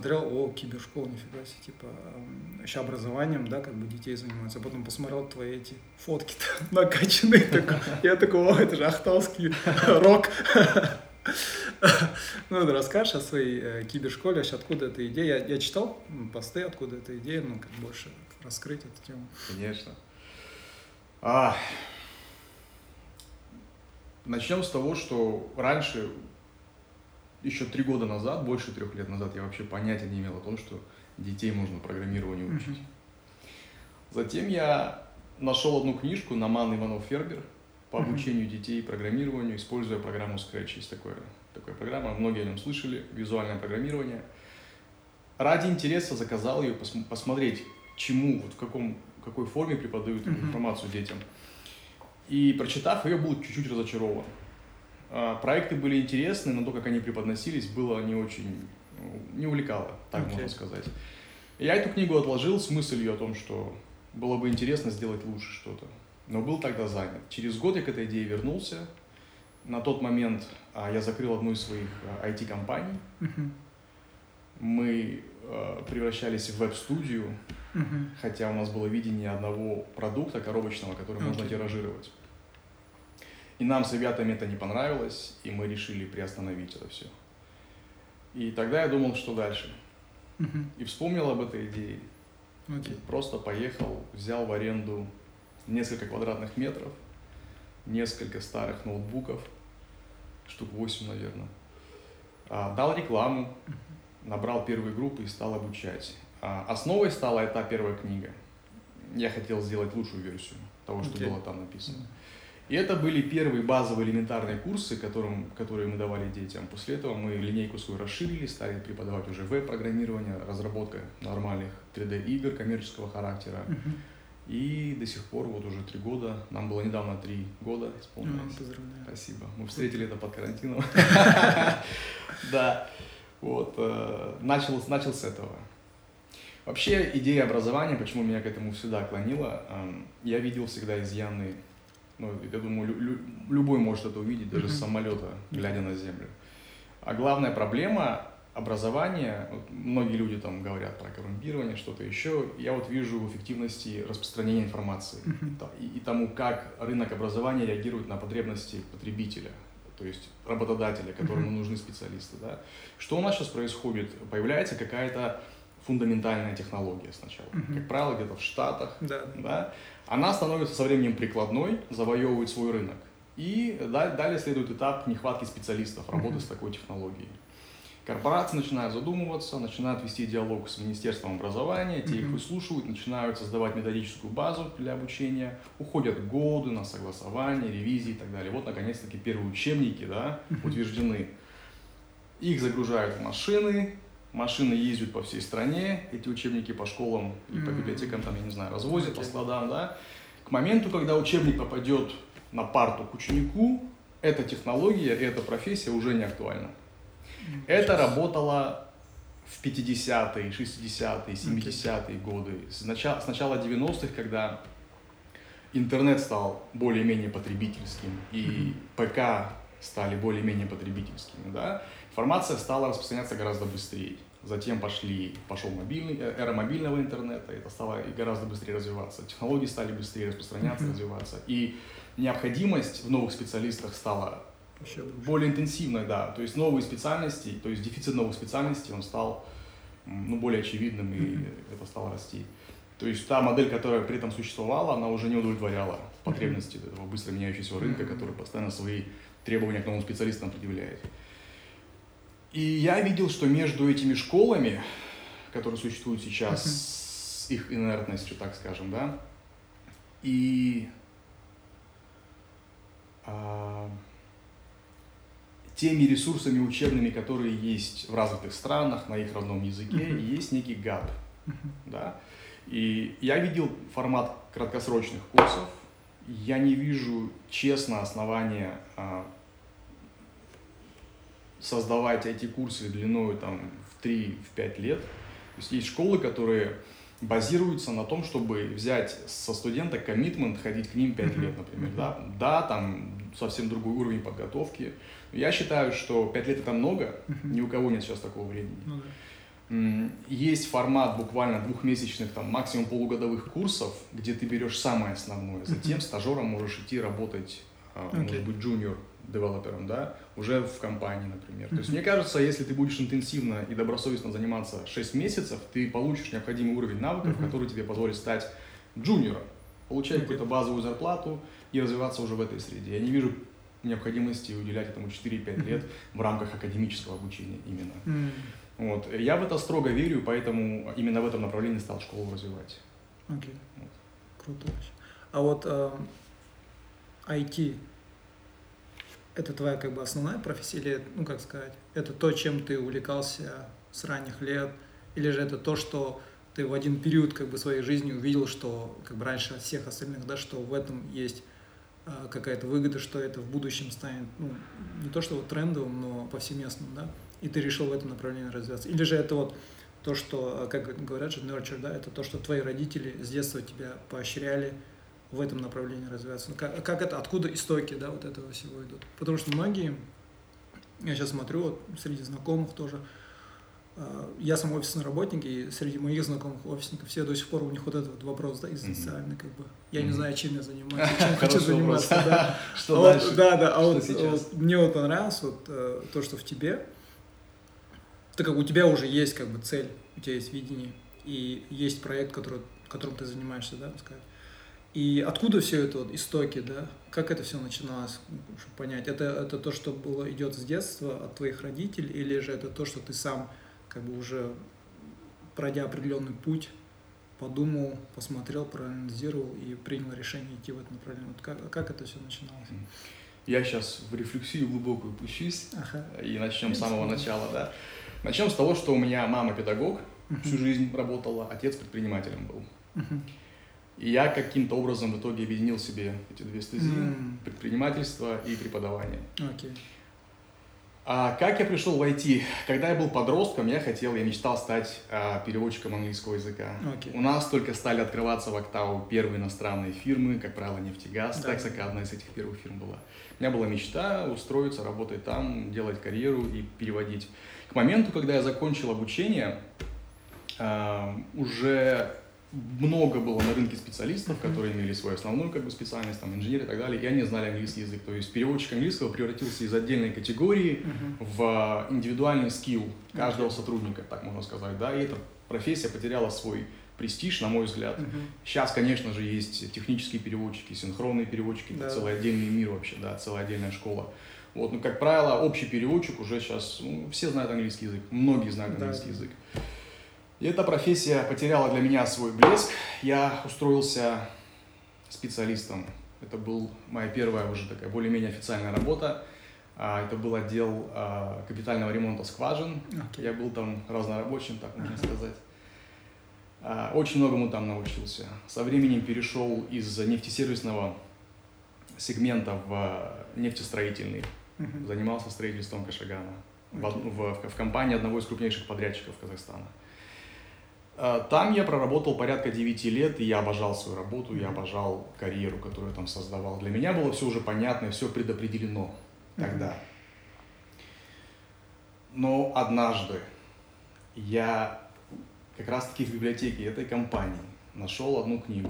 посмотрел, о, кибершкола, нифига себе, типа, еще образованием, да, как бы детей занимаются. А потом посмотрел твои эти фотки там накачанные, я такой, о, это же ахтовский рок. Ну, расскажешь о своей кибершколе, вообще откуда эта идея? Я читал посты, откуда эта идея, ну, как больше раскрыть эту тему. Конечно. Начнем с того, что раньше, еще 3 года назад, больше 3 лет назад, я вообще понятия не имел о том, что детей можно программированию учить. Затем я нашел одну книжку Наман Иванов-Фербер по обучению детей программированию, используя программу Scratch. Есть такая программа, многие о нем слышали, визуальное программирование. Ради интереса заказал ее, посмотреть, чему, вот в какой форме преподают информацию детям. И прочитав ее, был чуть-чуть разочарован. Проекты были интересны, но то, как они преподносились, было не очень, не увлекало, так можно сказать. Я эту книгу отложил с мыслью о том, что было бы интересно сделать лучше что-то, но был тогда занят. Через год я к этой идее вернулся. На тот момент я закрыл одну из своих IT-компаний. Мы превращались в веб-студию, хотя у нас было видение одного продукта коробочного, который можно тиражировать. И нам с ребятами это не понравилось, и мы решили приостановить это все. И тогда я думал, что дальше. И вспомнил об этой идее. Просто поехал, взял в аренду несколько квадратных метров, несколько старых ноутбуков, штук 8, наверное. Дал рекламу, набрал первые группы и стал обучать. Основой стала эта первая книга. Я хотел сделать лучшую версию того, что было там написано. И это были первые базовые элементарные курсы, которые мы давали детям. После этого мы линейку свою расширили, стали преподавать уже веб-программирование, разработка нормальных 3D-игр коммерческого характера. И до сих пор, вот уже 3 года, нам было недавно 3 года исполнилось. Поздравляю. Спасибо. Мы встретили это под карантином. Да, вот, начал с этого. Вообще, идея образования, почему меня к этому всегда клонила, я видел всегда изъяны. Ну, я думаю, любой может это увидеть, даже с самолета, глядя на землю. А главная проблема образования, вот многие люди там говорят про коррумпирование, что-то еще, я вот вижу в эффективности распространения информации и тому, как рынок образования реагирует на потребности потребителя, то есть работодателя, которому нужны специалисты. Да? Что у нас сейчас происходит? Появляется какая-то фундаментальная технология сначала. Как правило, где-то в Штатах. Да? Она становится со временем прикладной, завоевывает свой рынок. И далее следует этап нехватки специалистов, работы с такой технологией. Корпорации начинают задумываться, начинают вести диалог с Министерством образования, те их выслушивают, начинают создавать методическую базу для обучения, уходят годы на согласование, ревизии и так далее. Вот, наконец-таки, первые учебники, да, утверждены. Их загружают в машины, машины ездят по всей стране, эти учебники по школам и по библиотекам, там, я не знаю, развозят по складам, да. К моменту, когда учебник попадет на парту к ученику, эта технология и эта профессия уже не актуальна. Это работало в 50-е, 60-е, 70-е годы. С начала 90-х, когда интернет стал более-менее потребительским и ПК стали более-менее потребительскими, да, информация стала распространяться гораздо быстрее. Затем пошел эра мобильного интернета, это стало гораздо быстрее развиваться. Технологии стали быстрее распространяться, развиваться. И необходимость в новых специалистах стала более интенсивной, да. То есть новые специальности, то есть дефицит новых специальностей, он стал более очевидным, и это стало расти. То есть та модель, которая при этом существовала, она уже не удовлетворяла потребности этого быстро меняющегося рынка, который постоянно свои требования к новым специалистам предъявляет. И я видел, что между этими школами, которые существуют сейчас, с их инертностью, так скажем, да, и теми ресурсами учебными, которые есть в развитых странах, на их родном языке, есть некий гэп, да. И я видел формат краткосрочных курсов, я не вижу честно основания создавать эти курсы длиной там, в 3-5 лет. То есть школы, которые базируются на том, чтобы взять со студента коммитмент, ходить к ним 5 лет, например. Да, там совсем другой уровень подготовки. Я считаю, что 5 лет это много, ни у кого нет сейчас такого времени. Есть формат буквально двухмесячных, там, максимум полугодовых курсов, где ты берешь самое основное. Затем стажером можешь идти работать, может быть, junior-девелопером, да, уже в компании, например. То есть, мне кажется, если ты будешь интенсивно и добросовестно заниматься 6 месяцев, ты получишь необходимый уровень навыков, который тебе позволит стать джуниором, получать какую-то базовую зарплату и развиваться уже в этой среде. Я не вижу необходимости уделять этому 4-5 лет в рамках академического обучения именно. Вот. Я в это строго верю, поэтому именно в этом направлении стал школу развивать. Окей. Вот. Круто. А вот IT – это твоя как бы основная профессия или, ну как сказать, это то, чем ты увлекался с ранних лет, или же это то, что ты в один период как бы своей жизни увидел, что как бы раньше от всех остальных, да, что в этом есть какая-то выгода, что это в будущем станет, ну, не то что вот трендовым, но повсеместным, да, и ты решил в этом направлении развиваться. Или же это вот то, что, как говорят же, nurture, да, это то, что твои родители с детства тебя поощряли в этом направлении развиваться. Ну, как это, откуда истоки, да, вот этого всего идут? Потому что многие, я сейчас смотрю, вот среди знакомых тоже, я сам офисный работник, и среди моих знакомых офисников все до сих пор у них вот этот вот вопрос, да, экзистенциальный, как бы. Я не знаю, чем я занимаюсь, чем хочу заниматься, да. Что дальше? Да, а вот мне вот понравилось вот то, что в тебе, так как у тебя уже есть как бы цель, у тебя есть видение, и есть проект, которым ты занимаешься, да, сказать. И откуда все это вот истоки, да? Как это все начиналось, чтобы понять? Это то, что было, идет с детства от твоих родителей, или же это то, что ты сам как бы уже пройдя определенный путь, подумал, посмотрел, проанализировал и принял решение идти в это направление? Вот как это все начиналось? Я сейчас в рефлексию глубокую пущусь, и начнем с самого начала, да. Начнем с того, что у меня мама педагог, всю жизнь работала, отец предпринимателем был. И я каким-то образом в итоге объединил себе эти две стези, предпринимательство и преподавание. А как я пришел в IT? Когда я был подростком, я мечтал стать переводчиком английского языка. У нас только стали открываться в Октау первые иностранные фирмы, как правило, нефтегаз, Texaco одна из этих первых фирм была. У меня была мечта устроиться, работать там, делать карьеру и переводить. К моменту, когда я закончил обучение, уже много было на рынке специалистов, которые имели свою основную как бы специальность, там, инженеры и так далее, и они знали английский язык. То есть переводчик английского превратился из отдельной категории в индивидуальный скилл каждого сотрудника, так можно сказать, да, и эта профессия потеряла свой престиж, на мой взгляд. Сейчас, конечно же, есть технические переводчики, синхронные переводчики, это целый отдельный мир вообще, да, целая отдельная школа. Вот, но, как правило, общий переводчик уже сейчас, все знают английский язык, многие знают английский язык. И эта профессия потеряла для меня свой блеск. Я устроился специалистом. Это была моя первая уже такая более-менее официальная работа. Это был отдел капитального ремонта скважин. Я был там разнорабочим, так можно сказать. Очень многому там научился. Со временем перешел из нефтесервисного сегмента в нефтестроительный. Занимался строительством Кашагана в компании одного из крупнейших подрядчиков Казахстана. Там я проработал порядка 9 лет, и я обожал свою работу, я обожал карьеру, которую я там создавал. Для меня было все уже понятно, все предопределено тогда. Но однажды я как раз-таки в библиотеке этой компании нашел одну книгу.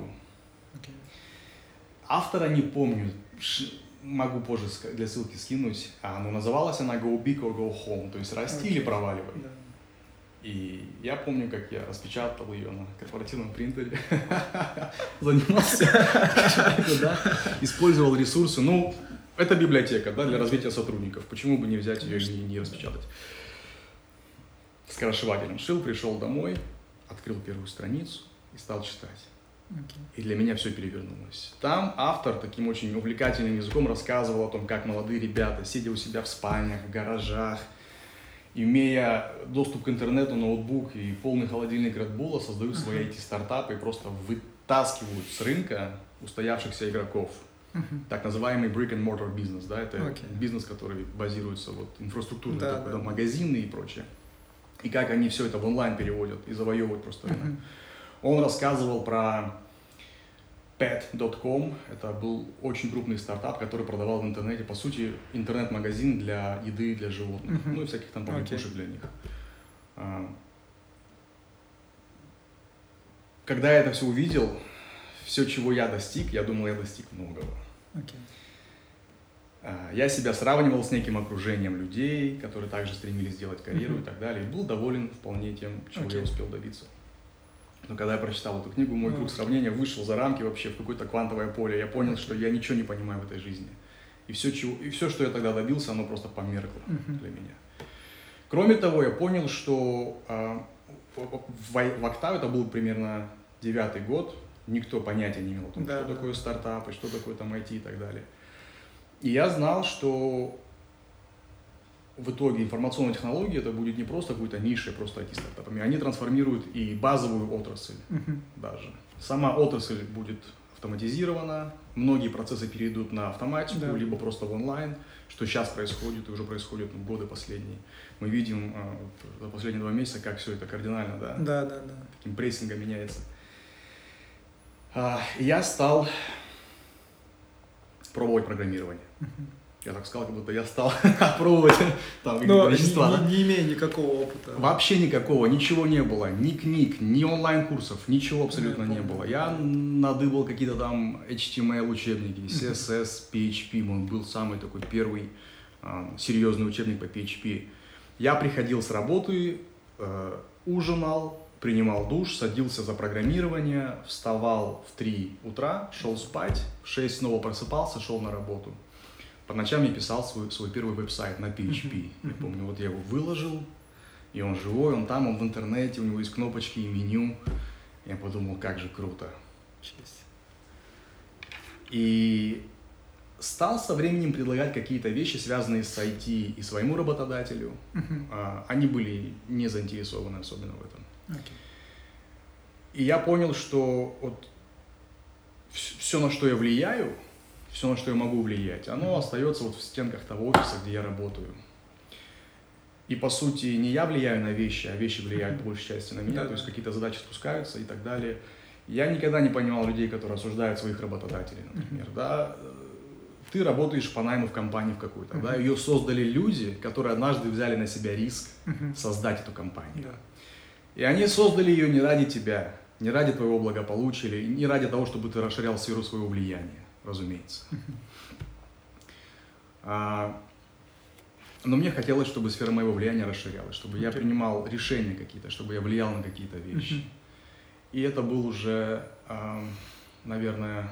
Автора не помню, могу позже для ссылки скинуть, но называлась она «Go big or go home», то есть «Расти или проваливай». И я помню, как я распечатал ее на корпоративном принтере, занимался, использовал ресурсы. Ну, это библиотека, да, для развития сотрудников. Почему бы не взять ее и не распечатать? Скоросшивателем шил, пришел домой, открыл первую страницу и стал читать. И для меня все перевернулось. Там автор таким очень увлекательным языком рассказывал о том, как молодые ребята, сидя у себя в спальнях, в гаражах, имея доступ к интернету, ноутбук и полный холодильник Red Bull, создают свои IT-стартапы и просто вытаскивают с рынка устоявшихся игроков. Так называемый brick-and-mortar бизнес, да, это бизнес, который базируется вот инфраструктурные магазины и прочее. И как они все это в онлайн переводят и завоевывают просто рынок. Он рассказывал про Pet.com, это был очень крупный стартап, который продавал в интернете, по сути, интернет-магазин для еды для животных, ну и всяких там побегушек для них. когда я это все увидел, все, чего я достиг, я думал, я достиг многого. Я себя сравнивал с неким окружением людей, которые также стремились сделать карьеру и так далее. И был доволен вполне тем, чего я успел добиться. Но когда я прочитал эту книгу, мой круг сравнения вышел за рамки вообще в какое-то квантовое поле. Я понял, что я ничего не понимаю в этой жизни. И все, что я тогда добился, оно просто померкло для меня. Кроме того, я понял, что в Октаве, это был примерно 9-й год, никто понятия не имел о том, что такое стартап, и что такое там IT и так далее. И я знал, что в итоге информационные технологии это будет не просто какой-то нишей, просто IT-стартапами. Они трансформируют и базовую отрасль даже. Сама отрасль будет автоматизирована, многие процессы перейдут на автоматику, либо просто в онлайн, что сейчас происходит и уже происходит годы последние. Мы видим за последние 2 месяца, как все это кардинально, каким прессингом меняется. Я стал пробовать программирование. Я так сказал, как будто я стал пробовать там какие-то вещества. Не имея никакого опыта. Вообще никакого, ничего не было. Ни книг, ни онлайн-курсов, ничего абсолютно не было. Я надыбал какие-то там HTML учебники, CSS, PHP. Он был самый такой первый серьезный учебник по PHP. Я приходил с работы, ужинал, принимал душ, садился за программирование, вставал в 3 утра, шел спать, в 6 снова просыпался, шел на работу. По ночам я писал свой первый веб-сайт на PHP. Я помню, вот я его выложил, и он живой, он там, он в интернете, у него есть кнопочки и меню. Я подумал, как же круто. И стал со временем предлагать какие-то вещи, связанные с IT и своему работодателю. Они были не заинтересованы особенно в этом. И я понял, что вот все, на что я влияю, все, на что я могу влиять, оно остается вот в стенках того офиса, где я работаю. И по сути не я влияю на вещи, а вещи влияют по большей части на меня, то есть какие-то задачи спускаются и так далее. Я никогда не понимал людей, которые осуждают своих работодателей, например, Ты работаешь по найму в компанию в какую-то, ее создали люди, которые однажды взяли на себя риск создать эту компанию. И они создали ее не ради тебя, не ради твоего благополучия, или не ради того, чтобы ты расширял сферу своего влияния, разумеется. Но мне хотелось, чтобы сфера моего влияния расширялась, чтобы я принимал решения какие-то, чтобы я влиял на какие-то вещи. И это был уже, наверное,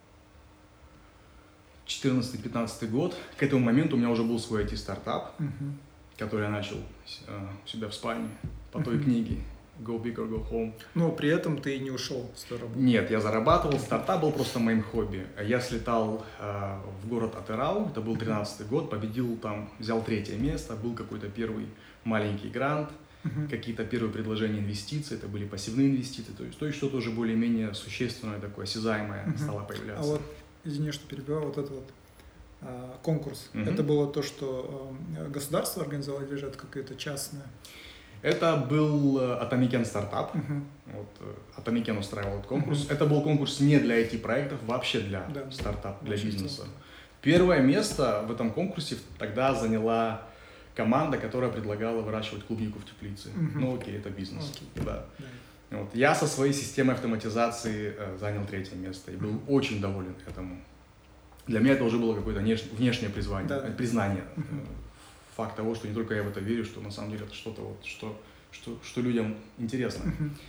14-15 год. К этому моменту у меня уже был свой IT-стартап, который я начал у себя в спальне по той книге Go Big or Go Home. Но при этом ты не ушел с той работы. Нет, я зарабатывал, стартап был просто моим хобби. Я слетал в город Атерау, это был 13-й год, победил там, взял 3-е место, был какой-то первый маленький грант, какие-то первые предложения инвестиций, это были пассивные инвестиции, то есть что-то уже более-менее существенное, такое осязаемое стало появляться. А вот, извини, что перебиваю, вот этот вот конкурс, это было то, что государство организовало, или же это какое-то частное? Это был Atomic стартап. Atomic устраивал этот конкурс. Это был конкурс не для IT-проектов, вообще для стартапа, для бизнеса. Первое место в этом конкурсе тогда заняла команда, которая предлагала выращивать клубнику в теплице. Ну окей, это бизнес. Я со своей системой автоматизации занял 3-е место и был очень доволен этому. Для меня это уже было какое-то внешнее признание. Факт того, что не только я в это верю, что на самом деле это что-то, вот, что людям интересно.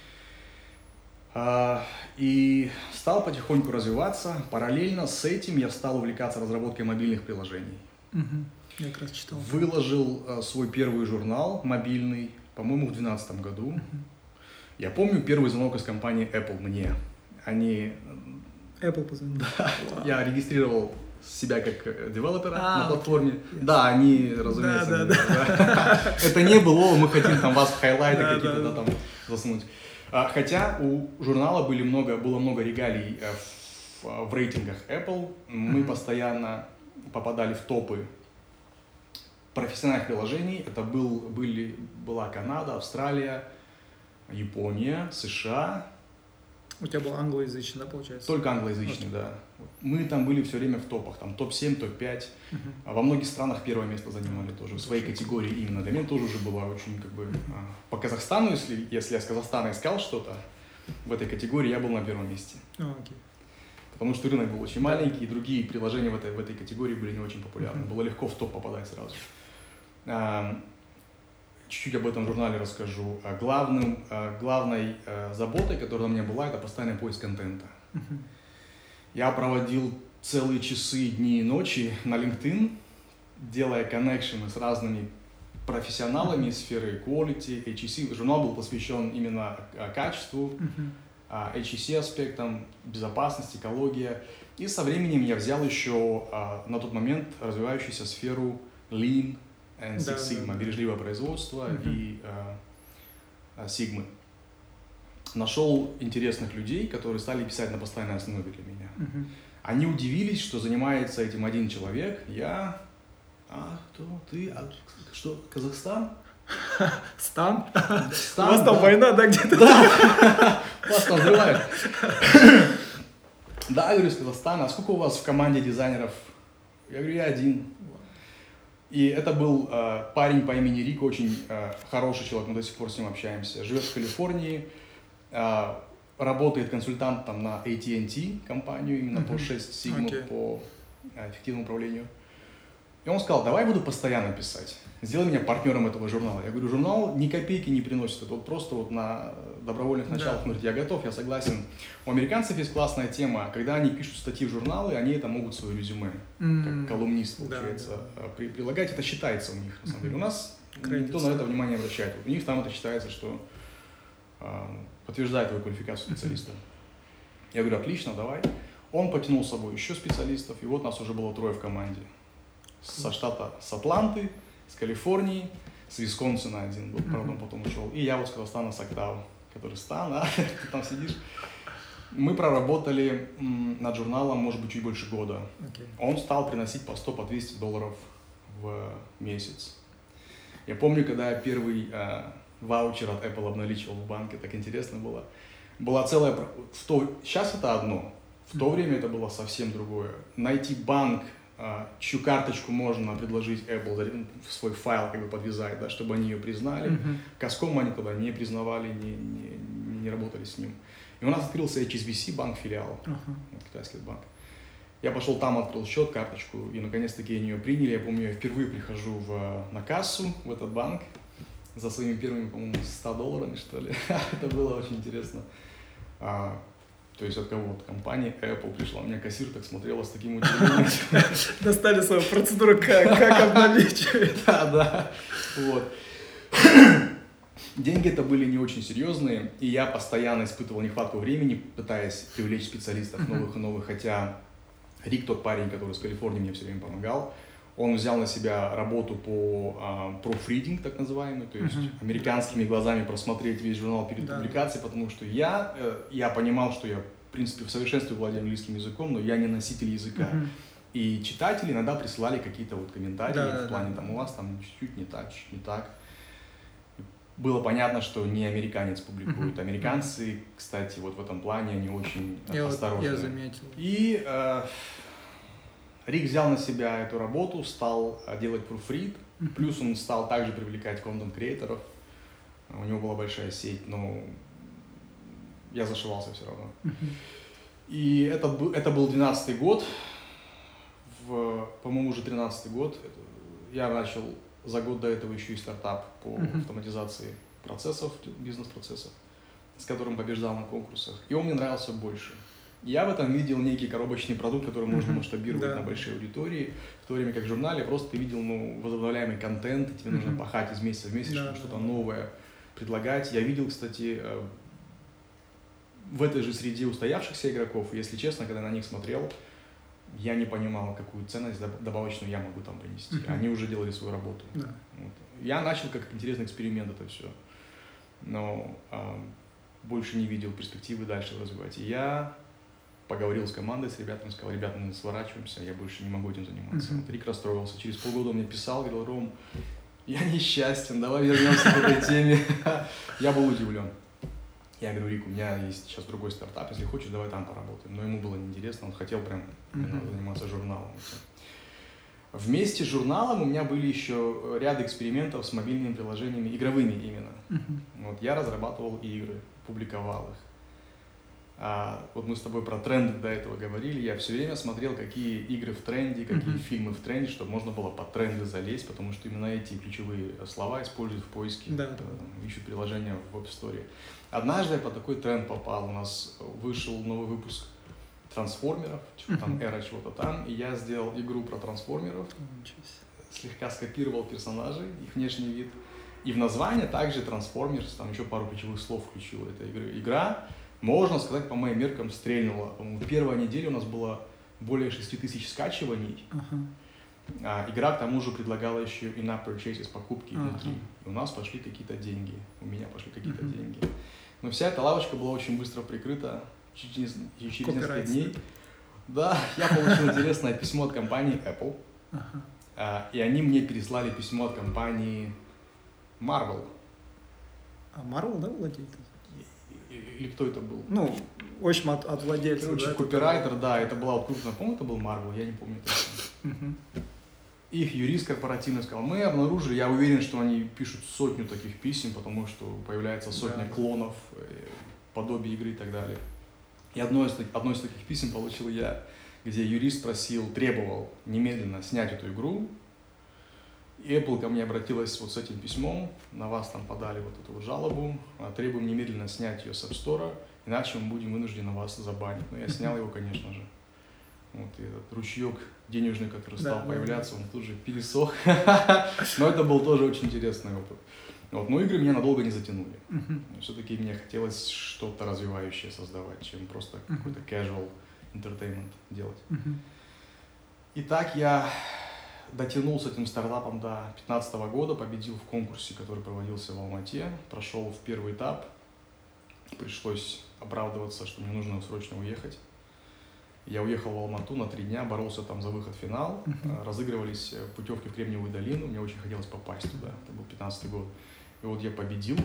И стал потихоньку развиваться. Параллельно с этим я стал увлекаться разработкой мобильных приложений. Я как раз читал. Выложил свой первый журнал мобильный, по-моему, в 2012 году. Я помню первый звонок из компании Apple мне. Apple позвонил? Да, я регистрировал себя как девелопера на платформе. Да, они, разумеется, это не было, мы хотим там вас в хайлайты какие-то там засунуть. Хотя у журнала было много регалий в рейтингах Apple. Мы постоянно попадали в топы профессиональных приложений. Это была Канада, Австралия, Япония, США. У тебя был англоязычный, да, получается? Только англоязычный, да. Мы там были все время в топах, там топ-7, топ-5. А во многих странах первое место занимали тоже, в своей категории именно. Для меня тоже уже была очень, по Казахстану, если я с Казахстана искал что-то, в этой категории я был на первом месте. Окей. Потому что рынок был очень маленький, и другие приложения в этой категории были не очень популярны. Было легко в топ попадать сразу. Чуть-чуть об этом журнале расскажу. Главной заботой, которая у меня была, это постоянный поиск контента. Я проводил целые часы, дни и ночи на LinkedIn, делая коннекшены с разными профессионалами из сферы quality, HEC. Журнал был посвящен именно качеству, HEC аспектам, безопасности, экология. И со временем я взял еще на тот момент развивающуюся сферу Lean and Six Sigma, бережливое производство и Sigma. Нашел интересных людей, которые стали писать на постоянной основе для меня. Они удивились, что занимается этим один человек. Я... кто? Ты? Что? Казахстан? Стан? Стан, у вас там война, да, где-то? Да, вас там взрывают. Да, я говорю, из Казахстана. А сколько у вас в команде дизайнеров? Я говорю, я один. И это был парень по имени Рик, очень хороший человек, мы до сих пор с ним общаемся. Живет в Калифорнии, работает консультантом на AT&T компанию, именно по 6 Sigma, по эффективному управлению. И он сказал, давай буду постоянно писать, сделай меня партнером этого журнала. Я говорю, журнал ни копейки не приносит, это вот просто вот на добровольных началах. Он говорит, я готов, я согласен. У американцев есть классная тема, когда они пишут статьи в журналы, они это могут в свое резюме, как колумнист, получается, прилагать. Это считается у них, на самом деле. У нас никто на это внимание не обращает. У них там это считается, что подтверждает твою квалификацию специалиста. Я говорю, отлично, давай. Он потянул с собой еще специалистов, и вот нас уже было 3 в команде. Со штата, с Атланты, с Калифорнии, с Висконсина один был, правда, он потом ушел. И я вот с Казахстана, с Октавы, который Стан, ты там сидишь. Мы проработали над журналом, может быть, чуть больше года. Он стал приносить по 100, по $200 в месяц. Я помню, когда я первый ваучер от Apple обналичивал в банке, так интересно было. Была целая... Сейчас это одно, в то время это было совсем другое. Найти банк, чью карточку можно предложить Apple в свой файл, как бы подвязать, да, чтобы они ее признали. Казком они тогда не признавали, не работали с ним. И у нас открылся HSBC банк-филиал, китайский банк. Я пошел там, открыл счет, карточку, и наконец-таки они ее приняли. Я помню, я впервые прихожу на кассу в этот банк за своими первыми, по-моему, $100, что ли. Это было очень интересно. То есть от кого-то компании Apple пришла, у меня кассир так смотрела с таким удивлением. Достали свою процедуру, как обналичить. Да. Вот. Деньги это были не очень серьезные, и я постоянно испытывал нехватку времени, пытаясь привлечь специалистов новых и новых, хотя Рик, тот парень, который из Калифорнии, мне все время помогал, он взял на себя работу по proofreading, так называемый, то есть американскими глазами просмотреть весь журнал перед публикацией, потому что я понимал, что я, в принципе, в совершенстве владею английским языком, но я не носитель языка. И читатели иногда присылали какие-то вот комментарии в плане, там, у вас там чуть-чуть не так, чуть-чуть не так. Было понятно, что не американец публикует. Американцы, кстати, вот в этом плане, они очень осторожны. Я заметил. И Рик взял на себя эту работу, стал делать proofread, плюс он стал также привлекать контент-креаторов. У него была большая сеть, но я зашивался все равно. И это был 12-й год, по-моему, уже 13-й год. Я начал за год до этого еще и стартап по автоматизации процессов, бизнес-процессов, с которым побеждал на конкурсах. И он мне нравился больше. Я в этом видел некий коробочный продукт, который можно масштабировать на большой аудитории, в то время как в журнале просто ты видел возобновляемый контент, и тебе нужно пахать из месяца в месяц, чтобы что-то новое предлагать. Я видел, кстати, в этой же среде устоявшихся игроков, и, если честно, когда на них смотрел, я не понимал, какую ценность добавочную я могу там принести. Они уже делали свою работу. Вот. Я начал как интересный эксперимент это все, но больше не видел перспективы дальше развивать. И я поговорил с командой, с ребятами, сказал, ребята, мы сворачиваемся, я больше не могу этим заниматься. Вот Рик расстроился. Через полгода он мне писал, говорил, Ром, я несчастен, давай вернемся к этой теме. Я был удивлен. Я говорю, Рик, у меня есть сейчас другой стартап, если хочешь, давай там поработаем. Но ему было неинтересно, он хотел прям заниматься журналом. Вместе с журналом у меня были еще ряд экспериментов с мобильными приложениями, игровыми именно. Вот, я разрабатывал игры, публиковал их. Вот мы с тобой про тренды до этого говорили, я все время смотрел, какие игры в тренде, какие фильмы в тренде, чтобы можно было под тренды залезть, потому что именно эти ключевые слова используют в поиске, ищут приложения в App Store. Однажды я по такой тренд попал, у нас вышел новый выпуск трансформеров, там эра чего-то там, и я сделал игру про трансформеров, слегка скопировал персонажей, их внешний вид, и в название также Transformers, там еще пару ключевых слов включил этой игры. Игра, можно сказать, по моим меркам стрельнула. По-моему, первая неделя у нас было более 6000 скачиваний. Игра, к тому же, предлагала еще in-app purchases, покупки внутри. И у нас пошли какие-то деньги, у меня пошли какие-то деньги. Но вся эта лавочка была очень быстро прикрыта. Через несколько дней, да, я получил интересное письмо от компании Apple, и они мне переслали письмо от компании Marvel. А Marvel, да, владеет? Или кто это был? Ну, в общем, от владельца. Короче, да, копирайтер, да, это была вот крупная, по-моему, это был Marvel, я не помню точно. Их юрист корпоративно сказал, мы обнаружили, я уверен, что они пишут сотню таких писем, потому что появляется сотня клонов, подобие игры и так далее. И одно из таких писем получил я, где юрист требовал немедленно снять эту игру. И Apple ко мне обратилась вот с этим письмом, на вас там подали вот эту вот жалобу, требуем немедленно снять ее с App Store, иначе мы будем вынуждены вас забанить. Но я снял его, конечно же. Вот, и этот ручеек денежный, который стал появляться, он тут же пересох. Но это был тоже очень интересный опыт. Вот, но игры меня надолго не затянули. Все-таки мне хотелось что-то развивающее создавать, чем просто какой-то casual entertainment делать. Итак, я дотянул с этим стартапом до 2015 года, победил в конкурсе, который проводился в Алмате, прошел в первый этап. Пришлось оправдываться, что мне нужно срочно уехать. Я уехал в Алмату на 3 дня, боролся там за выход в финал. Разыгрывались путевки в Кремниевую долину, мне очень хотелось попасть туда, это был 2015 год. И вот я победил.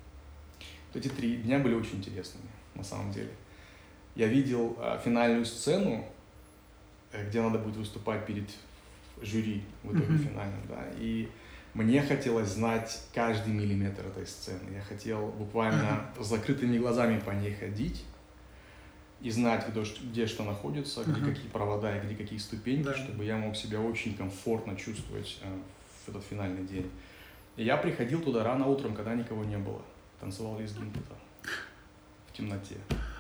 Эти 3 дня были очень интересными, на самом деле. Я видел финальную сцену, где надо будет выступать перед жюри в итоге финальном, да, и мне хотелось знать каждый миллиметр этой сцены. Я хотел буквально с закрытыми глазами по ней ходить и знать, где что находится, где какие провода и где какие ступеньки, чтобы я мог себя очень комфортно чувствовать в этот финальный день. И я приходил туда рано утром, когда никого не было. Танцевал лезгинку там в темноте.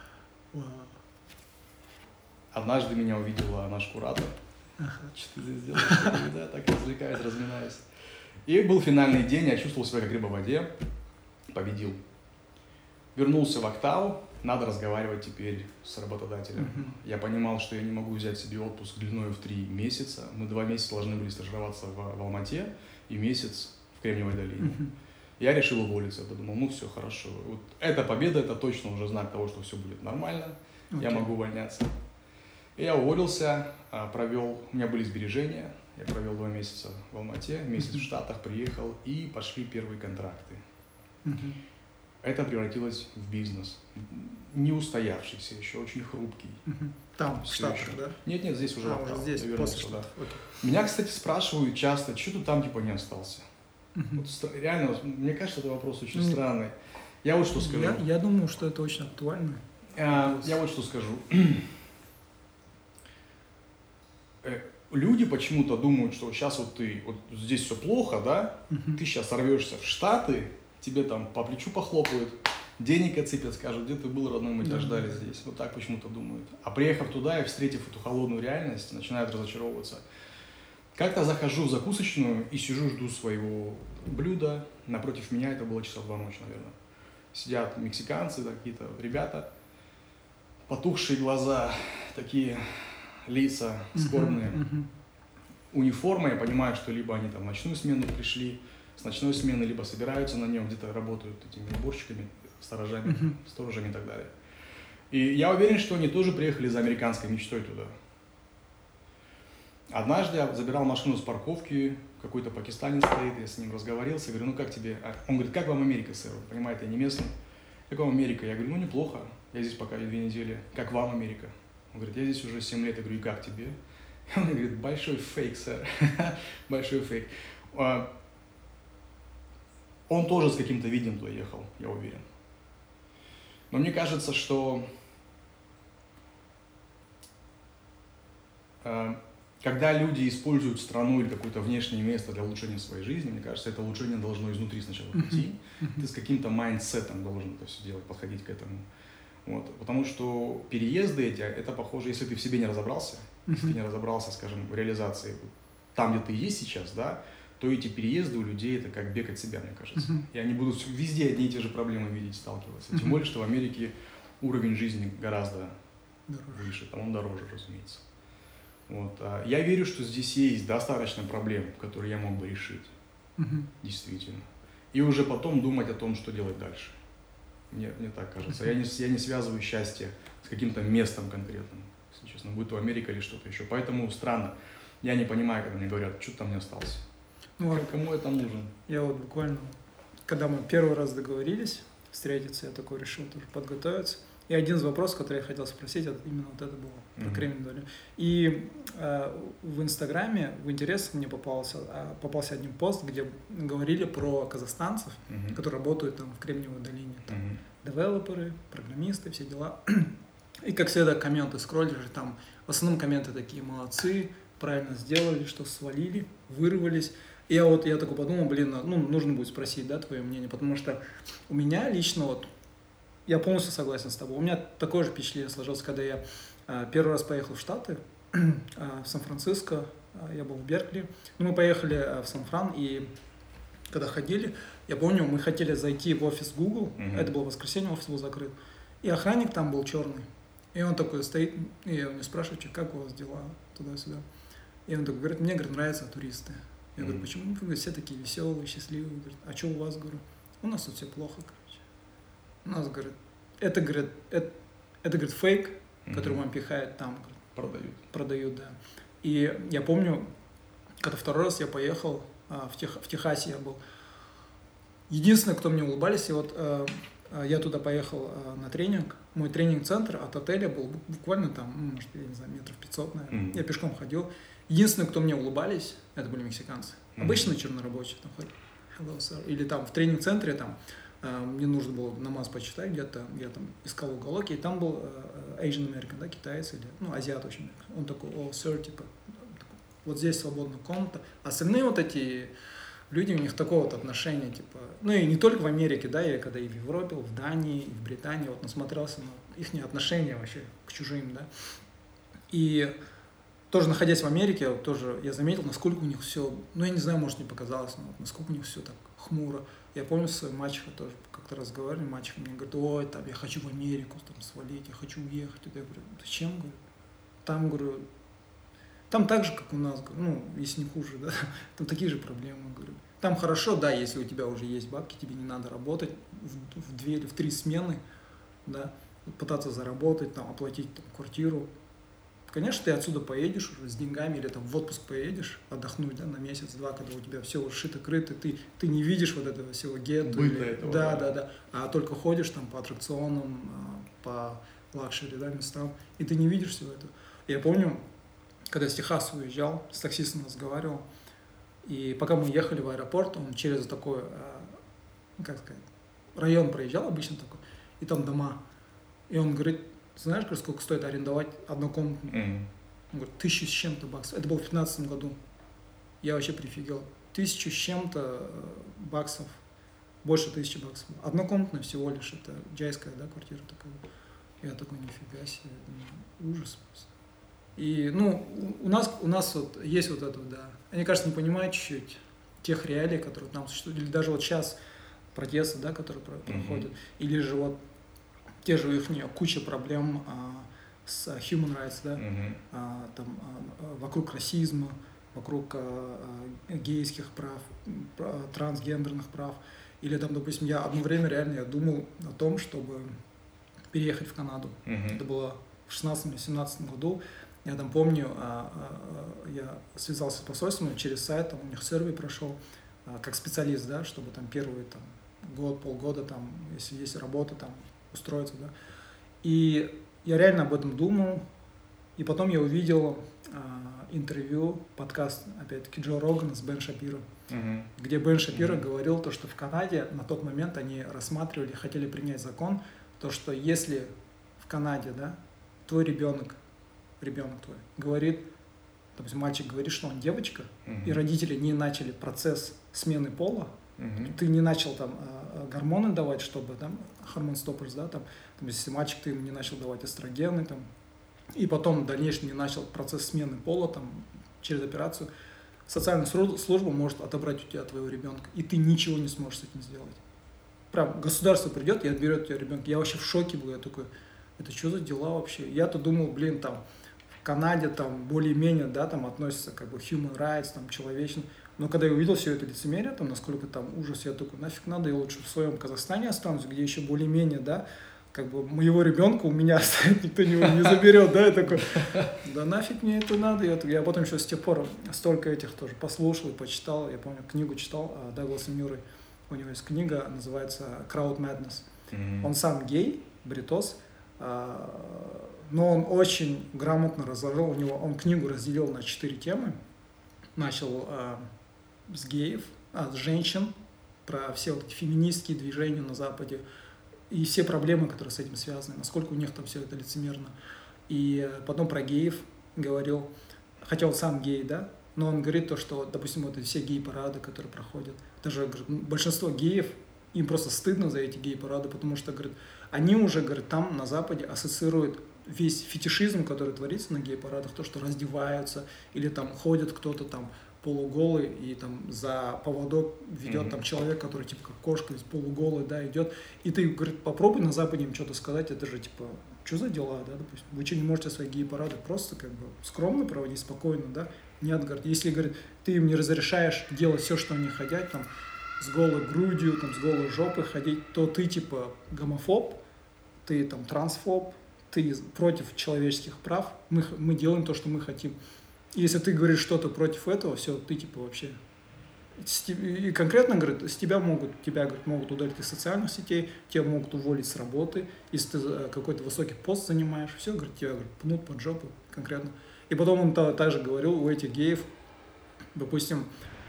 Однажды меня увидела наш куратор. Что ты здесь делаешь? Да, так развлекаюсь, разминаюсь. И был финальный день, я чувствовал себя как рыба в воде. Победил. Вернулся в Октау. Надо разговаривать теперь с работодателем. Я понимал, что я не могу взять себе отпуск длиной в 3 месяца. Мы 2 месяца должны были стажироваться в Алмате и месяц в Кремниевой долине. Я решил уволиться. Подумал, ну все, хорошо. Вот эта победа, это точно уже знак того, что все будет нормально. Я могу увольняться. И я уволился, у меня были сбережения. Я провел 2 месяца в Алмате, месяц в Штатах, приехал, и пошли первые контракты. Это превратилось в бизнес. Не устоявшийся еще, очень хрупкий. Там, в Штатах, да? Нет, здесь уже здесь, вернулся, да. Меня, кстати, спрашивают часто, что ты там типа не остался? Вот, реально, мне кажется, это вопрос очень странный. Я вот что скажу. Я думаю, что это очень актуально. Я вот что скажу. Люди почему-то думают, что сейчас вот здесь все плохо, да? Ты сейчас сорвешься в Штаты, тебе там по плечу похлопают, денег отсыпят, скажут, где ты был, родной, мы тебя ждали здесь. Вот так почему-то думают. А приехав туда и встретив эту холодную реальность, начинают разочаровываться. Как-то захожу в закусочную и сижу, жду своего блюда. Напротив меня, это было часа 2 ночи, наверное. Сидят мексиканцы, какие-то ребята, потухшие глаза, такие лица скорбные. Униформа, я понимаю, что либо они там в ночную смену пришли, с ночной смены, либо собираются на нем, где-то работают этими уборщиками, сторожами и так далее. И я уверен, что они тоже приехали за американской мечтой туда. Однажды я забирал машину с парковки, какой-то пакистанец стоит, я с ним разговаривался, говорю, ну как тебе? Он говорит, как вам Америка, сэр? Понимаете, я не местный. Как вам Америка? Я говорю, ну неплохо, я здесь пока 2 недели. Как вам Америка? Он говорит, я здесь уже 7 лет. Я говорю, и как тебе? Он говорит, большой фейк, сэр, большой фейк. Он тоже с каким-то видом туда ехал, я уверен. Но мне кажется, что когда люди используют страну или какое-то внешнее место для улучшения своей жизни, мне кажется, это улучшение должно изнутри сначала прийти. Ты с каким-то майндсетом должен это все делать, подходить к этому. Вот. Потому что переезды эти, это похоже, если ты в себе не разобрался, если ты не разобрался, скажем, в реализации там, где ты есть сейчас, да, то эти переезды у людей это как бег от себя, мне кажется. И они будут везде одни и те же проблемы видеть, сталкиваться. Тем более, что в Америке уровень жизни гораздо выше, там он дороже, разумеется. Вот. Я верю, что здесь есть достаточно проблем, которые я мог бы решить, действительно. И уже потом думать о том, что делать дальше. Мне так кажется. Я не связываю счастье с каким-то местом конкретным, если честно, будь то Америка или что-то еще. Поэтому странно. Я не понимаю, когда мне говорят, что ты там не остался. Ну, кому я там нужен? Я вот буквально, когда мы первый раз договорились встретиться, я такой решил тоже подготовиться. И один из вопросов, который я хотел спросить, это именно вот это было, про Кремниевую долину. И в Инстаграме, в интересах мне попался один пост, где говорили про казахстанцев, которые работают там в Кремниевой долине. Там девелоперы, программисты, все дела. И как всегда комменты скроллишь, там в основном комменты такие: молодцы, правильно сделали, что свалили, вырвались. И я такой подумал, нужно будет спросить, да, твое мнение, потому что у меня лично вот, я полностью согласен с тобой. У меня такое же впечатление сложилось, когда я первый раз поехал в Штаты, в Сан-Франциско, я был в Беркли. Мы поехали в Сан-Фран, и когда ходили, я помню, мы хотели зайти в офис Google, это было воскресенье, офис был закрыт, и охранник там был черный. И он такой стоит, и я его спрашиваю, как у вас дела, туда-сюда. И он такой говорит: мне, говорит, нравятся туристы. Я говорю: почему вы все такие веселые, счастливые? Говорит: а что у вас? Говорю: у нас тут все плохо, короче. У нас, говорит, это фейк, который вам пихает там. Говорит, продают, да. И я помню, когда второй раз я поехал, в Техасе я был, единственное, кто мне улыбались, и вот я туда поехал на тренинг, мой тренинг-центр от отеля был буквально там, может, я не знаю, метров 500, наверное, я пешком ходил. Единственное, кто мне улыбались, это были мексиканцы. Обычно чернорабочие, там ходят, hello, sir. Или там в тренинг-центре, там, мне нужно было намаз почитать где-то, я там искал уголок, и там был Asian American, да, китаец или, азиат очень. Он такой: о, sir, типа, вот здесь свободная комната. Остальные вот эти люди, у них такое вот отношение, типа, и не только в Америке, да, я когда и в Европе, в Дании, и в Британии вот насмотрелся на их отношение вообще к чужим, да. И тоже находясь в Америке, я заметил, насколько у них все, я не знаю, может, не показалось, но насколько у них все так хмуро. Я помню, с своей мачехой тоже как-то разговаривали, мачеха мне говорит: ой, там, я хочу в Америку там свалить, я хочу уехать. Я говорю: зачем? Говорю, там, говорю, там так же, как у нас, говорю, если не хуже, да, там такие же проблемы, говорю. Там хорошо, да, если у тебя уже есть бабки, тебе не надо работать в 2 или в 3 смены, да, пытаться заработать, там, оплатить там квартиру. Конечно, ты отсюда поедешь уже с деньгами или там в отпуск поедешь отдохнуть, да, на месяц-два, когда у тебя все шито-крыто, ты не видишь вот этого всего гетто. Да. А только ходишь там по аттракционам, по лакшери, да, местам, и ты не видишь всего этого. Я помню, когда с Техаса уезжал, с таксистом разговаривал, и пока мы ехали в аэропорт, он через такой, район проезжал обычно такой, и там дома, и он говорит: знаешь, сколько стоит арендовать однокомнатную? Он говорит: 1000 с чем-то баксов. Это было в 2015 году. Я вообще прифигел. 1000 с чем-то баксов. Больше 1000 баксов. Однокомнатная всего лишь. Это джайская, да, квартира такая. Я такой: нифига себе. Ужас. И, у нас вот есть вот это, да. Они, кажется, не понимают чуть-чуть тех реалий, которые там существуют. Или даже вот сейчас протесты, да, которые проходят. Или же вот те же их куча проблем с human rights, да, вокруг расизма, вокруг гейских прав, трансгендерных прав. Или там, допустим, я одно время реально думал о том, чтобы переехать в Канаду. Это было в 2016 или 2017 году. Я там помню, я связался с посольством через сайт, там у них сервей прошел, как специалист, да, чтобы там первый год, полгода, там, если есть работа, там, устроиться, да. И я реально об этом думал, и потом я увидел интервью, подкаст, опять-таки, Джо Рогана с Бен Шапиро, где Бен Шапиро говорил то, что в Канаде на тот момент они рассматривали, хотели принять закон, то, что если в Канаде, да, твой ребенок твой говорит: допустим, мальчик говорит, что он девочка, и родители не начали процесс смены пола, ты не начал там гормоны давать, чтобы там гормон стопорс, да, там, если мальчик, ты ему не начал давать эстрогены, там, и потом в дальнейшем не начал процесс смены пола там, через операцию, социальная служба может отобрать у тебя твоего ребенка, и ты ничего не сможешь с этим сделать. Прям государство придет и отберет у тебя ребенка. Я вообще в шоке был, я такой, это что за дела вообще? Я-то думал, блин, там, в Канаде там более-менее, да, там относятся как бы human rights, там, человечно. Но когда я увидел все это лицемерие, там, насколько там ужас, я такой, нафиг надо, я лучше в своем Казахстане останусь, где еще более-менее, да, как бы моего ребенка у меня оставить никто не заберет, да, я такой, да нафиг мне это надо, я потом еще с тех пор столько этих тоже послушал и почитал, я помню, книгу читал Дагласа Мюррей, у него есть книга, называется Crowd Madness, он сам гей, бритос, но он очень грамотно разложил, он книгу разделил на 4 темы, начал с геев, с женщин, про все вот эти феминистские движения на Западе, и все проблемы, которые с этим связаны, насколько у них там все это лицемерно. И потом про геев говорил, хотя он сам гей, да, но он говорит то, что, допустим, вот все гей-парады, которые проходят, даже говорит, большинство геев, им просто стыдно за эти гей-парады, потому что, говорит, они уже, говорит, там на Западе ассоциируют весь фетишизм, который творится на гей-парадах, то, что раздеваются, или там ходит кто-то там полуголый, и там за поводок ведет там человек, который типа как кошка, весь полуголый, да, идет. И ты, говорит, попробуй на Западе им что-то сказать, это же типа, что за дела, да, допустим. Вы что, не можете свои гей-парады просто как бы скромно проводить, спокойно, да? Нет, говорит, если, говорит, ты им не разрешаешь делать все, что они хотят, там, с голой грудью, там, с голой жопой ходить, то ты типа гомофоб, ты там трансфоб, ты против человеческих прав, мы делаем то, что мы хотим. И если ты говоришь что-то против этого, все, ты типа вообще... И конкретно, говорит, тебя говорит, удалить из социальных сетей, тебя могут уволить с работы, если ты какой-то высокий пост занимаешь, все, говорит, тебя, говорит, пнут под жопу конкретно. И потом он также говорил, у этих геев, допустим,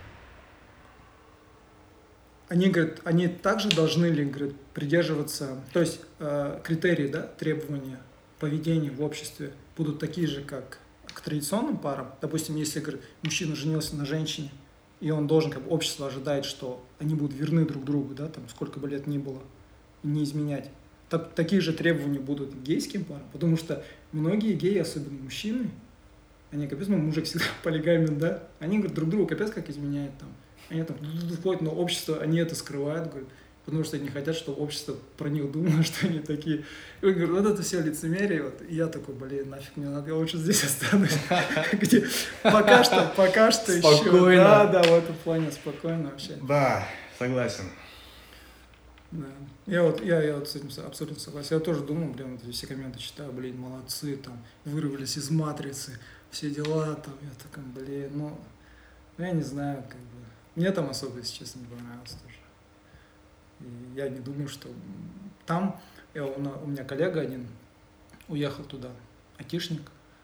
они, говорит, они также должны ли, говорит, придерживаться, то есть критерии, да, требования поведения в обществе будут такие же, как к традиционным парам. Допустим, если, говорит, мужчина женился на женщине, и он должен, как бы, общество ожидает, что они будут верны друг другу, да, там, сколько бы лет ни было, и не изменять. Такие же требования будут к гейским парам, потому что многие геи, особенно мужчины, они, капец, мужик всегда полигамен, да, они, говорят, друг другу капец как изменяют там. Они там входят, но общество, они это скрывают, говорят, потому что они не хотят, чтобы общество про них думало, что они такие. И он говорит, вот это все лицемерие, вот. И я такой, блин, нафиг мне надо, я лучше здесь останусь. Пока что еще. Спокойно. Да, в этом плане спокойно вообще. Да, согласен. Да. Я вот с этим абсолютно согласен. Я тоже думал, блин, вот все комменты читаю, блин, молодцы, там, вырвались из матрицы, все дела, там, я такой, блин, ну, я не знаю, как бы. Мне там особо, если честно, не понравилось тоже. И я не думаю, что там, у меня коллега один уехал туда, айтишник,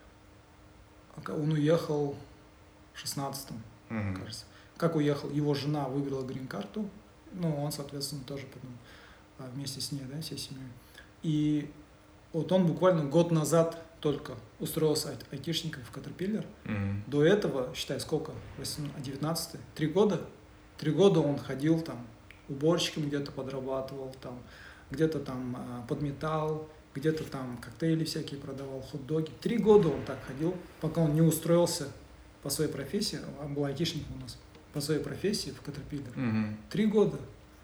он уехал в 16-м, кажется. Как уехал? Его жена выиграла грин-карту, ну, он, соответственно, тоже потом вместе с ней, да, всей семьей. И вот он буквально год назад только устроился айтишником в Caterpillar. До этого, считай, сколько? 19-й? 3 года? 3 года он ходил там, уборщиком где-то подрабатывал, там, где-то там подметал, где-то там коктейли всякие продавал, хот-доги. 3 года он так ходил, пока он не устроился по своей профессии, он был айтишник у нас, по своей профессии в Caterpillar. 3 года.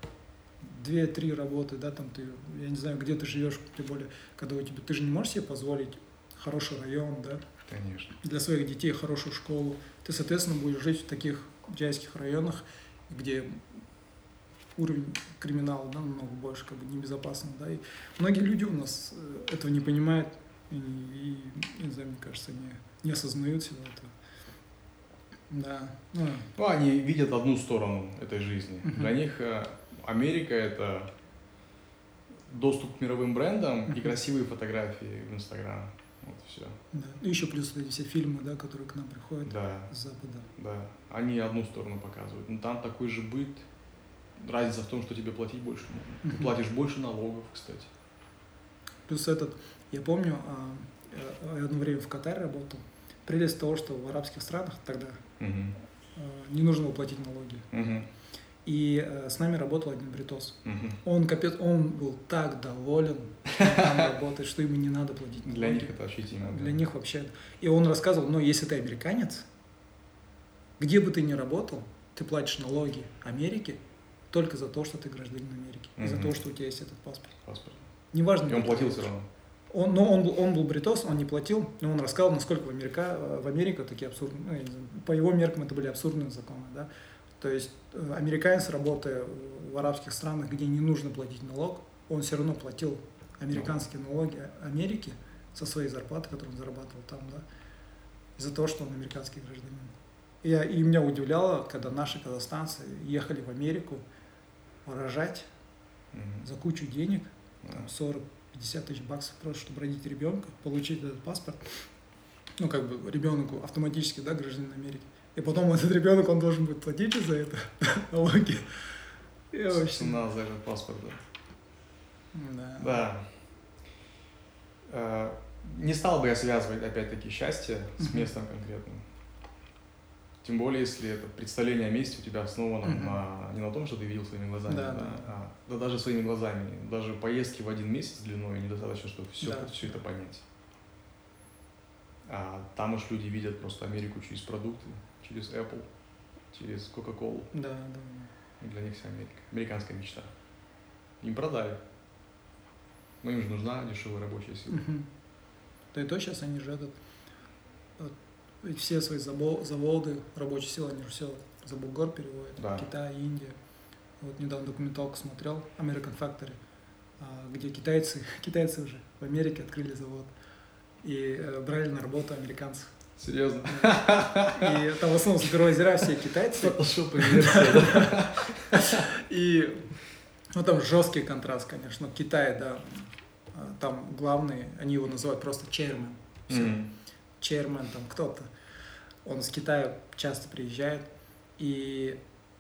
2-3 работы, да, там ты, я не знаю, где ты живешь, тем более, когда у тебя, ты же не можешь себе позволить хороший район, да? Конечно. Для своих детей хорошую школу. Ты, соответственно, будешь жить в таких джайских районах, где уровень криминала, да, намного больше, как бы небезопасно, да, и многие люди у нас этого не понимают и не знаю, мне кажется, не осознают всего этого. Да. Ну, они видят одну сторону этой жизни. Для них Америка — это доступ к мировым брендам и красивые фотографии в Инстаграм. Вот все. Да. И еще плюс эти все фильмы, да, которые к нам приходят с Запада. Да. Они одну сторону показывают. Но там такой же быт. Разница в том, что тебе платить больше нужно. Ты платишь больше налогов, кстати. Плюс я помню, я одно время в Катаре работал, Прелесть того, что в арабских странах тогда Мгм. не нужно было платить налоги. Мгм. И с нами работал один бритос. Мгм. Он был так доволен, что он там работает, что ему не надо платить налоги. Для них это ощутимо. Для них вообще. И он рассказывал, ну, если ты американец, где бы ты ни работал, ты платишь налоги Америке только за то, что ты гражданин Америки. И за Мгм. то, что у тебя есть этот паспорт. Паспорт. Неважно. И он где ты платил работаешь. все равно. Он был бритос, он не платил, но он рассказал, насколько в Америке такие абсурдные, ну, я не знаю, по его меркам это были абсурдные законы, да. То есть американец, работая в арабских странах, где не нужно платить налог, он все равно платил американские налоги Америке со своей зарплаты, которую он зарабатывал там, да, из-за того, что он американский гражданин. И меня удивляло, когда наши казахстанцы ехали в Америку рожать Мгм. за кучу денег, Да. там 40-50 тысяч баксов просто, чтобы родить ребенка, получить этот паспорт. Ну, как бы ребенку автоматически, да, гражданин Америки. И потом этот ребенок, он должен будет платить за это налоги. И вообще... Цена за этот паспорт, да. Да. Да. Не стал бы я связывать, опять-таки, счастье с Мгм. местом конкретным. Тем более, если это представление о месте у тебя основано Мгм. не на том, что ты видел своими глазами, Да, да, да. да даже своими глазами. Даже поездки в 1 месяц длиной недостаточно, чтобы все Да. это понять. А там уж люди видят просто Америку через продукты, через Apple, через Coca-Cola. Да, да. И для них вся Америка. Американская мечта. Им продали. Но им же нужна дешевая рабочая сила. Мгм. Да и то сейчас они же ведь все свои заводы, рабочие силы, они же все за бугор переводят. Да. Китай, Индия. Вот недавно документалку смотрел, American Factory, где китайцы уже в Америке открыли завод и брали на работу американцев. Серьезно? И там в основном супервайзера все китайцы. Фотошоп и версия. И ну там жесткий контраст, конечно. В Китае, да, там главный, они его называют просто chairman. Всё. Chairman, там кто-то. Он из Китая часто приезжает, и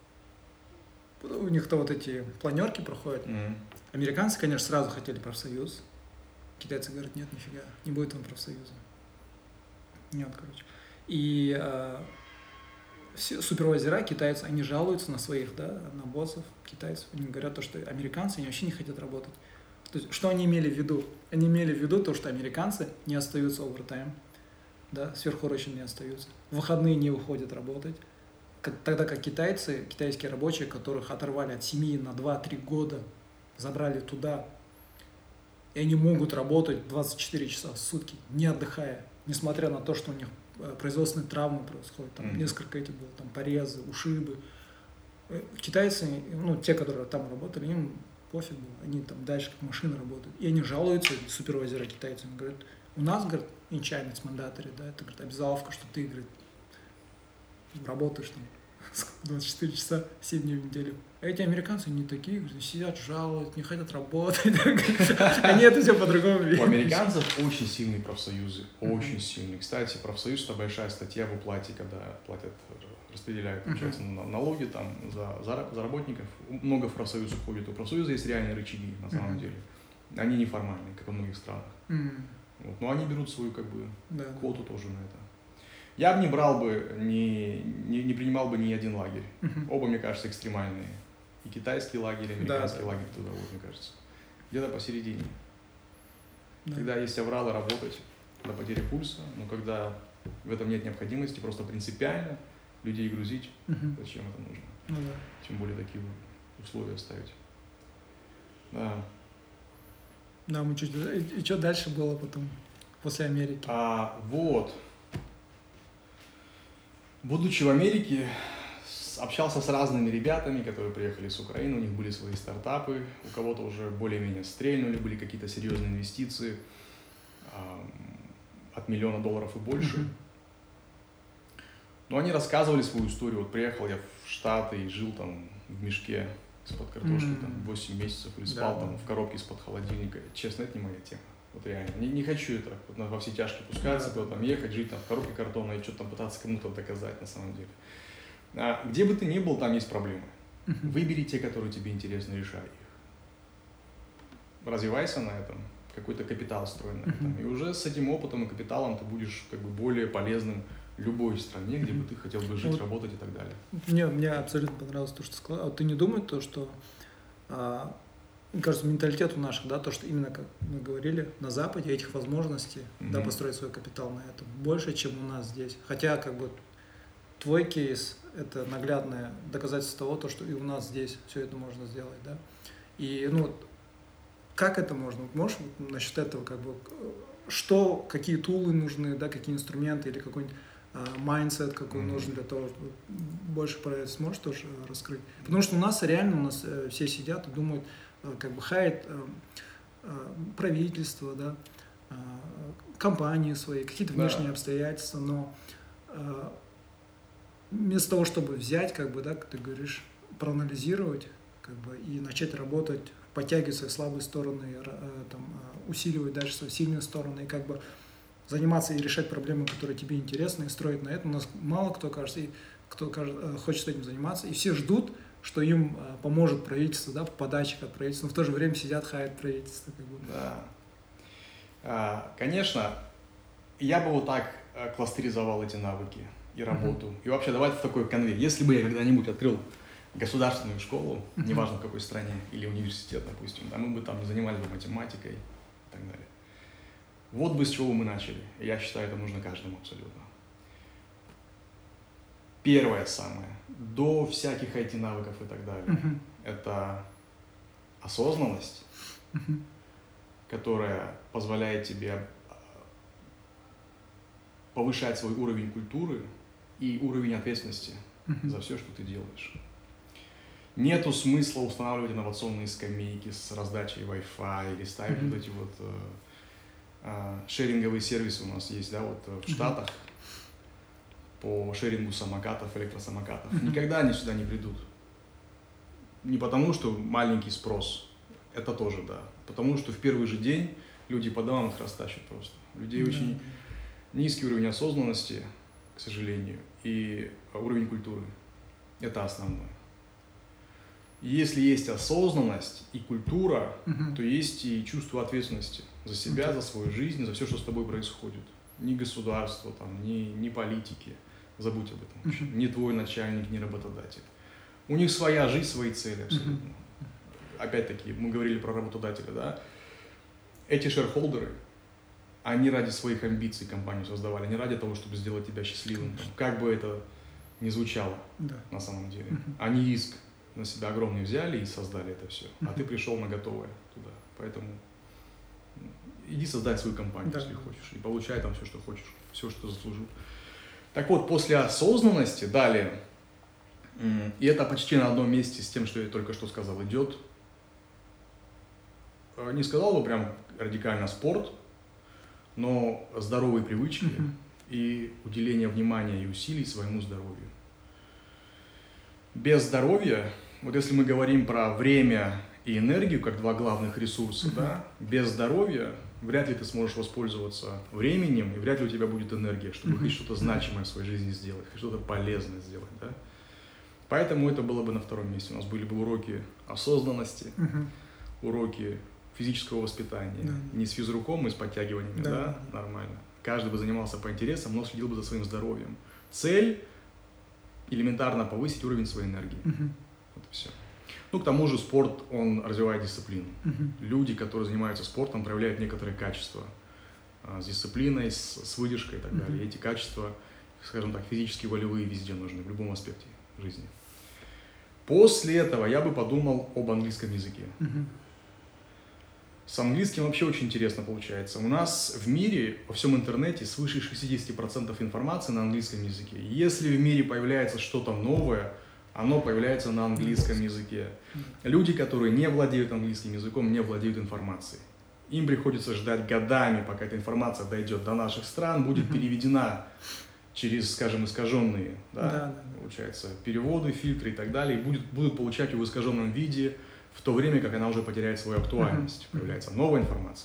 у них-то вот эти планерки проходят. Американцы, конечно, сразу хотели профсоюз. Китайцы говорят, нет, нифига, не будет вам профсоюза. Нет, короче. И все супервайзера китайцы, они жалуются на своих, да, на боссов китайцев. Они говорят, то, что американцы, они вообще не хотят работать. То есть, что они имели в виду? Они имели в виду то, что американцы не остаются овертайм, да, сверхурочно не остаются. В выходные не выходят работать. Тогда как китайцы, китайские рабочие, которых оторвали от семьи на 2-3 года, забрали туда, и они могут работать 24 часа в сутки, не отдыхая, несмотря на то, что у них производственные травмы происходят, там несколько этих было, там порезы, ушибы. Китайцы, ну, те, которые там работали, им пофиг было, они там дальше как машины работают. И они жалуются, супервайзеры китайцы, они говорят, у нас, говорят, in China it's mandatory, да, это, говорит, обязаловка, что ты, говорит, работаешь там 24 часа, 7 дней в неделю. А эти американцы не такие, говорят, сидят, жалуют, не хотят работать. Они это все по-другому видят. У американцев очень сильные профсоюзы, очень сильные. Кстати, профсоюз – это большая статья в уплате, когда платят, распределяют, получается, налоги там за работников. Много в профсоюз уходит. У профсоюза есть реальные рычаги, на самом деле. Они неформальные, как во многих странах. Вот. Но они берут свою, как бы, квоту тоже на это. Я бы не брал бы, не принимал бы ни один лагерь. Оба, мне кажется, экстремальные. И китайский лагерь, и американский лагерь туда, вот, мне кажется. Где-то посередине. Когда есть авралы работать до потери пульса, но когда в этом нет необходимости, просто принципиально людей грузить, зачем это нужно? Тем более такие условия ставить. Да. Да, мы чуть... И что дальше было потом, после Америки? Вот. Будучи в Америке, общался с разными ребятами, которые приехали с Украины, у них были свои стартапы, у кого-то уже более-менее стрельнули, были какие-то серьезные инвестиции от $1 миллиона и больше. Но они рассказывали свою историю. Вот приехал я в Штаты и жил там в мешке из-под картошки там 8 месяцев и спал там в коробке из-под холодильника. Честно, это не моя тема. Вот реально. Не хочу это вот, во все тяжкие пускаться, там ехать, жить там в коробке картона и что-то там пытаться кому-то доказать на самом деле. Где бы ты ни был, там есть проблемы. Выбери те, которые тебе интересны, решай их. Развивайся на этом, какой-то капитал строен на этом. И уже с этим опытом и капиталом ты будешь как бы более полезным любой стране, где бы ты хотел бы жить, работать и так далее. Мне абсолютно понравилось то, что ты сказал. А ты не думаешь то, что, мне кажется, менталитет у наших, да, то, что именно, как мы говорили, на Западе этих возможностей, да, построить свой капитал на этом больше, чем у нас здесь. Хотя, как бы, твой кейс – это наглядное доказательство того, то, что и у нас здесь все это можно сделать, да. И, ну, как это можно? Можешь насчет этого, как бы, какие тулы нужны, да, какие инструменты или какой-нибудь майндсет, какой нужен для того, чтобы больше про это сможешь тоже раскрыть? Потому что у нас реально, все сидят и думают, как бы хаят правительство, да, компании свои, какие-то внешние обстоятельства, но вместо того, чтобы взять, как бы, да, как ты говоришь, проанализировать, как бы, и начать работать, подтягивать свои слабые стороны, усиливать дальше свои сильные стороны, и как бы заниматься и решать проблемы, которые тебе интересны, и строить на этом. У нас мало кто, кажется, хочет этим заниматься, и все ждут, что им поможет правительство, да, подачек от правительства, но в то же время сидят, хаят правительство. Как бы. Да. Конечно, я бы вот так кластеризовал эти навыки и работу. И вообще давайте в такой конвейер. Если бы я когда-нибудь открыл государственную школу, неважно в какой стране, или университет, допустим, да, мы бы там занимались бы математикой и так далее. Вот бы с чего мы начали. Я считаю, это нужно каждому абсолютно. Первое самое, до всяких IT-навыков и так далее, это осознанность, которая позволяет тебе повышать свой уровень культуры и уровень ответственности за все, что ты делаешь. Нету смысла устанавливать инновационные скамейки с раздачей Wi-Fi или ставить вот эти вот шеринговые сервисы у нас есть, да, вот в Штатах по шерингу самокатов, электросамокатов. Никогда они сюда не придут. Не потому, что маленький спрос, это тоже, да, потому что в первый же день люди по домам их растащат просто. У людей очень низкий уровень осознанности, к сожалению, и уровень культуры. Это основное. Если есть осознанность и культура, то есть и чувство ответственности за себя, за свою жизнь, за все, что с тобой происходит. Ни государство, там, ни политики. Забудь об этом вообще. Ни твой начальник, ни работодатель. У них своя жизнь, свои цели абсолютно. Опять-таки, мы говорили про работодателя, да? Эти шерхолдеры, они ради своих амбиций компанию создавали, не ради того, чтобы сделать тебя счастливым. Там, как бы это ни звучало на самом деле. Они риск на себя огромный взяли и создали это все. А ты пришел на готовое туда. Поэтому иди создать свою компанию, если хочешь. И получай там все, что хочешь. Все, что заслужил. Так вот, после осознанности далее, и это почти на одном месте с тем, что я только что сказал, идет, не сказал бы прям радикально спорт, но здоровые привычки и уделение внимания и усилий своему здоровью. Без здоровья, вот если мы говорим про время и энергию как два главных ресурса, да, без здоровья вряд ли ты сможешь воспользоваться временем, и вряд ли у тебя будет энергия, чтобы хоть что-то значимое в своей жизни сделать, хоть что-то полезное сделать, да. Поэтому это было бы на втором месте. У нас были бы уроки осознанности, уроки физического воспитания, не с физруком и с подтягиваниями, да, нормально. Каждый бы занимался по интересам, но следил бы за своим здоровьем. Цель элементарно повысить уровень своей энергии. Вот и все. Ну, к тому же спорт, он развивает дисциплину. Люди, которые занимаются спортом, проявляют некоторые качества с дисциплиной, с выдержкой и так далее. И эти качества, скажем так, физически волевые везде нужны, в любом аспекте жизни. После этого я бы подумал об английском языке. С английским вообще очень интересно получается. У нас в мире, во всем интернете, свыше 60% информации на английском языке. Если в мире появляется что-то новое, оно появляется на английском языке. Люди, которые не владеют английским языком, не владеют информацией. Им приходится ждать годами, пока эта информация дойдет до наших стран, будет переведена через, скажем, искаженные, получается, переводы, фильтры и так далее, и будут получать ее в искаженном виде, в то время как она уже потеряет свою актуальность, появляется новая информация.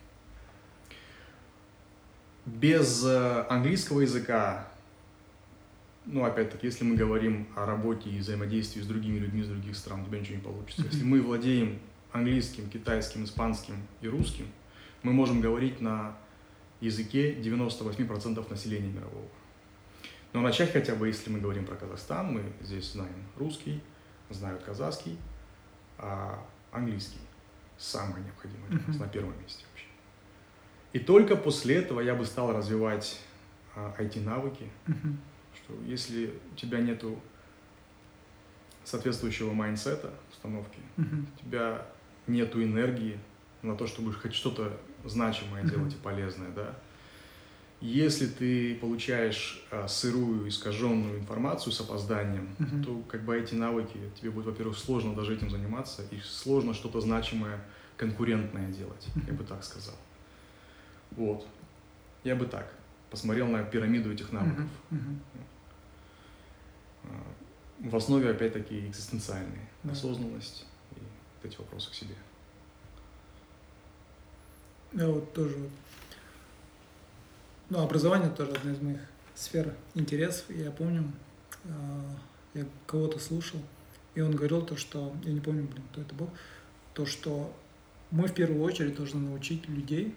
Без английского языка, ну, опять-таки, если мы говорим о работе и взаимодействии с другими людьми из других стран, у тебя ничего не получится. Если мы владеем английским, китайским, испанским и русским, мы можем говорить на языке 98% населения мирового. Но начать хотя бы, если мы говорим про Казахстан, мы здесь знаем русский, знают казахский, а английский самое необходимое для нас, на первом месте вообще. И только после этого я бы стал развивать IT-навыки, что если у тебя нету соответствующего майндсета, установки, у тебя нету энергии на то, чтобы хоть что-то значимое делать и полезное, да. Если ты получаешь сырую, искаженную информацию с опозданием, то как бы эти навыки, тебе будет, во-первых, сложно даже этим заниматься, и сложно что-то значимое, конкурентное делать, я бы так сказал. Вот. Я бы так посмотрел на пирамиду этих навыков. В основе, опять-таки, экзистенциальные. Осознанность и вот эти вопросы к себе. Я вот тоже... Ну, образование тоже одна из моих сфер интересов. И я помню, я кого-то слушал, и он говорил то, что... Я не помню, кто это был. То, что мы в первую очередь должны научить людей,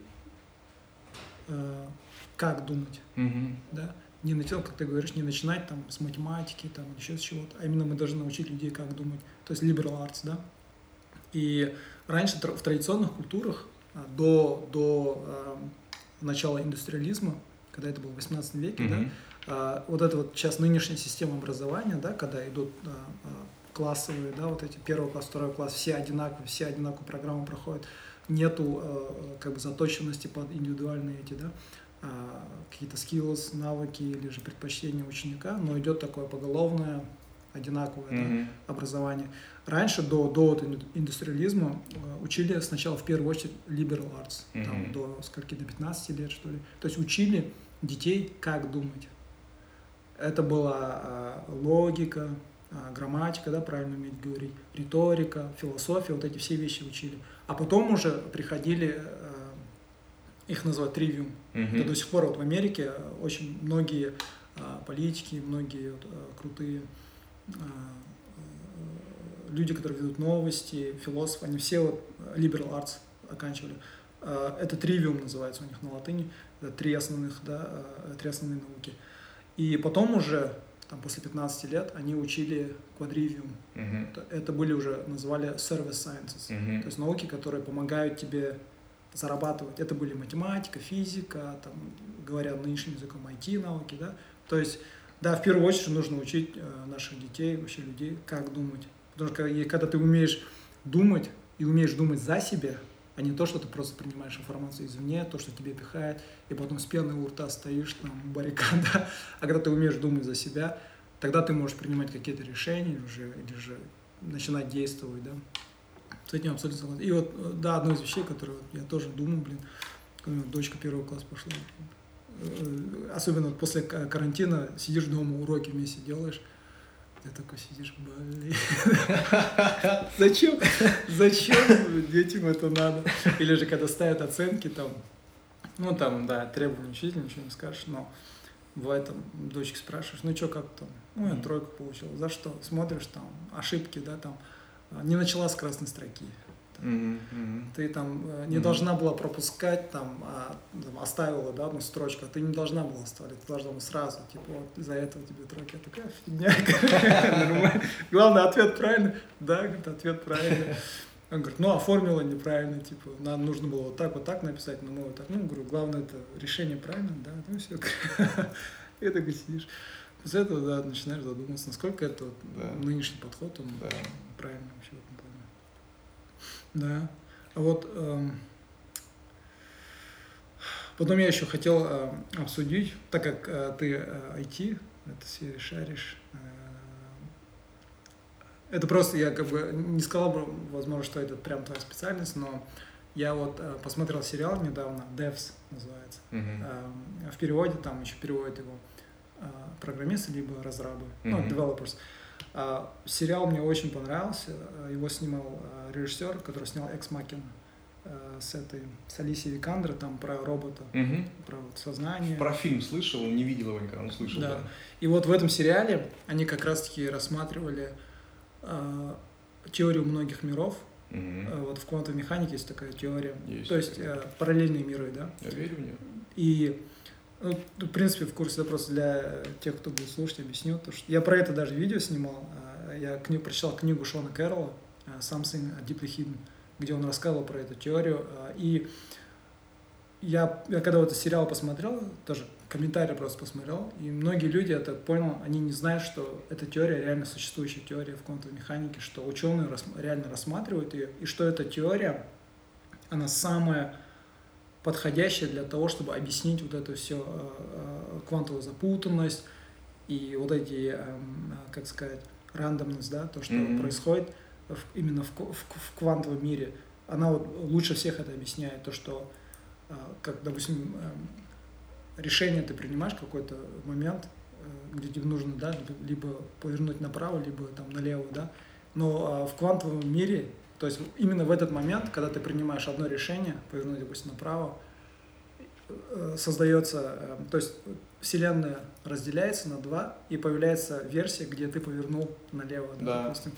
как думать. Да? Не начинать, как ты говоришь, не начинать там с математики, там еще с чего-то, а именно мы должны научить людей, как думать. То есть liberal arts, да. И раньше в традиционных культурах до начала индустриализма, когда это было в 18 веке, да, вот эта вот сейчас нынешняя система образования, да, когда идут классовые, да, вот эти первый класс, второй класс, все одинаковые программы проходят, нету как бы заточенности под индивидуальные эти, да, какие-то skills, навыки или же предпочтения ученика, но идет такое поголовное, одинаковое да, образование. Раньше, до индустриализма, учили сначала в первую очередь liberal arts, там, до 15 лет, что ли. То есть учили детей, как думать. Это была логика, грамматика, да, правильно уметь говорить, риторика, философия, вот эти все вещи учили. А потом уже приходили... Их называют тривиум. Это до сих пор вот в Америке очень многие политики, многие крутые люди, которые ведут новости, философы, они все вот liberal arts оканчивали. Это тривиум называется у них на латыни, это три основные науки. И потом уже, там, после 15 лет, они учили quadrivium. Это были уже, называли service sciences, то есть науки, которые помогают тебе зарабатывать. Это были математика, физика, там, говоря нынешним языком, IT-науки, да. То есть, да, в первую очередь нужно учить наших детей, вообще людей, как думать. Потому что когда ты умеешь думать и умеешь думать за себя, а не то, что ты просто принимаешь информацию извне, то, что тебе пихает, и потом с пеной у рта стоишь, там, баррикада. А когда ты умеешь думать за себя, тогда ты можешь принимать какие-то решения или же начинать действовать, да. С этим абсолютно согласен. И вот, да, одна из вещей, которую я тоже думаю, когда дочка первого класса пошла, особенно после карантина, сидишь дома, уроки вместе делаешь, ты такой сидишь, блин, зачем детям это надо? Или же когда ставят оценки, там, ну там, да, требования учителя, ничего не скажешь, но бывает, там, дочки спрашиваешь, ну что, как там? Ну, я 3 получил. За что? Смотришь, там, ошибки, да, там, не начала с красной строки. Ты там не должна была пропускать, там, оставила, да, одну строчку, а ты не должна была оставлять, ты должна была сразу, типа, вот из-за этого тебе тройка. Такая фигня, нормально. Главное, ответ правильный. Да, говорит, ответ правильный. Он говорит, ну, оформила неправильно, типа, нам нужно было вот так написать, но мы вот так. Ну, говорю, главное, это решение правильно, да, ну, все. И такой сидишь. После этого, да, начинаешь задумываться, насколько это вот, нынешний подход, он правильный вообще в этом плане. Да. А вот потом я еще хотел обсудить, так как ты IT, это все шаришь, это просто я как бы не сказал бы, возможно, что это прям твоя специальность, но я вот посмотрел сериал недавно, Devs называется. В переводе, там еще переводят его программисты, либо разрабы, ну, developers. Сериал мне очень понравился, его снимал режиссер, который снял Ex Machina с Алисией Викандер, там про робота, про вот сознание. Про фильм слышал, не видел его никогда, но слышал, да. И вот в этом сериале они как раз-таки рассматривали теорию многих миров, Вот в квантовой механике есть такая теория. Есть то есть параллельные миры, да? Я верю в нее. И, ну, в принципе, в курсе, да, просто для тех, кто будет слушать, объясню. То, что я про это даже видео снимал. Я прочитал книгу Шона Кэрролла «Something Deeply Hidden», где он рассказывал про эту теорию. И я когда вот этот сериал посмотрел, тоже комментарии просто посмотрел, и многие люди это понял, они не знают, что эта теория реально существующая теория в квантовой механике, что ученые реально рассматривают ее, и что эта теория, она самая подходящая для того, чтобы объяснить вот эту всю квантовую запутанность и вот эти, как сказать, рандомность, да, то, что происходит именно в квантовом мире. Она вот лучше всех это объясняет, то, что как, допустим, решение ты принимаешь какой-то момент, где тебе нужно, да, либо повернуть направо, либо там налево, да, но в квантовом мире, то есть именно в этот момент, когда ты принимаешь одно решение, повернуть, допустим, направо, создается, то есть Вселенная разделяется на два, и появляется версия, где ты повернул налево, да, допустим.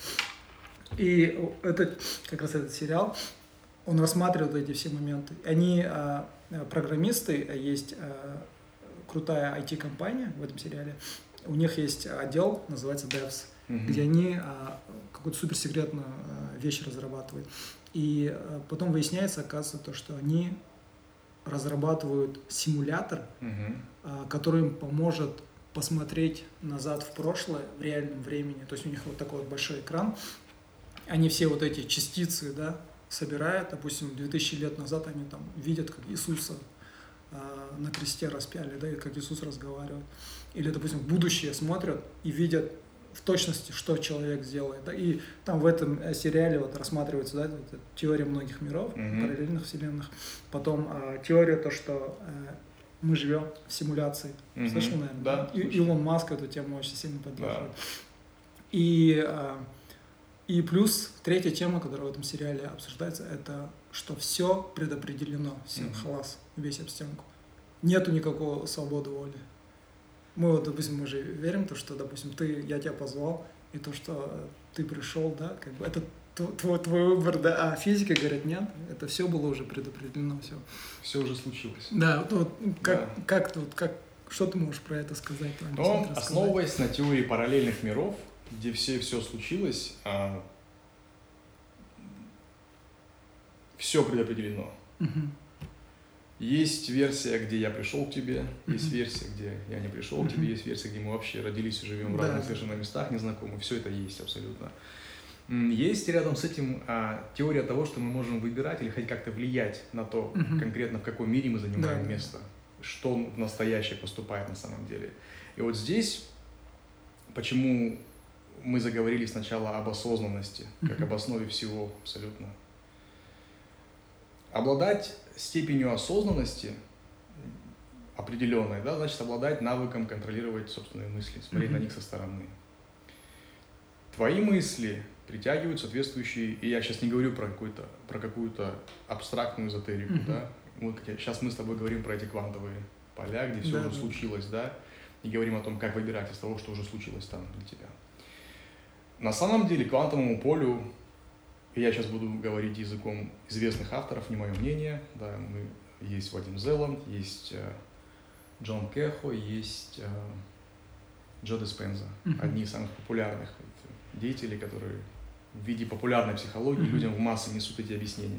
И это как раз этот сериал, он рассматривает эти все моменты. Они, программисты, есть крутая IT-компания в этом сериале, у них есть отдел, называется Devs, где они какую-то суперсекретную вещь разрабатывают. И потом выясняется, оказывается, то, что они разрабатывают симулятор, который им поможет посмотреть назад в прошлое в реальном времени. То есть у них вот такой вот большой экран, они все вот эти частицы, да, собирают, допустим, 2000 лет назад они там видят, как Иисуса на кресте распяли, да, и как Иисус разговаривает. Или, допустим, в будущее смотрят и видят в точности, что человек сделает. Да? И там в этом сериале вот рассматривается, да, теория многих миров, параллельных вселенных. Потом теория то, что мы живем в симуляции. Слышал, наверное? Да. Илон Маск эту тему очень сильно поддерживает. Да. И плюс третья тема, которая в этом сериале обсуждается, это что все предопределено, все, халас, весь об стенку. Нету никакого свободы воли. Мы вот, допустим, мы же верим, то, что, допустим, я тебя позвал, и то, что ты пришел, да, как бы это твой выбор, да, а физика говорит, нет, это все было уже предопределено, все. Все уже случилось. Да, вот что ты можешь про это сказать? Но, основываясь на теории параллельных миров, где все случилось, все предопределено. Есть версия, где я пришел к тебе, есть версия, где я не пришел к тебе, есть версия, где мы вообще родились и живем в разных совершенно местах, незнакомых. Все это есть абсолютно. Есть рядом с этим теория того, что мы можем выбирать или хоть как-то влиять на то, конкретно в каком мире мы занимаем место, что в настоящее поступает на самом деле. И вот здесь, почему мы заговорили сначала об осознанности, как об основе всего абсолютно. Обладать степенью осознанности определенной, да, значит обладать навыком контролировать собственные мысли, смотреть на них со стороны. Твои мысли притягивают соответствующие, и я сейчас не говорю про какую-то абстрактную эзотерику, да, сейчас мы с тобой говорим про эти квантовые поля, где все уже случилось, да, и говорим о том, как выбирать из того, что уже случилось там для тебя. На самом деле квантовому полю, и я сейчас буду говорить языком известных авторов, не мое мнение, да, есть Вадим Зеланд, есть Джон Кехо, есть Джо Диспенза, одни из самых популярных деятелей, которые в виде популярной психологии людям в массы несут эти объяснения.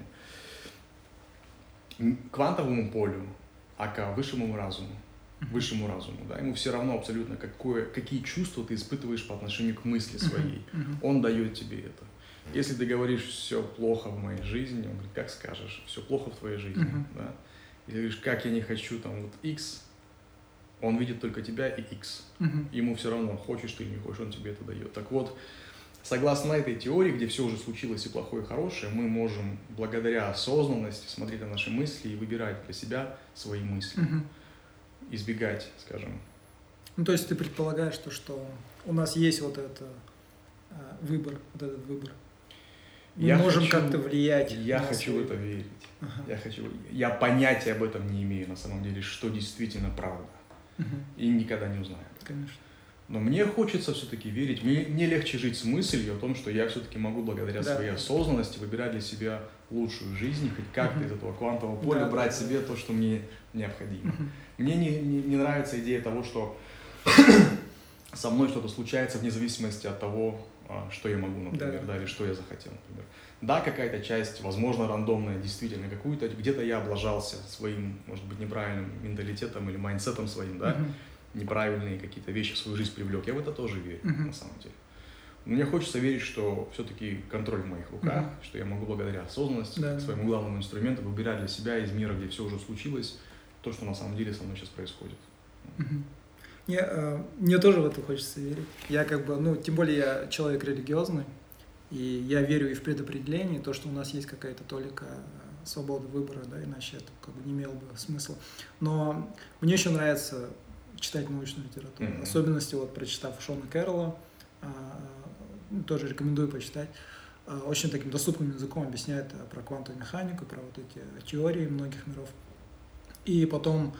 Квантовому полю, ака высшему разуму, да, ему все равно абсолютно, какие чувства ты испытываешь по отношению к мысли своей. Он дает тебе это. Если ты говоришь, все плохо в моей жизни, он говорит, как скажешь, все плохо в твоей жизни. Да? Если ты говоришь, как я не хочу, там вот X, он видит только тебя и X. Ему все равно, хочешь ты или не хочешь, он тебе это дает. Так вот, согласно этой теории, где все уже случилось и плохое, и хорошее, мы можем благодаря осознанности смотреть на наши мысли и выбирать для себя свои мысли. Избегать, скажем. Ну, то есть ты предполагаешь, что у нас есть вот этот выбор. Мы можем как-то влиять. Я хочу в это верить. Я понятия об этом не имею на самом деле, что действительно правда. И никогда не узнаю. Конечно. Но мне хочется все-таки верить, мне легче жить с мыслью о том, что я все-таки могу благодаря своей осознанности выбирать для себя лучшую жизнь, хоть как-то из этого квантового поля брать себе то, что мне необходимо. Мне не нравится идея того, что со мной что-то случается вне зависимости от того, что я могу, например, или что я захотел, например. Да, какая-то часть, возможно, рандомная, действительно, какую-то, где-то я облажался своим, может быть, неправильным менталитетом или майндсетом своим, да, неправильные какие-то вещи в свою жизнь привлек. Я в это тоже верю, на самом деле. Но мне хочется верить, что все-таки контроль в моих руках, что я могу благодаря осознанности, своему главному инструменту, выбирать для себя из мира, где все уже случилось, то, что на самом деле со мной сейчас происходит. Мне тоже в это хочется верить. Я тем более я человек религиозный, и я верю и в предопределение, то, что у нас есть какая-то толика свободы выбора, да, иначе это не имело бы смысла. Но мне еще нравится читать научную литературу, особенности, прочитав Шона Кэрролла, тоже рекомендую почитать, очень таким доступным языком объясняет про квантовую механику, про эти теории многих миров. И потом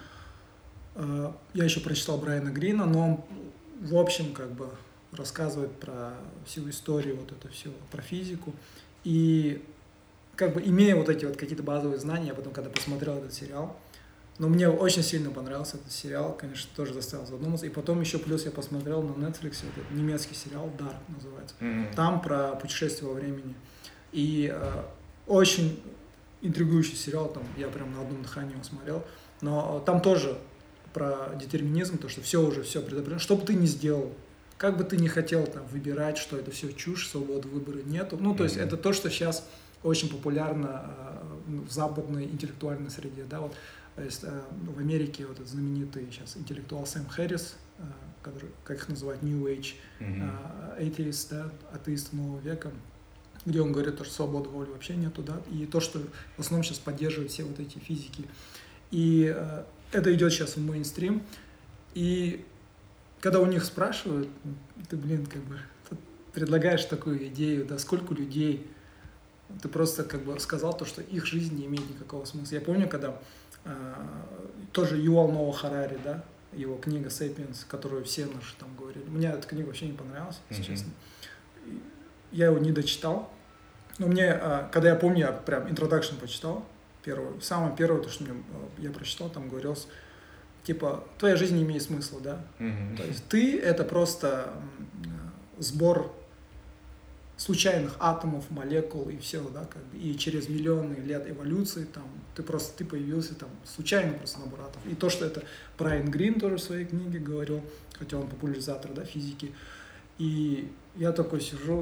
я еще прочитал Брайана Грина, но он, в общем, рассказывает про всю историю, это все, про физику. И имея эти какие-то базовые знания, я потом, когда посмотрел этот сериал, но мне очень сильно понравился этот сериал, конечно, тоже заставил задуматься. И потом еще плюс я посмотрел на Netflix этот немецкий сериал «Дар» называется. Там про путешествие во времени. И очень интригующий сериал, там я прям на одном дыхании его смотрел. Но там тоже про детерминизм, то, что все предопределено. Что бы ты ни сделал, как бы ты ни хотел выбирать, что это все чушь, свободы выбора нету. То есть это то, что сейчас очень популярно в западной интеллектуальной среде. Да, в Америке этот знаменитый сейчас интеллектуал Сэм Хэррис, который, как их называют, New Age, atheist, да, атеист нового века, где он говорит, что свободы воли вообще нету, да, и то, что в основном сейчас поддерживают все эти физики. И это идет сейчас в мейнстрим. И когда у них спрашивают, ты, предлагаешь такую идею, да, сколько людей, ты просто сказал то, что их жизнь не имеет никакого смысла. Я помню, когда тоже Ювал Ноа Харари, да, его книга «Сапиенс», которую все наши там говорили. Мне эта книга вообще не понравилась, если честно. Я его не дочитал. Но мне, когда я помню, я прям introduction почитал, самое первое, то, что я прочитал, там говорилось, твоя жизнь не имеет смысла, да? То есть ты — это просто сбор случайных атомов, молекул и все, да, и через миллионы лет эволюции ты появился случайно просто набор атомов. И то, что это Брайан Грин тоже в своей книге говорил, хотя он популяризатор, да, физики. И я такой сижу,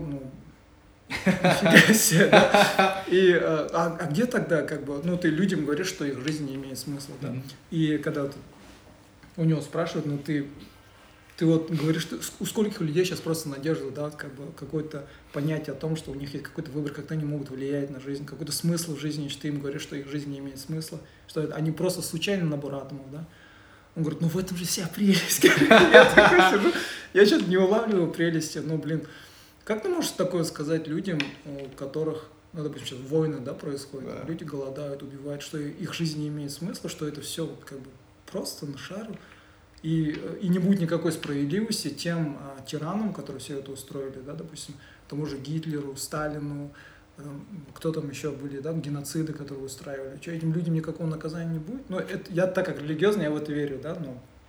нифига себе, да? И, где тогда, ты людям говоришь, что их жизнь не имеет смысла, да? И когда у него спрашивают, ты говоришь, что у скольких людей сейчас просто надежда, да, какое-то понятие о том, что у них есть какой-то выбор, как они могут влиять на жизнь, какой-то смысл в жизни, что ты им говоришь, что их жизнь не имеет смысла, что они просто случайный набор атомов, да? Он говорит, в этом же вся прелесть. Я такой сижу, я что-то не улавливаю прелести, как ты можешь такое сказать людям, у которых, допустим, сейчас войны, да, происходят, да. Люди голодают, убивают, что их жизнь не имеет смысла, что это все просто на шару, и не будет никакой справедливости тем тиранам, которые все это устроили, да, допустим, тому же Гитлеру, Сталину, кто там еще были, да, геноциды, которые устраивали, что этим людям никакого наказания не будет. Я так как религиозный, я в это верю, да,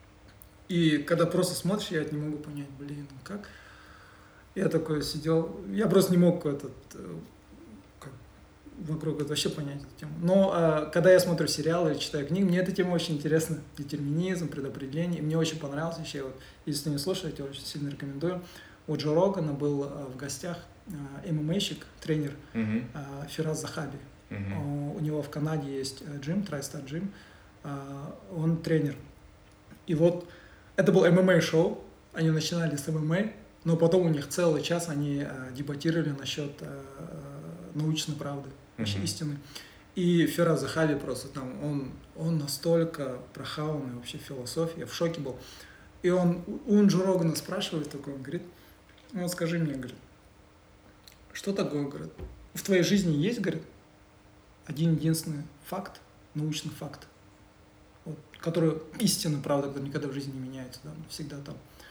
и когда просто смотришь, я это не могу понять, как. Я такой сидел, я просто не мог вокруг этого вообще понять эту тему. Но когда я смотрю сериалы или читаю книги, мне эта тема очень интересна. Детерминизм, предопределение. И мне очень понравилось еще, если не слушаете, я очень сильно рекомендую. У Джо Рогана был в гостях ММАщик, тренер Фираз Захаби. У него в Канаде есть джим, TriStar Gym. Он тренер. И это был ММА-шоу. Они начинали с ММА. Но потом у них целый час они дебатировали насчет научной правды, вообще истины. И Фираз Захаби просто он настолько прохаванный вообще в философии, я в шоке был. И у Джо Рогана спрашивает такой, он говорит, скажи мне, говорит, что такое, говорит, в твоей жизни есть, говорит, один-единственный факт, научный факт, который истинно, правда, который никогда в жизни не меняется, да, всегда там.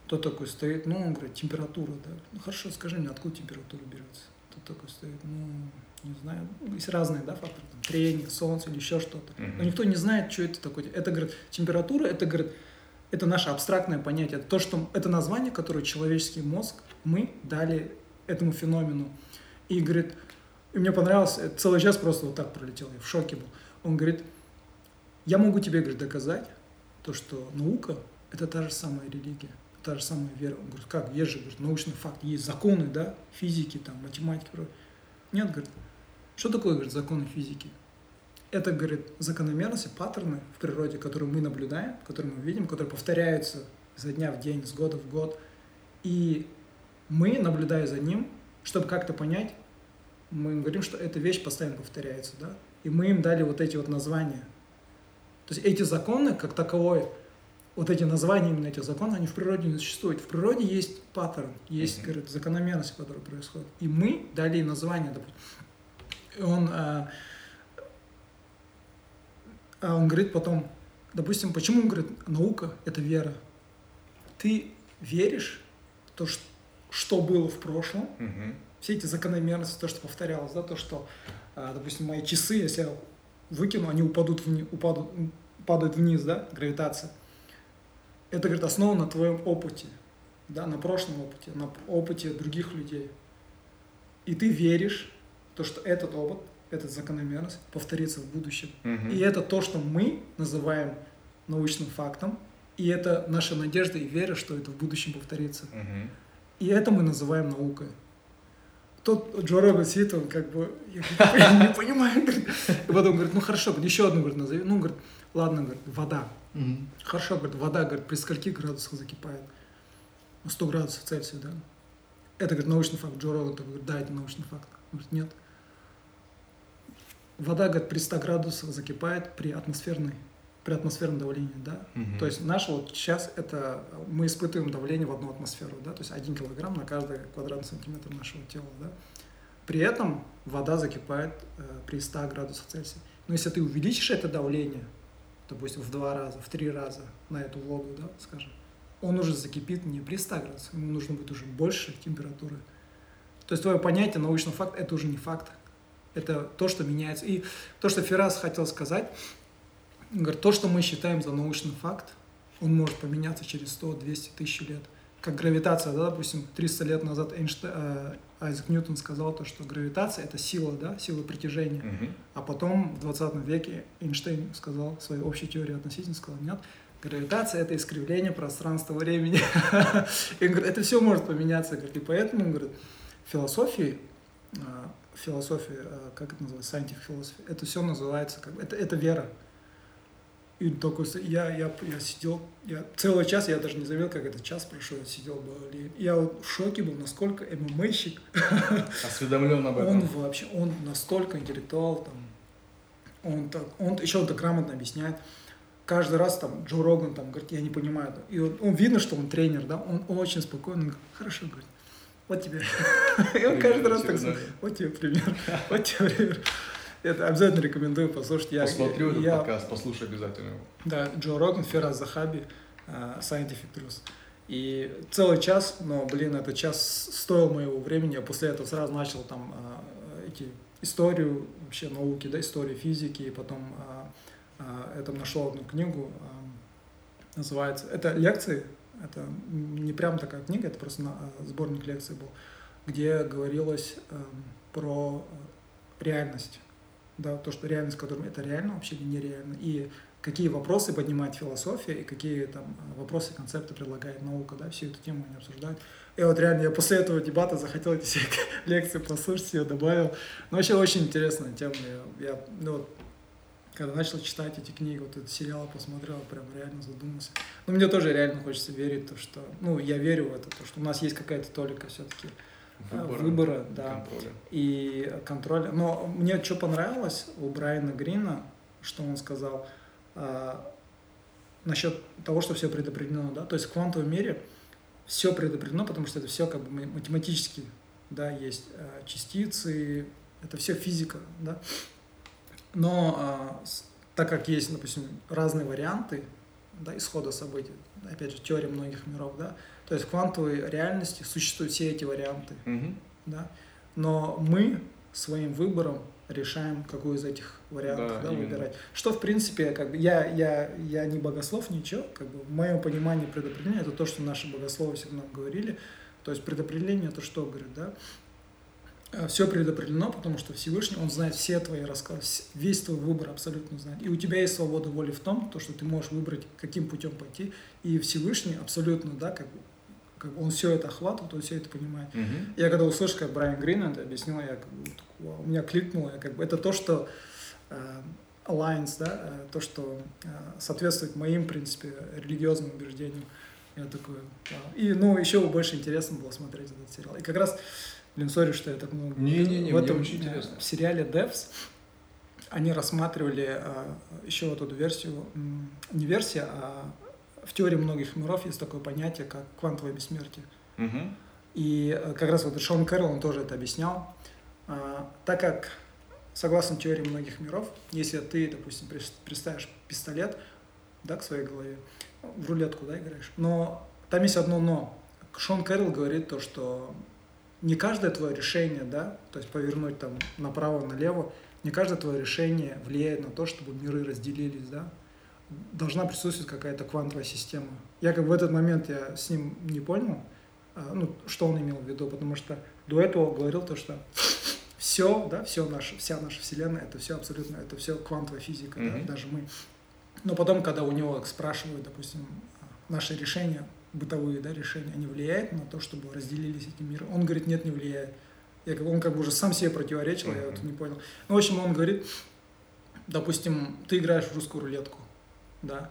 Тот такой стоит, ну, он говорит, температура, да. Ну, хорошо, скажи мне, откуда температура берется? Тот такой стоит, ну, не знаю, есть разные, да, факторы, там, трение, солнце или еще что-то. Но никто не знает, что это такое. Это, говорит, температура, это, говорит, это наше абстрактное понятие, это то, что, это название, которое человеческий мозг, мы дали этому феномену. И, говорит, и мне понравилось, целый час просто вот так пролетел, я в шоке был. Он говорит, я могу тебе, говорит, доказать то, что наука – это та же самая религия, та же самая вера. Он говорит, как, есть же, говорит, научный факт, есть законы, да, физики, там, математики. Нет, говорит, что такое, говорит, законы физики? Это, говорит, закономерности, паттерны в природе, которые мы наблюдаем, которые мы видим, которые повторяются изо дня в день, с года в год. И мы, наблюдая за ним, чтобы как-то понять, мы им говорим, что эта вещь постоянно повторяется, да? И мы им дали вот эти вот названия. То есть эти законы, как таковое, вот эти названия именно этих законов, они в природе не существуют. В природе есть паттерн, есть, говорит, закономерность, которая происходит. И мы дали им название, допустим. И он говорит потом, допустим, почему, говорит, наука – это вера? Ты веришь в то, что было в прошлом, все эти закономерности, то, что повторялось, да, то, что, допустим, мои часы, если я выкину, они падают вниз, да, гравитация. Это, говорит, основано на твоем опыте, да, на прошлом опыте, на опыте других людей. И ты веришь в то, что этот опыт, эта закономерность повторится в будущем. И это то, что мы называем научным фактом, и это наша надежда и вера, что это в будущем повторится. И это мы называем наукой. Тот Джо Роган сидит, он как бы, я не понимаю, говорит. И потом говорит, ну хорошо, еще одну, говорит, назови. Ну, говорит, ладно, говорит, вода. Хорошо, говорит, вода, говорит, при скольки градусах закипает? 100 градусов Цельсия, да? Это, говорит, научный факт. Джо Роган говорит, да, это научный факт. Он говорит, нет. Вода, говорит, при 100 градусах закипает при атмосферном давлении, да? То есть наш вот сейчас это, мы испытываем давление в одну атмосферу, да? То есть 1 килограмм на каждый квадратный сантиметр нашего тела, да? При этом вода закипает при 100 градусах Цельсия. Но если ты увеличишь это давление, допустим, в 2 раза, в 3 раза на эту воду, да, скажем, он уже закипит не при 100 градусах, ему нужно будет уже больше температуры. То есть твое понятие научный факт – это уже не факт. Это то, что меняется. И то, что Фирас хотел сказать, он говорит, то, что мы считаем за научный факт, он может поменяться через 100-200 тысяч лет. Как гравитация, да, допустим, 300 лет назад Айзек Ньютон сказал, то, что гравитация – это сила, да, сила притяжения. А потом в 20 веке Эйнштейн сказал, в своей общей теории относительности, сказал, нет, гравитация – это искривление пространства-времени. И он говорит, это все может поменяться. И поэтому, он говорит, философия, как это называется, scientific philosophy, это все называется, это вера. И такой, я сидел, целый час, я даже не заметил, как этот час прошел, я сидел, я вот в шоке был, насколько ММАщик осведомлен об этом. Он настолько интеллектуал, там, он еще так грамотно объясняет. Каждый раз там Джо Роган там говорит, я не понимаю. И он видно, что он тренер, да, он очень спокойно, он говорит, хорошо, говорит, вот тебе. И он каждый раз так говорит, вот тебе пример, вот тебе пример. Это обязательно рекомендую послушать. Посмотрю этот подкаст, послушаю обязательно его. Да, Джо Роган, Фирас Захаби, Scientific Truth. И целый час, но, этот час стоил моего времени. Я после этого сразу начал там историю вообще науки, да, историю физики, и потом нашел одну книгу, называется, это лекции, это не прям такая книга, это просто сборник лекций был, где говорилось про реальность. Да, то, что реальность, которая это реально вообще или нереально, и какие вопросы поднимает философия, и какие там вопросы, концепты предлагает наука, да, всю эту тему они обсуждают. И вот реально я после этого дебата захотел эти все лекции послушать, я добавил. Но вообще очень интересная тема. Когда начал читать эти книги, вот этот сериал посмотрел, прям реально задумался. Но мне тоже реально хочется верить, то, что, я верю в это, то, что у нас есть какая-то толика все-таки выбора, да, контроля. И контроля. Но мне что понравилось у Брайана Грина, что он сказал насчет того, что все предопределено, да, то есть в квантовом мире все предопределено, потому что это все как бы математически, да, есть частицы, это все физика, да. Но так как есть, допустим, разные варианты, да, исхода событий. Опять же, теория многих миров, да. То есть в квантовой реальности существуют все эти варианты, да. Но мы своим выбором решаем, какую из этих вариантов, да, выбирать. Что, в принципе, как бы, я не богослов, ничего, как бы, в моем понимании предопределение, это то, что наши богословы всегда нам говорили. То есть предопределение, это что говорит, да? Все предопределено, потому что Всевышний, Он знает все твои рассказы, весь твой выбор абсолютно знает. И у тебя есть свобода воли в том, то, что ты можешь выбрать, каким путем пойти. И Всевышний абсолютно, да, как бы он все это охватывает, он все это понимает. Я когда услышал, как Брайан Грин это объяснил, я как бы, у меня кликнуло, как бы, это то, что alliance, да, то, что соответствует моим, в принципе, религиозным убеждениям. Я такой, вау. И, ну, еще больше интересно было смотреть этот сериал. И как раз, сори, что я так много... В этом в сериале Devs они рассматривали еще вот эту версию, не версия, а в теории многих миров есть такое понятие, как квантовое бессмертие. И как раз вот Шон Кэрролл, он тоже это объяснял. Так как, согласно теории многих миров, если ты, допустим, приставишь пистолет, да, к своей голове, в рулетку, да, играешь, но там есть одно но. Шон Кэрролл говорит то, что не каждое твое решение, да, то есть повернуть там направо-налево, не каждое твое решение влияет на то, чтобы миры разделились, да. Должна присутствовать какая-то квантовая система. Я как в этот момент я с ним не понял, ну, что он имел в виду, потому что до этого говорил то, что все, да, вся наша Вселенная, это все абсолютно, это все квантовая физика, да, даже мы. Но потом, когда у него спрашивают, допустим, наши решения, бытовые, да, решения, они влияют на то, чтобы разделились эти миры? Он говорит, нет, не влияет. Он как бы уже сам себе противоречил, я вот не понял. Ну, в общем, он говорит, допустим, ты играешь в русскую рулетку, да,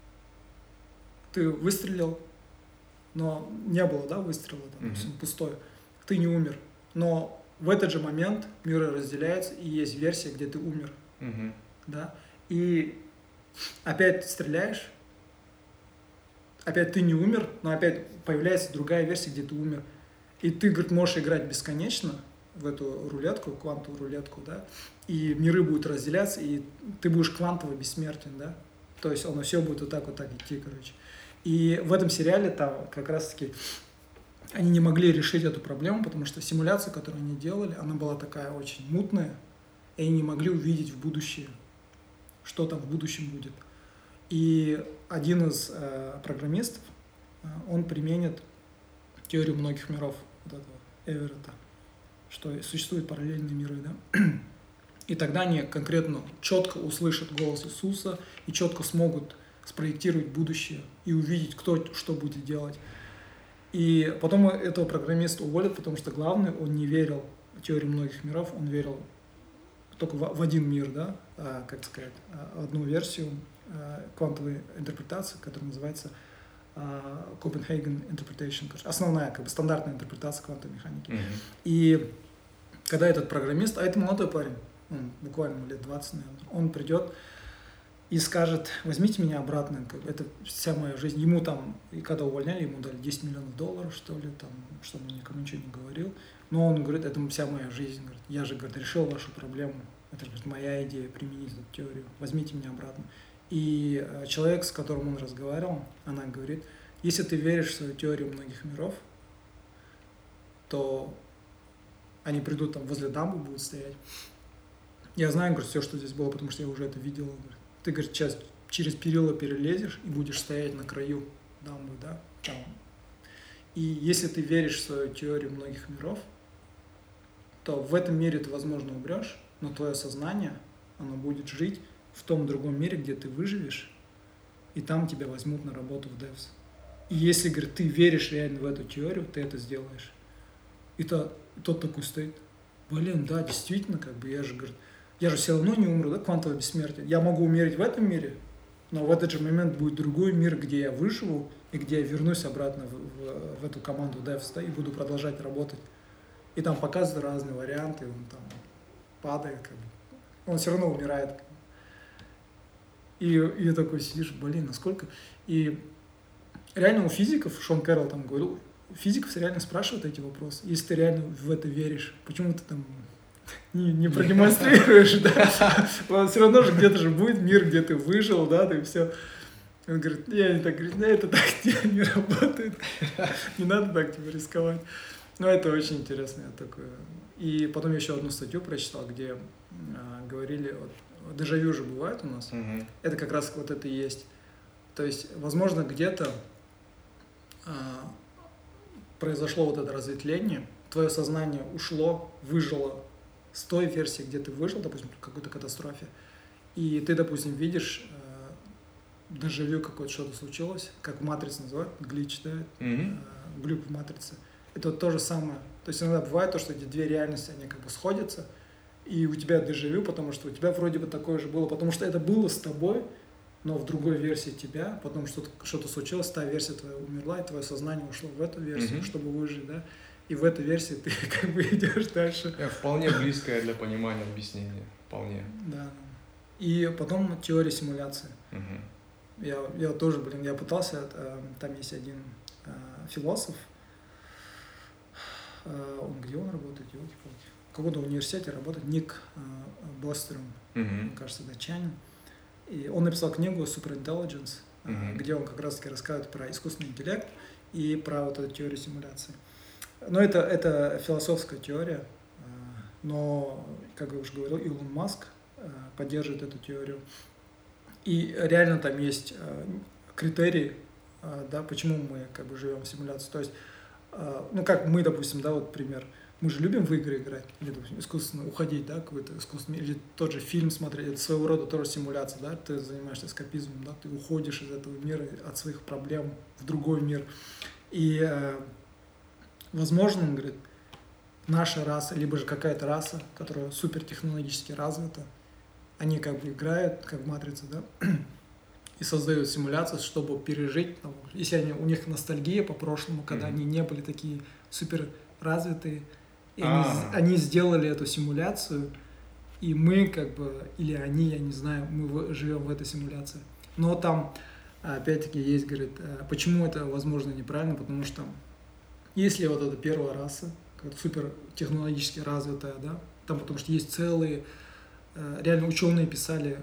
ты выстрелил, но не было, да, выстрела, там, допустим, пустой, ты не умер, но в этот же момент миры разделяются, и есть версия, где ты умер, да, и опять стреляешь, опять ты не умер, но опять появляется другая версия, где ты умер. И ты, говорит, можешь играть бесконечно в эту рулетку, квантовую рулетку, да, и миры будут разделяться, и ты будешь квантово бессмертен, да. То есть оно все будет вот так идти, короче. И в этом сериале там как раз-таки они не могли решить эту проблему, потому что симуляция, которую они делали, она была такая очень мутная, и они не могли увидеть в будущее, что там в будущем будет. И один из программистов, он применит теорию многих миров, вот этого Эверетта, что существуют параллельные миры, да? И тогда они конкретно четко услышат голос Иисуса и четко смогут спроектировать будущее и увидеть, кто что будет делать. И потом этого программиста уволят, потому что главный, он не верил в теорию многих миров, он верил только в один мир, да, как сказать, одну версию квантовой интерпретации, которая называется Copenhagen Interpretation, основная, как бы, стандартная интерпретация квантовой механики. И когда этот программист, а это молодой парень, он буквально лет 20, наверное, он придет и скажет, возьмите меня обратно, это вся моя жизнь. Ему там, и когда увольняли, ему дали $10 миллионов, что ли, там, чтобы он никому ничего не говорил. Но он говорит, это вся моя жизнь, говорит, я же, говорит, решил вашу проблему, это, говорит, моя идея применить эту теорию, возьмите меня обратно. И человек, с которым он разговаривал, она говорит, если ты веришь в свою теорию многих миров, то они придут там возле дамбы, будут стоять. Я знаю, говорит, все, что здесь было, потому что я уже это видел. Говорит. Ты, говорит, сейчас через перила перелезешь и будешь стоять на краю дамбы, да, там. И если ты веришь в свою теорию многих миров, то в этом мире ты, возможно, умрешь, но твое сознание, оно будет жить в том другом мире, где ты выживешь, и там тебя возьмут на работу в Devs. И если, говорит, ты веришь реально в эту теорию, ты это сделаешь. И тот такой стоит, блин, да, действительно, как бы, я же все равно не умру, да, квантовое бессмертие. Я могу умереть в этом мире, но в этот же момент будет другой мир, где я выживу, и где я вернусь обратно в эту команду Devs, да, и буду продолжать работать. И там показывают разные варианты, он там падает, как бы. Он все равно умирает. И такой сидишь, блин, насколько... И реально у физиков, Шон Кэрролл там говорил, физиков реально спрашивают эти вопросы. Если ты реально в это веришь, почему ты там не продемонстрируешь, да? Все равно же где-то же будет мир, где ты выжил, да, ты все. Он говорит, я не так, говорит, это так не работает, не надо так типа рисковать. Но это очень интересное такое. И потом еще одну статью прочитал, где говорили, вот, дежавю же бывает у нас, это как раз вот это и есть. То есть, возможно, где-то произошло вот это разветвление, твое сознание ушло, выжило с той версии, где ты выжил, допустим, в какой-то катастрофе, и ты, допустим, видишь дежавю какое-то, что-то случилось, как в «Матрице» называют, глич, да, глюк в «Матрице». Это вот то же самое. То есть иногда бывает то, что эти две реальности, они как бы сходятся, и у тебя дежавю, потому что у тебя вроде бы такое же было, потому что это было с тобой, но в другой версии тебя, потом что-то случилось, та версия твоя умерла, и твое сознание ушло в эту версию, чтобы выжить, да, и в этой версии ты как бы идешь дальше. Вполне близкое для понимания объяснение, вполне. Да. И потом теория симуляции. Я тоже, я пытался, там есть один философ, где он работает, елки-палки, в каком-то университете работает, Ник Бостром, мне кажется, датчанин. И он написал книгу «Superintelligence», где он как раз-таки рассказывает про искусственный интеллект и про вот эту теорию симуляции. Но это философская теория, но, как я уже говорил, Илон Маск поддерживает эту теорию. И реально там есть критерии, да, почему мы как бы живем в симуляции. То есть, ну как мы, допустим, да, вот пример, мы же любим в игры играть, или, допустим, искусственно уходить, да, какой-то искусственный, или тот же фильм смотреть, это своего рода тоже симуляция, да, ты занимаешься эскапизмом, да, ты уходишь из этого мира, от своих проблем в другой мир. И, возможно, он говорит, наша раса, либо же какая-то раса, которая супертехнологически развита, они как бы играют, как в «Матрице», да, и создают симуляцию, чтобы пережить, там, если у них ностальгия по прошлому, когда они не были такие супер развитые, и они сделали эту симуляцию, и мы как бы, или они, я не знаю, мы живем в этой симуляции. Но там, опять-таки, есть, говорит, почему это, возможно, неправильно, потому что если вот эта первая раса, супер технологически развитая, да, там потому что есть целые, реально ученые писали,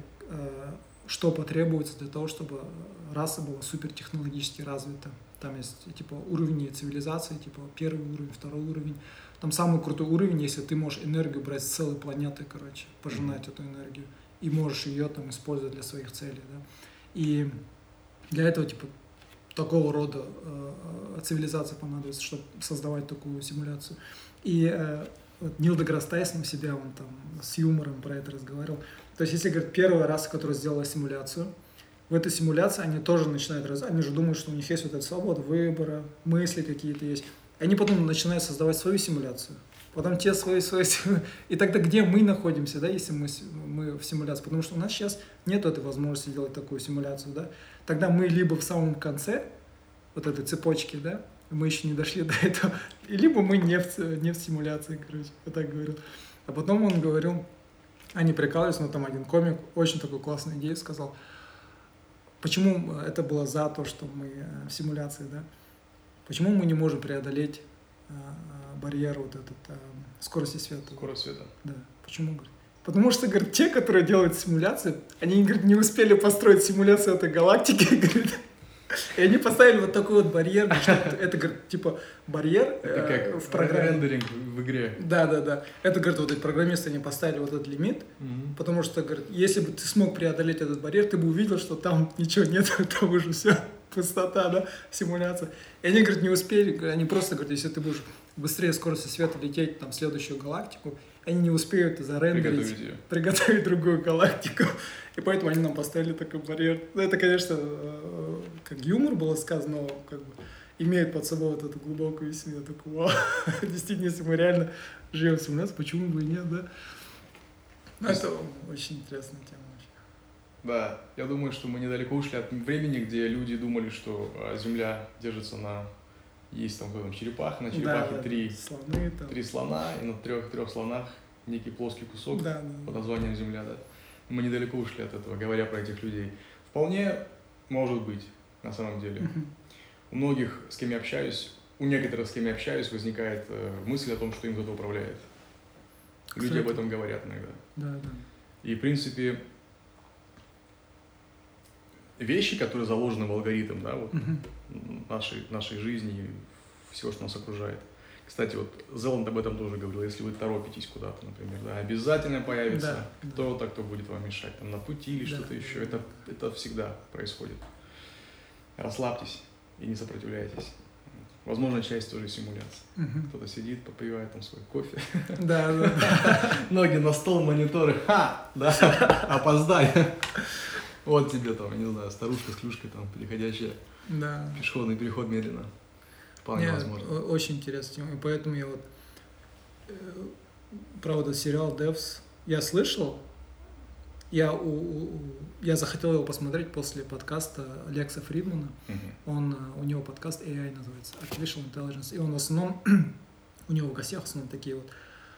что потребуется для того, чтобы раса была супертехнологически развита. Там есть типа уровни цивилизации, типа первый уровень, второй уровень. Там самый крутой уровень, если ты можешь энергию брать с целой планеты, короче, пожинать эту энергию, и можешь ее там использовать для своих целей, да. И для этого типа такого рода цивилизация понадобится, чтобы создавать такую симуляцию. И вот Нил деграсс Тайсон у себя, он там с юмором про это разговаривал. То есть, если, говорит, первая раса, которая сделала симуляцию, в этой симуляции они тоже начинают они же думают, что у них есть вот эта свобода выбора, мысли какие-то есть. И они потом начинают создавать свою симуляцию. Потом те свои. И тогда где мы находимся, да, если мы в симуляции? Потому что у нас сейчас нет этой возможности делать такую симуляцию, да. Тогда мы либо в самом конце вот этой цепочки, да, мы еще не дошли до этого, либо мы не в симуляции, короче, я так говорил. А потом он говорил, они прикалывались, но там один комик очень такую классную идею сказал. Почему это было за то, что мы в симуляции, да? Почему мы не можем преодолеть барьер вот этот скорости света? Скорость света. Да. Почему, говорит? Потому что, говорит, те, которые делают симуляции, они, говорит, не успели построить симуляцию этой галактики, говорит. И они поставили вот такой вот барьер, что это, говорит, типа барьер в программе. Рендеринг в игре. Да. Это, говорит, вот эти программисты, они поставили вот этот лимит, потому что, говорит, если бы ты смог преодолеть этот барьер, ты бы увидел, что там ничего нет, там уже все, пустота, да, симуляция. И они, говорит, не успели, они просто, говорят, если ты будешь быстрее скорости света лететь там в следующую галактику, они не успеют зарендерить, приготовить другую галактику. И поэтому они нам поставили такой барьер. Ну, это, конечно, как юмор было сказано, но как бы имеет под собой вот эту глубокую истину. Я такой, вау, действительно, если мы реально живем в симуляции, почему бы и нет, да? Ну, это очень интересная тема. Да, я думаю, что мы недалеко ушли от времени, где люди думали, что Земля держится на... Есть там черепаха, на черепахе три слона, и на трех слонах некий плоский кусок под названием Земля, да. Мы недалеко ушли от этого, говоря про этих людей. Вполне может быть, на самом деле. У многих, с кем я общаюсь, у некоторых, с кем я общаюсь, возникает мысль о том, что им кто-то управляет. Люди об этом говорят иногда. Да. И, в принципе, вещи, которые заложены в алгоритм, да, вот нашей жизни и всего, что нас окружает. Кстати, вот Зеланд об этом тоже говорил, если вы торопитесь куда-то, например, да, обязательно появится кто-то, кто будет вам мешать там, на пути или что-то еще. Это всегда происходит. Расслабьтесь и не сопротивляйтесь. Возможно, часть тоже симуляции. Кто-то сидит, попивает там свой кофе. Ноги на стол, мониторы. Опоздай. Вот тебе там, не знаю, старушка с клюшкой, там, переходящая. Пешеходный переход медленно. Вполне возможно. Очень интересная тема. И поэтому я вот правда сериал Devs я слышал. Я захотел его посмотреть после подкаста Лекса Фридмана. У него подкаст AI называется, Artificial Intelligence. И он в основном, у него в гостях в основном такие вот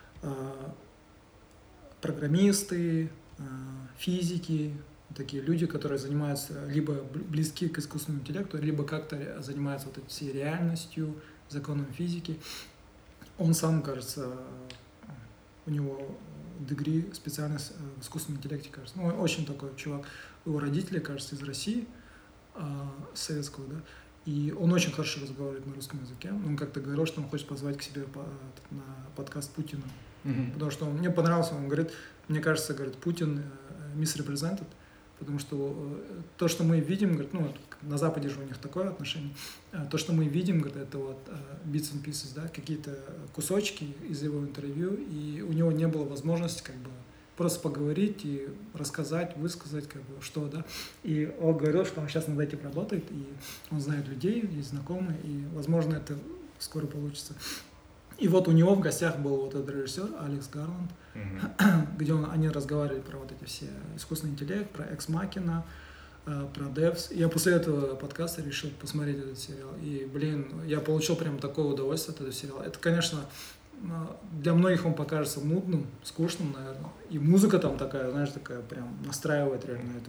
программисты, физики, такие люди, которые занимаются либо близки к искусственному интеллекту, либо как-то занимаются вот этой всей реальностью, законом физики. Он сам, кажется, у него degree, специальность в искусственном интеллекте, кажется. Ну, очень такой чувак. Его родители, кажется, из России, советского, да. И он очень хорошо разговаривает на русском языке. Он как-то говорил, что он хочет позвать к себе на подкаст Путина. Потому что мне понравился, он говорит, мне кажется, говорит, Путин misrepresented, потому что то, что мы видим, говорит, ну, на Западе же у них такое отношение, то, что мы видим, говорит, это вот bits and pieces, да, какие-то кусочки из его интервью, и у него не было возможности как бы просто поговорить и рассказать, высказать, как бы, что, да. И он говорил, что он сейчас над этим работает, и он знает людей, есть знакомые, и, возможно, это скоро получится. И вот у него в гостях был вот этот режиссер Алекс Гарланд, где они разговаривали про вот эти все искусственный интеллект, про Экс Махина, про Devs. Я после этого подкаста решил посмотреть этот сериал. И, блин, я получил прям такое удовольствие от этого сериала. Это, конечно, для многих он покажется нудным, скучным, наверное. И музыка там такая, знаешь, такая прям настраивает реально эту.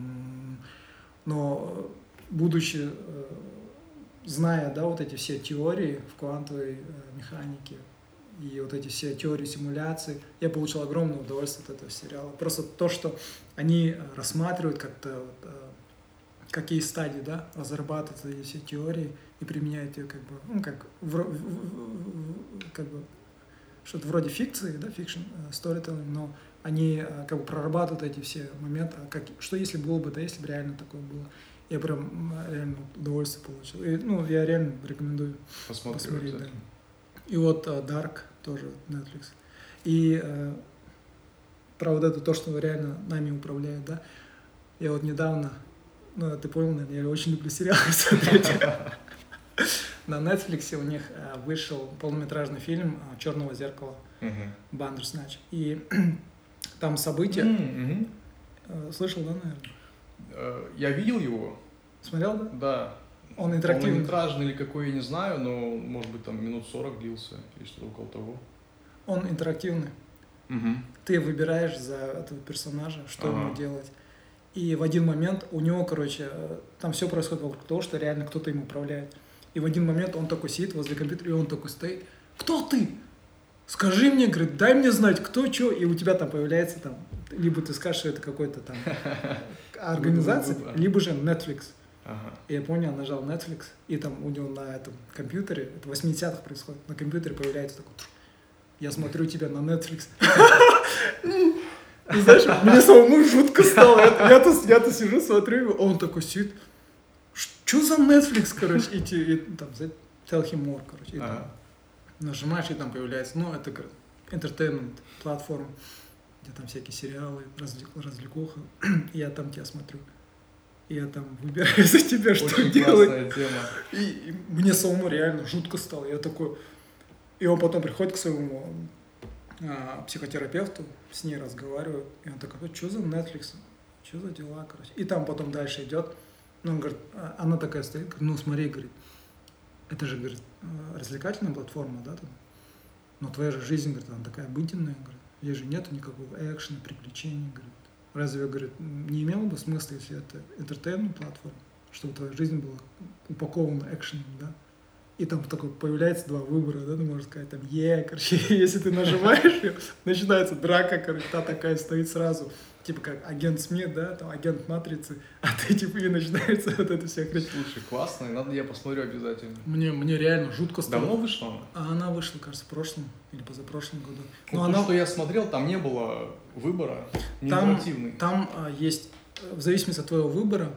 Но будучи, зная, да, вот эти все теории в квантовой механике и вот эти все теории симуляции, я получил огромное удовольствие от этого сериала. Просто то, что они рассматривают как-то, какие стадии, да, разрабатывают эти все теории и применяют ее как бы, ну, как бы что-то вроде фикции, да, fiction, storytelling, но они как бы прорабатывают эти все моменты, что если было бы, да, если бы реально такое было. Я прям реально удовольствие получил. И, ну, я реально рекомендую посмотреть. Да. И вот Dark тоже Netflix. И правда, это то, что реально нами управляет, да. Я вот недавно, ну, ты понял, наверное, я очень люблю сериалы смотреть. На Netflix у них вышел полнометражный фильм «Черного зеркала» Bandersnatch. И там события... Слышал, да, наверное? Я видел его. Смотрел, да? Да. Он интерактивный. Полнометражный или какой, я не знаю, но, может быть, там минут 40 длился или что-то около того. Он интерактивный. Ты выбираешь за этого персонажа, что ему делать. И в один момент у него, короче, там все происходит вокруг того, что реально кто-то им управляет. И в один момент он такой сидит возле компьютера, и он такой стоит. Кто ты? Скажи мне, говорит, дай мне знать, кто, что. И у тебя там появляется там, либо ты скажешь, что это какой-то там организация, либо же Netflix. И я помню, я нажал Netflix, и там у него на этом компьютере, это в 80-х происходит, на компьютере появляется такой, я смотрю тебя на Netflix. И знаешь, мне самому жутко стало. Я-то сижу, смотрю, он такой сидит. Что за Netflix, короче, и там, tell him more, короче. И там нажимаешь, и там появляется, ну, это entertainment платформа, где там всякие сериалы, развлекуха. И я там тебя смотрю. И я там выбираю за тебя, что очень делать. Классная тема. И мне самому реально жутко стало. Я такой... И он потом приходит к своему психотерапевту, с ней разговаривает. И он такой, что за Netflix? Что за дела, короче? И там потом дальше идет. Ну, он говорит, она такая стоит, говорит, ну, смотри, говорит, это же, говорит, развлекательная платформа, да, там. Но твоя же жизнь, говорит, она такая обыденная, говорит, здесь же нету никакого экшена, приключений, говорит. Разве, говорит, не имело бы смысла, если это entertainment платформа, чтобы твоя жизнь была упакована экшеном, да? И там такой появляется два выбора, да, ты можешь сказать, там, короче, если ты нажимаешь, начинается драка, короче, та такая стоит сразу, типа как агент Смит, да, там агент Матрицы, а ты типа и начинается вот это вся хрень. Слушай, классно, надо, я посмотрю обязательно. Мне реально жутко стало. Давно вышла она? А она вышла, кажется, в прошлом или позапрошлом году. Ну, она... что я смотрел, там не было выбора, не интерактивный. Там есть, в зависимости от твоего выбора,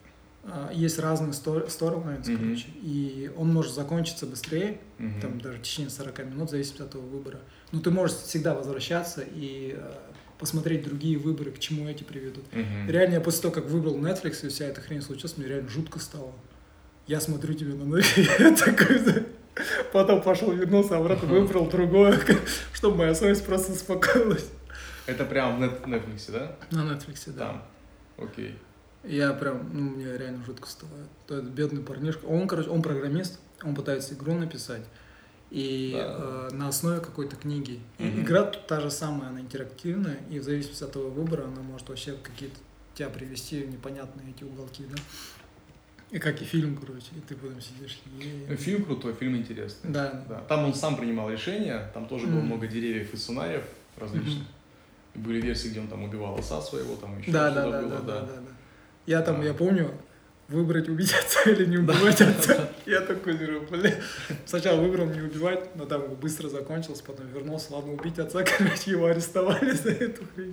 есть разные storylines, короче, и он может закончиться быстрее, там даже в течение 40 минут, в зависимости от твоего выбора. Но ты можешь всегда возвращаться и посмотреть другие выборы, к чему эти приведут. Реально, я после того, как выбрал Netflix, и вся эта хрень случилась, мне реально жутко стало. Я смотрю тебе на Netflix, такой... Потом пошел, вернулся обратно, выбрал другое, чтобы моя совесть просто успокоилась. Это прям в Netflix, да? На Netflix, да. Там, окей. Я прям, мне реально жутко стало. То есть бедный парнишка, он программист, он пытается игру написать, и на основе какой-то книги. И игра тут та же самая, она интерактивная, и в зависимости от твоего выбора она может вообще какие-то тебя привести в непонятные эти уголки, да? И как и фильм, короче, и ты потом сидишь. Фильм крутой, фильм интересный. Да. Там он сам принимал решения, там тоже было много деревьев и сценариев различных. Были версии, где он там убивал отца своего, там еще что-то было. Да. Я помню, выбрать, убить отца или не убивать отца. Я такой говорю, сначала выбрал не убивать, но там быстро закончился, потом вернулся, ладно, убить отца, короче, его арестовали за эту хрень.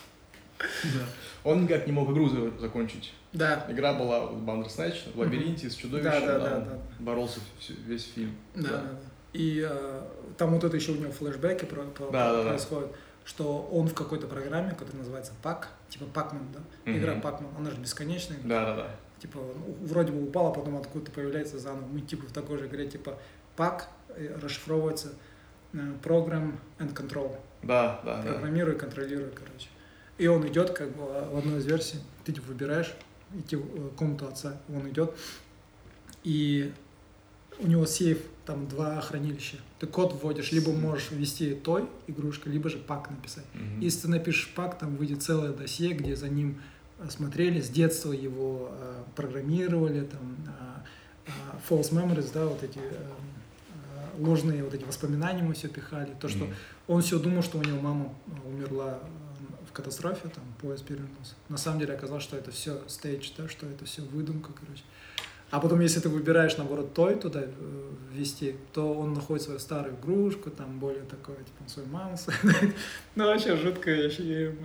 Да. Он никак не мог игру закончить. Да. Игра была в Bandersnatch, в лабиринте с чудовищем, боролся весь фильм. Да. И там вот это еще у него флешбеки происходят, что он в какой-то программе, которая называется Pac, типа Pac-Man, да? Игра Pac-Man, она же бесконечная. Да. Типа, вроде бы упала, потом откуда-то появляется заново. Мы типа в такой же игре, типа Pac расшифровывается Program and Control. Да. Программируй, контролируй, короче. И он идет, как бы, в одной из версий, ты типа выбираешь идти в комнату отца, он идет, и у него сейф, там 2 хранилища. Ты код вводишь, либо можешь ввести той игрушкой, либо же пак написать. Если ты напишешь пак, там выйдет целое досье, где за ним смотрели, с детства его программировали, там false memories, да, вот эти ложные вот эти воспоминания ему все пихали. То, что он все думал, что у него мама умерла в катастрофе, там поезд перевернулся. На самом деле оказалось, что это все стейдж, да, что это все выдумка, короче. А потом, если ты выбираешь, наоборот, той туда ввести, то он находит свою старую игрушку, там более такое, типа, свою маму. Ну, вообще жуткая вещь.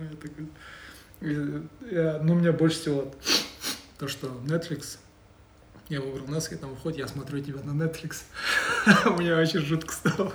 Ну, меня больше всего то, что Netflix, я выбрал Netflix, там выходит, я смотрю тебя на Netflix. Мне вообще жутко стало.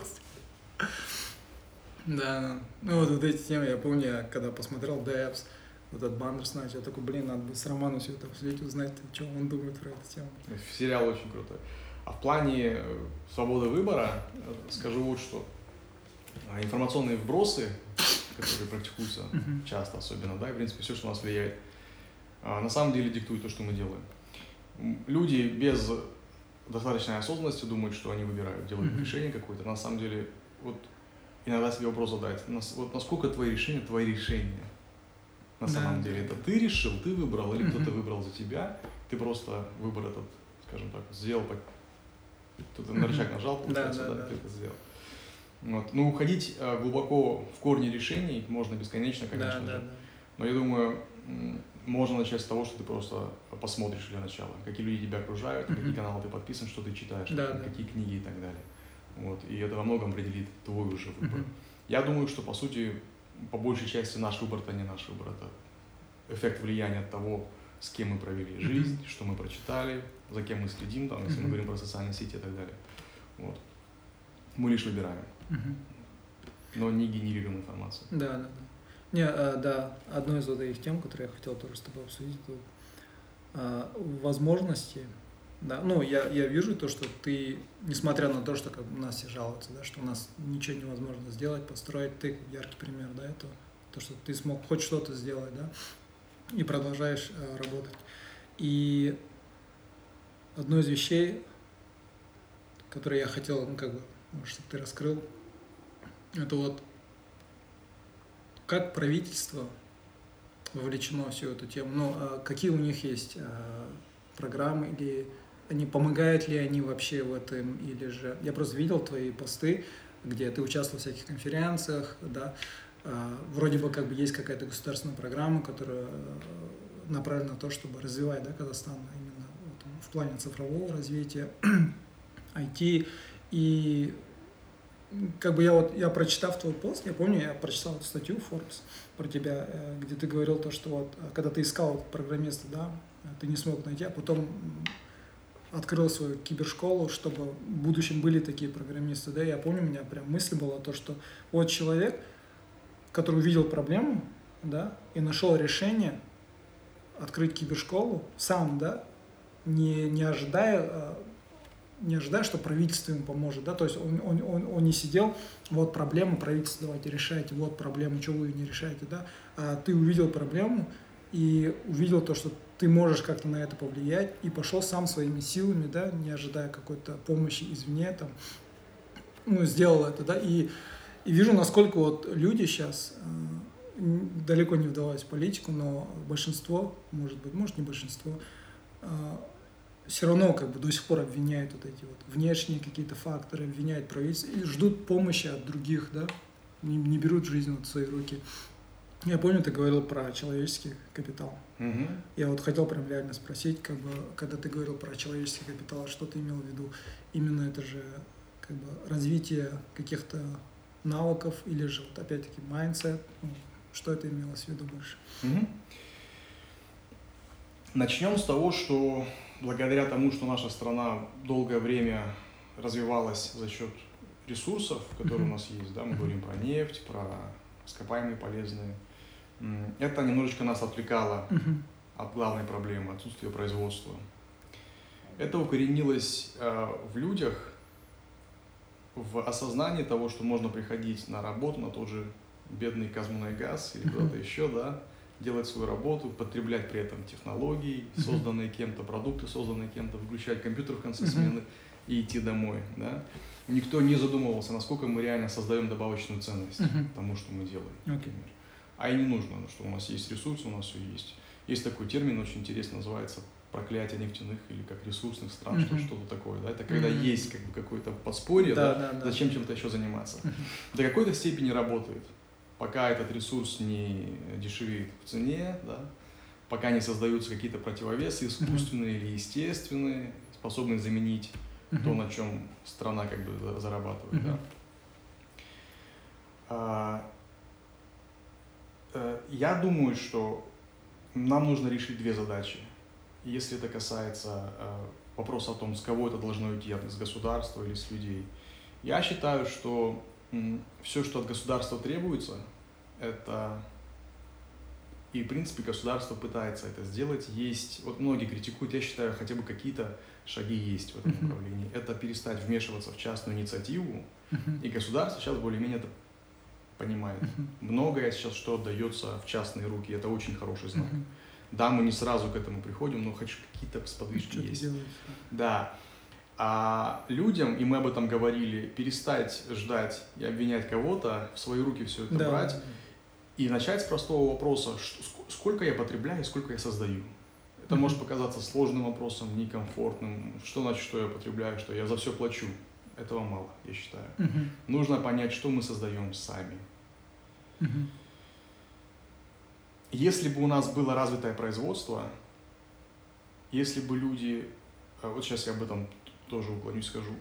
Да, ну вот эти темы, я помню, я когда посмотрел Devs, вот этот Bandersnatch, я такой, надо бы с Романом все это обсудить, узнать, что он думает про эту тему. Сериал очень крутой. А в плане свободы выбора скажу вот что. Информационные вбросы, которые практикуются часто особенно, да, и в принципе все, что на нас влияет, на самом деле диктует то, что мы делаем. Люди без достаточной осознанности думают, что они выбирают, делают решение какое-то. На самом деле, вот иногда себе вопрос задать, вот насколько твои решения на самом деле. Это ты решил, ты выбрал, или кто-то выбрал за тебя, ты просто выбор этот, скажем так, сделал, кто-то на рычаг нажал, получается, да, ты это сделал. Вот. Ну, уходить глубоко в корни решений можно бесконечно, конечно же. Но я думаю, можно начать с того, что ты просто посмотришь для начала, какие люди тебя окружают, какие каналы ты подписан, что ты читаешь, какие книги и так далее. Вот. И это во многом определит твой уже выбор. Я думаю, что, по сути, по большей части наш выбор-то не наш выбор. Это эффект влияния от того, с кем мы провели жизнь, что мы прочитали, за кем мы следим, там, если мы говорим про социальные сети и так далее. Вот. Мы лишь выбираем, но не генерируем информацию. Да. Да, одной из вот этих тем, которые я хотел тоже с тобой обсудить, это возможности. Да, ну, я вижу то, что ты, несмотря на то, что как у нас все жалуются, да, что у нас ничего невозможно сделать, построить, ты яркий пример, да, этого, то, что ты смог хоть что-то сделать, да, и продолжаешь работать. И одной из вещей, которые я хотел, ну, как бы, может, чтобы ты раскрыл, это вот как правительство вовлечено в всю эту тему, ну, какие у них есть программы, или они помогают ли они вообще в этом, или же... Я просто видел твои посты, где ты участвовал в всяких конференциях, да, Вроде бы как бы есть какая-то государственная программа, которая направлена на то, чтобы развивать, да, Казахстан именно вот, в плане цифрового развития, IT. И как бы я прочитав твой пост, я помню, я прочитал эту статью Forbes про тебя, где ты говорил то, что вот, когда ты искал программиста, да, ты не смог найти, а потом открыл свою кибершколу, чтобы в будущем были такие программисты, да, я помню, у меня прям мысль была то, что вот человек, который увидел проблему, да, и нашел решение открыть кибершколу сам, да, не ожидая, что правительство ему поможет, да, то есть он не сидел, вот проблема, правительство, давайте решайте, вот проблема, чего вы не решаете, да, а ты увидел проблему и увидел то, что ты можешь как-то на это повлиять, и пошел сам своими силами, да, не ожидая какой-то помощи извне, там, ну, сделал это, да, и вижу, насколько вот люди сейчас, далеко не вдаваясь в политику, но большинство, может не большинство, все равно как бы до сих пор обвиняют вот эти вот внешние какие-то факторы, обвиняют правительство и ждут помощи от других, да, не берут жизнь в свои руки. Я помню, ты говорил про человеческий капитал. Угу. Я вот хотел прям реально спросить, как бы, когда ты говорил про человеческий капитал, что ты имел в виду? Именно это же как бы развитие каких-то навыков или же вот опять-таки mindset, ну, что это имелось в виду больше? Угу. Начнем с того, что благодаря тому, что наша страна долгое время развивалась за счет ресурсов, которые у нас есть, да, мы говорим про нефть, про ископаемые полезные, это немножечко нас отвлекало от главной проблемы, отсутствия производства. Это укоренилось в людях, в осознании того, что можно приходить на работу, на тот же бедный Казмунайгаз или куда-то еще, да, делать свою работу, потреблять при этом технологии, созданные кем-то, продукты, созданные кем-то, выключать компьютер в конце смены и идти домой, да. Никто не задумывался, насколько мы реально создаем добавочную ценность тому, что мы делаем, например. А и не нужно, что у нас есть ресурсы, у нас все есть. Есть такой термин, очень интересно, называется проклятие нефтяных или как ресурсных стран, что-то такое. Да? Это когда есть как бы какое-то подспорье, да, зачем чем-то еще заниматься. До какой-то степени работает. Пока этот ресурс не дешевеет в цене, да, пока не создаются какие-то противовесы искусственные или естественные, способные заменить то, на чем страна как бы зарабатывает. Да. Я думаю, что нам нужно решить две задачи. Если это касается вопроса о том, с кого это должно идти, с государства или с людей. Я считаю, что все, что от государства требуется, это, и в принципе государство пытается это сделать, есть, вот многие критикуют, я считаю, хотя бы какие-то шаги есть в этом направлении. Это перестать вмешиваться в частную инициативу, и государство сейчас более-менее это понимает. Многое сейчас, что отдается в частные руки, это очень хороший знак. Да, мы не сразу к этому приходим, но хоть какие-то сподвижки есть. Да. А людям, и мы об этом говорили, перестать ждать и обвинять кого-то, в свои руки все это брать и начать с простого вопроса, сколько я потребляю, сколько я создаю. Это может показаться сложным вопросом, некомфортным. Что значит, что я потребляю, что я за все плачу? Этого мало, я считаю. Нужно понять, что мы создаем сами. Если бы у нас было развитое производство, если бы люди, вот сейчас я об этом тоже уклонюсь, скажу,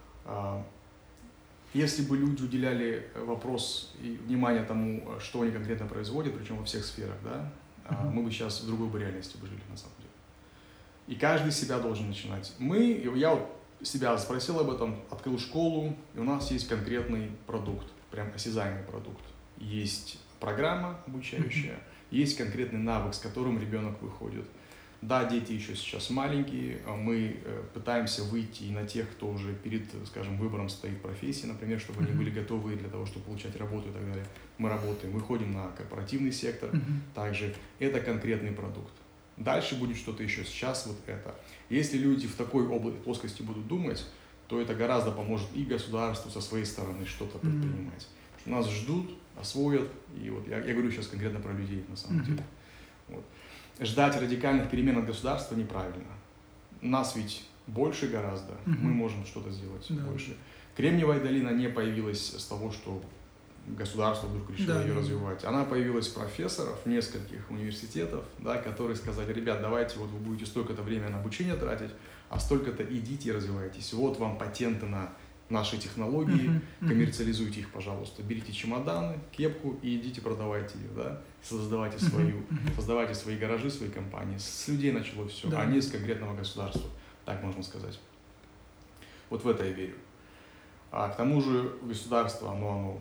если бы люди уделяли вопрос и внимание тому, что они конкретно производят, причем во всех сферах, да, мы бы сейчас в другой бы реальности бы жили, на самом деле. И каждый себя должен начинать. Я вот себя спросил об этом, открыл школу, и у нас есть конкретный продукт, прям осязаемый продукт. Есть программа обучающая, есть конкретный навык, с которым ребенок выходит. Да, дети еще сейчас маленькие, мы пытаемся выйти и на тех, кто уже перед, скажем, выбором стоит профессии, например, чтобы они были готовы для того, чтобы получать работу и так далее. Мы работаем, выходим на корпоративный сектор, также это конкретный продукт. Дальше будет что-то еще, сейчас вот это. Если люди в такой плоскости будут думать, то это гораздо поможет и государству со своей стороны что-то предпринимать. Нас ждут, освоят, и вот я говорю сейчас конкретно про людей на самом деле. Вот. Ждать радикальных перемен от государства неправильно. Нас ведь больше гораздо, мы можем что-то сделать больше. Кремниевая долина не появилась с того, что государство вдруг решило ее развивать. Она появилась профессоров нескольких университетов, да, которые сказали: ребят, давайте вот вы будете столько-то времени на обучение тратить, а столько-то идите и развивайтесь. Вот вам патенты на наши технологии, коммерциализуйте их, пожалуйста. Берите чемоданы, кепку и идите продавайте ее, да, создавайте свои гаражи, свои компании. С людей началось все, а не с конкретного государства, так можно сказать. Вот в это я верю. А к тому же государство, оно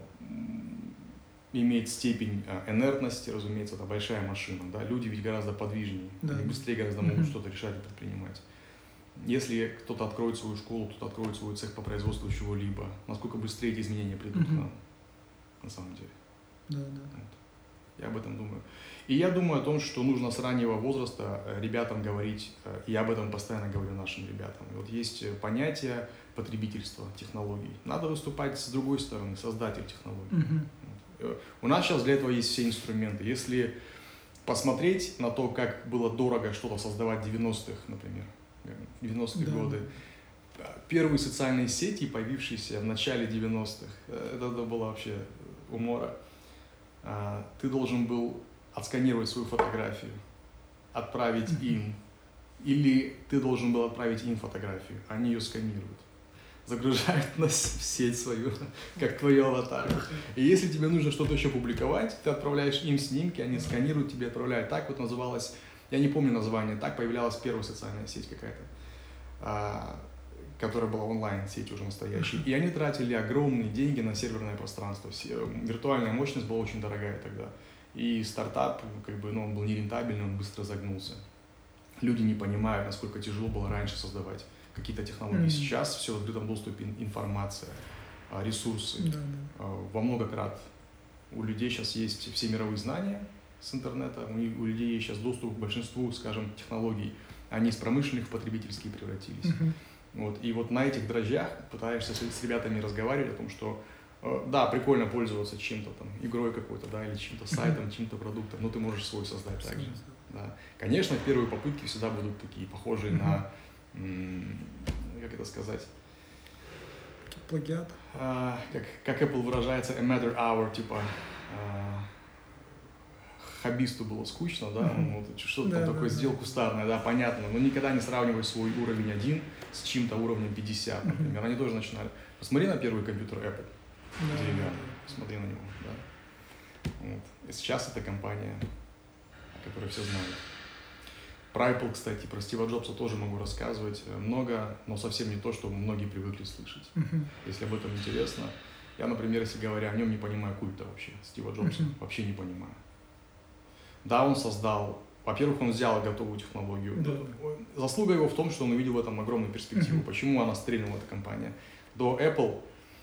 имеет степень инертности, разумеется, это большая машина, да, люди ведь гораздо подвижнее, они быстрее гораздо могут что-то решать и предпринимать. Если кто-то откроет свою школу, кто-то откроет свой цех по производству чего-либо, насколько быстрее эти изменения придут к нам, на самом деле. Вот. Я об этом думаю. И я думаю о том, что нужно с раннего возраста ребятам говорить, и я об этом постоянно говорю нашим ребятам. И вот есть понятие потребительства технологий. Надо выступать с другой стороны, создатель технологий. У нас сейчас для этого есть все инструменты. Если посмотреть на то, как было дорого что-то создавать в 90-х, например, 90-е годы, первые социальные сети, появившиеся в начале 90-х, это было вообще умора. Ты должен был отсканировать свою фотографию, отправить им, или ты должен был отправить им фотографию, они ее сканируют, загружают в сеть свою, как твою аватарку. И если тебе нужно что-то еще публиковать, ты отправляешь им снимки, они сканируют, тебе отправляют. Так вот называлась, я не помню название, так появлялась первая социальная сеть какая-то, которая была онлайн-сеть уже настоящей. И они тратили огромные деньги на серверное пространство. Виртуальная мощность была очень дорогая тогда. И стартап, он был нерентабельный, он быстро загнулся. Люди не понимают, насколько тяжело было раньше создавать какие-то технологии. Сейчас все в открытом доступе, информация, ресурсы. Во много крат у людей сейчас есть все мировые знания с интернета, у людей есть сейчас доступ к большинству, скажем, технологий. Они из промышленных в потребительские превратились. Вот. И вот на этих дрожжах пытаешься с ребятами разговаривать о том, что да, прикольно пользоваться чем-то там, игрой какой-то, да, или чем-то сайтом, чем-то продуктом, но ты можешь свой создать также. Да. Конечно, первые попытки всегда будут такие, похожие на, как это сказать? Плагиат. Как Apple выражается, a matter hour, типа хоббисту было скучно, да, вот, что-то там такое сделал кустарное, да, понятно, но никогда не сравнивай свой уровень 1 с чьим-то уровнем 50, например. Они тоже начинали. Посмотри на первый компьютер Apple, деревянный, посмотри на него, да. Вот. И сейчас это компания, которую все знают. Про Apple, кстати, про Стива Джобса тоже могу рассказывать много, но совсем не то, что многие привыкли слышать. Если об этом интересно. Я, например, если говоря о нем, не понимаю культа вообще, Стива Джобса, вообще не понимаю. Да, он создал, во-первых, он взял готовую технологию. Заслуга его в том, что он увидел в этом огромную перспективу. Почему она стрельнула, эта компания? До Apple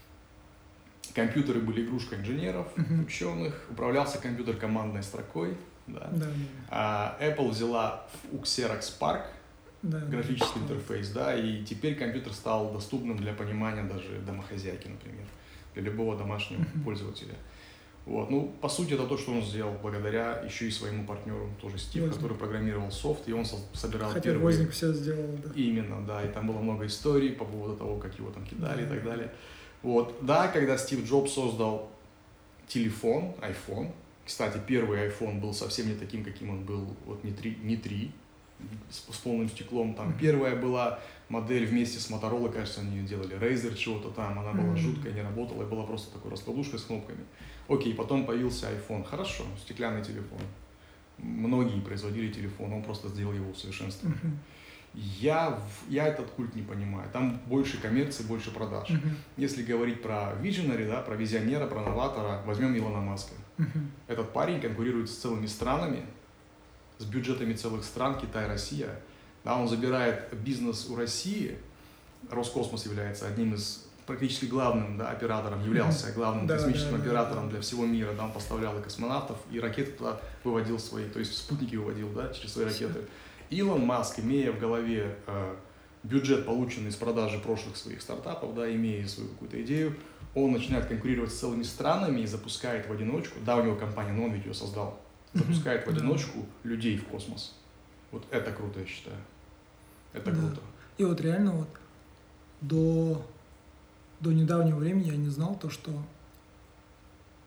компьютеры были игрушкой инженеров, ученых, управлялся компьютер командной строкой. Да. А Apple взяла у Xerox PARC графический интерфейс, да, и теперь компьютер стал доступным для понимания даже домохозяйки, например, для любого домашнего пользователя. Вот. Ну, по сути, это то, что он сделал благодаря еще и своему партнеру, тоже Стив, который программировал софт, и он собирал Хотя первые... Возник все сделал, да. Именно, да, и там было много историй по поводу того, как его там кидали и так далее. Вот. Да, когда Стив Джобс создал телефон, iPhone, кстати, первый iPhone был совсем не таким, каким он был, вот не 3, с полным стеклом, там первая была модель вместе с Motorola, кажется, они ее делали, Razer чего-то там, она была жуткая, не работала, и была просто такой раскладушка с кнопками. Окей, потом появился iPhone, хорошо, стеклянный телефон. Многие производили телефон, он просто сделал его усовершенствованным. Я этот культ не понимаю, там больше коммерции, больше продаж. Если говорить про visionary, да, про визионера, про новатора, возьмем Илона Маска. Этот парень конкурирует с целыми странами, с бюджетами целых стран, Китай, Россия. Да, он забирает бизнес у России, Роскосмос является одним из практически главным, да, оператором, являлся главным космическим оператором для всего мира, да, он поставлял и космонавтов, и ракеты туда выводил свои, то есть спутники выводил, да, через свои ракеты. Илон Маск, имея в голове бюджет, полученный из продажи прошлых своих стартапов, да, имея свою какую-то идею, он начинает конкурировать с целыми странами и запускает в одиночку, да, у него компания, но он ведь ее создал, запускает в одиночку людей в космос. Вот это круто, я считаю. Это круто. И вот реально вот до недавнего времени я не знал то, что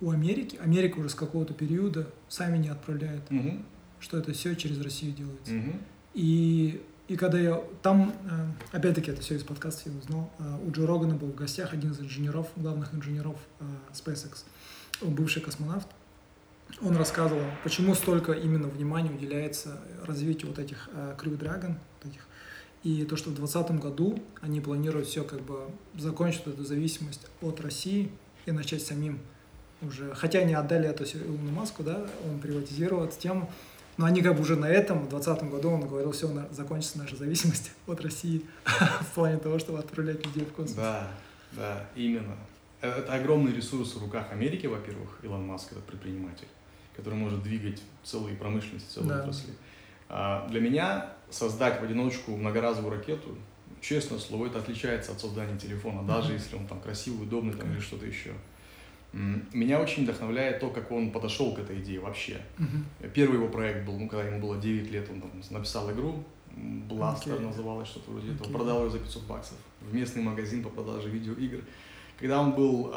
у Америки, Америка уже с какого-то периода сами не отправляет, что это все через Россию делается. И когда я там, опять-таки это все из подкаста я узнал, у Джо Рогана был в гостях один из инженеров, главных инженеров SpaceX, он бывший космонавт. Он рассказывал, почему столько именно внимания уделяется развитию вот этих Crew Dragon, вот этих, и то, что в 2020 году они планируют все как бы закончить эту зависимость от России и начать самим уже, хотя они отдали это все Илону Маску, да, он приватизировал эту тему, но они как бы уже на этом, в 2020 году он говорил, все, закончится наша зависимость от России в плане того, чтобы отправлять людей в космос. Да, именно. Это огромный ресурс в руках Америки, во-первых, Илон Маск, этот предприниматель, который может двигать целые промышленности, целые отрасли. Для меня создать в одиночку многоразовую ракету, честное слово, это отличается от создания телефона, даже если он там красивый, удобный там, или что-то еще. Меня очень вдохновляет то, как он подошел к этой идее вообще. Первый его проект был, когда ему было 9 лет, он там написал игру, Blaster называлась, что-то вроде этого, продал ее за $500 в местный магазин по продаже видеоигр. Когда он был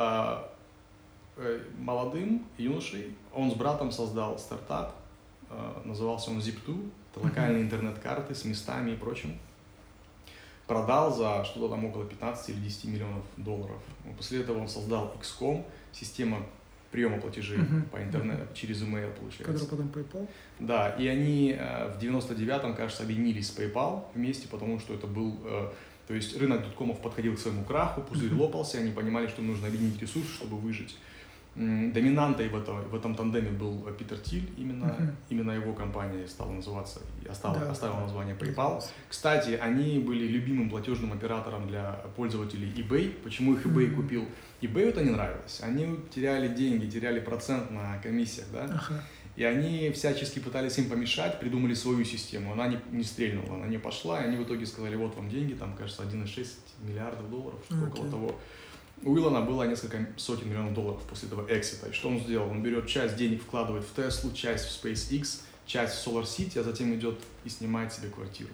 молодым юношей, он с братом создал стартап, назывался он Zip2, это локальные интернет-карты с местами и прочим. Продал за что-то там около 15 или 10 миллионов $. После этого он создал XCOM, система приема платежей по интернету, через email, получается. Который потом PayPal? Да, и они в 99-м, кажется, объединились с PayPal вместе, потому что это был... То есть рынок доткомов подходил к своему краху, пузырь лопался, они понимали, что нужно объединить ресурсы, чтобы выжить. Доминантой в этом тандеме был Питер Тиль, именно его компания стала называться, оставила название PayPal. Кстати, они были любимым платежным оператором для пользователей eBay. Почему их eBay купил? eBay это не нравилось. Они теряли деньги, теряли процент на комиссиях, да? И они всячески пытались им помешать, придумали свою систему. Она не стрельнула, она не пошла, и они в итоге сказали, вот вам деньги, там, кажется, 1,6 миллиардов $, что-то около того. У Илона было несколько сотен миллионов $, после этого эксита. И что он сделал? Он берет часть денег, вкладывает в Теслу, часть в SpaceX, часть в SolarCity, а затем идет и снимает себе квартиру.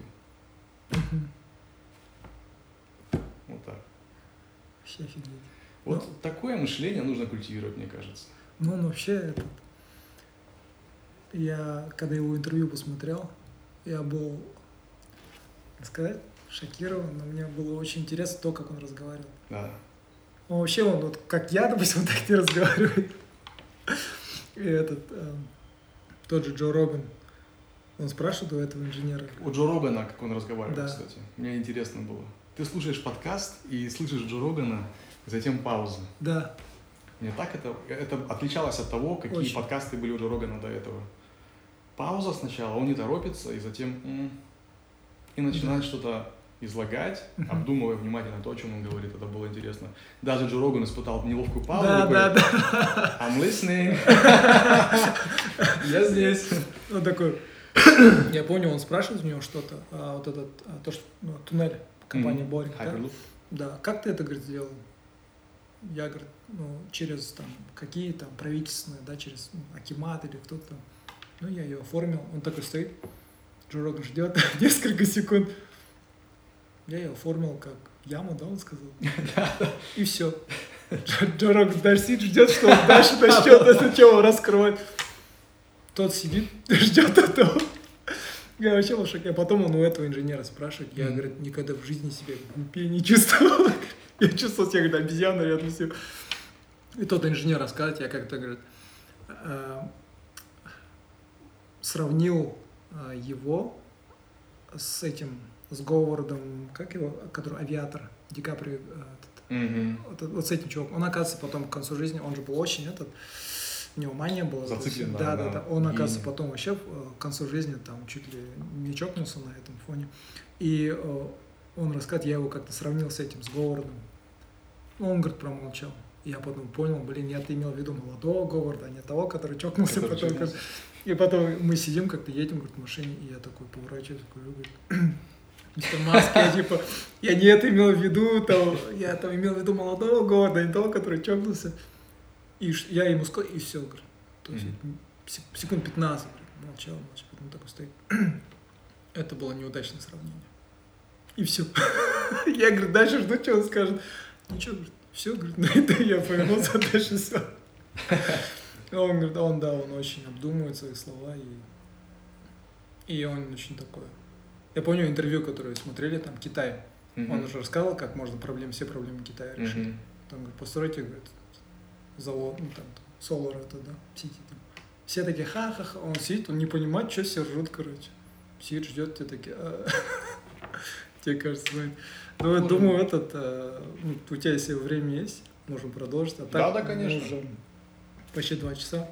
Вот так. Вообще офигеть. Вот такое мышление нужно культивировать, мне кажется. Ну, вообще, я, когда его интервью посмотрел, я был, так сказать, шокирован, но мне было очень интересно то, как он разговаривал. Да. Он вообще, вот как я, допустим, так не разговаривает. И тот же Джо Роган, он спрашивает у этого инженера. У Джо Рогана, как он разговаривает, кстати. Мне интересно было. Ты слушаешь подкаст и слышишь Джо Рогана, затем пауза. Да. Мне так это отличалось от того, какие подкасты были у Джо Рогана до этого. Пауза сначала, он не торопится, и затем и начинает что-то излагать, обдумывая внимательно то, о чем он говорит. Это было интересно. Даже Джо Роган испытал неловкую паузу. Да. I'm listening. Я здесь. Он такой, я понял, он спрашивает у него что-то, вот туннель компании Boring, да? Как ты это, говорит, сделал? Я, говорю, через там какие там правительственные, да, через Акимат или кто-то там. Я ее оформил. Он такой стоит, Джо Роган ждет несколько секунд. Я ее оформил как яму, да, он сказал? И все. Джо Роган дальше сидит, ждет, что он дальше начнет это чего раскроет. Тот сидит, ждет этого. Я вообще был в шоке. А потом он у этого инженера спрашивает. Я, говорит, никогда в жизни себя глупее не чувствовал. Я чувствовал себя, говорит, обезьяна рядом с ним. И тот инженер рассказывает, я как-то, говорит, сравнил его с Говардом, как его, который авиатор, Ди Каприо, вот с этим чуваком. Он, оказывается, потом к концу жизни, он же был очень у него мания была. Зациклен, да. Он, оказывается, потом вообще к концу жизни там чуть ли не чокнулся на этом фоне. И он рассказывает, я его как-то сравнил с Говардом. Он, говорит, промолчал. Я потом понял, я-то имел в виду молодого Говарда, а не того, который чокнулся потом. И потом мы сидим, как-то едем, говорит, в машине, и я такой поворачиваюсь, говорю, мистер Маск, я не это имел в виду, я там имел в виду молодого Говарда, а не того, который чокнулся. И я ему сказал, и все, говорит. То есть секунд 15, говорит, молчал, потом такой стоит. Это было неудачное сравнение. И все. Я, говорю, дальше жду, что он скажет. Ничего, говорит, все, говорит, на это я повернулся, дальше все. Он говорит, он очень обдумывает свои слова, и он очень такой. Я помню интервью, которое смотрели, там, Китай. Он уже рассказывал, как можно все проблемы Китая решить. Там, говорит, постройте, говорит, завод, ну, там, Solar это, да, City, там. Все такие, ха-ха-ха, он сидит, он не понимает, что все ржут, короче. Сидит, ждет, те такие, тебе кажется, ну, я думаю, у тебя, если время есть, можем продолжить. А так, да, конечно. Уже почти 2 часа.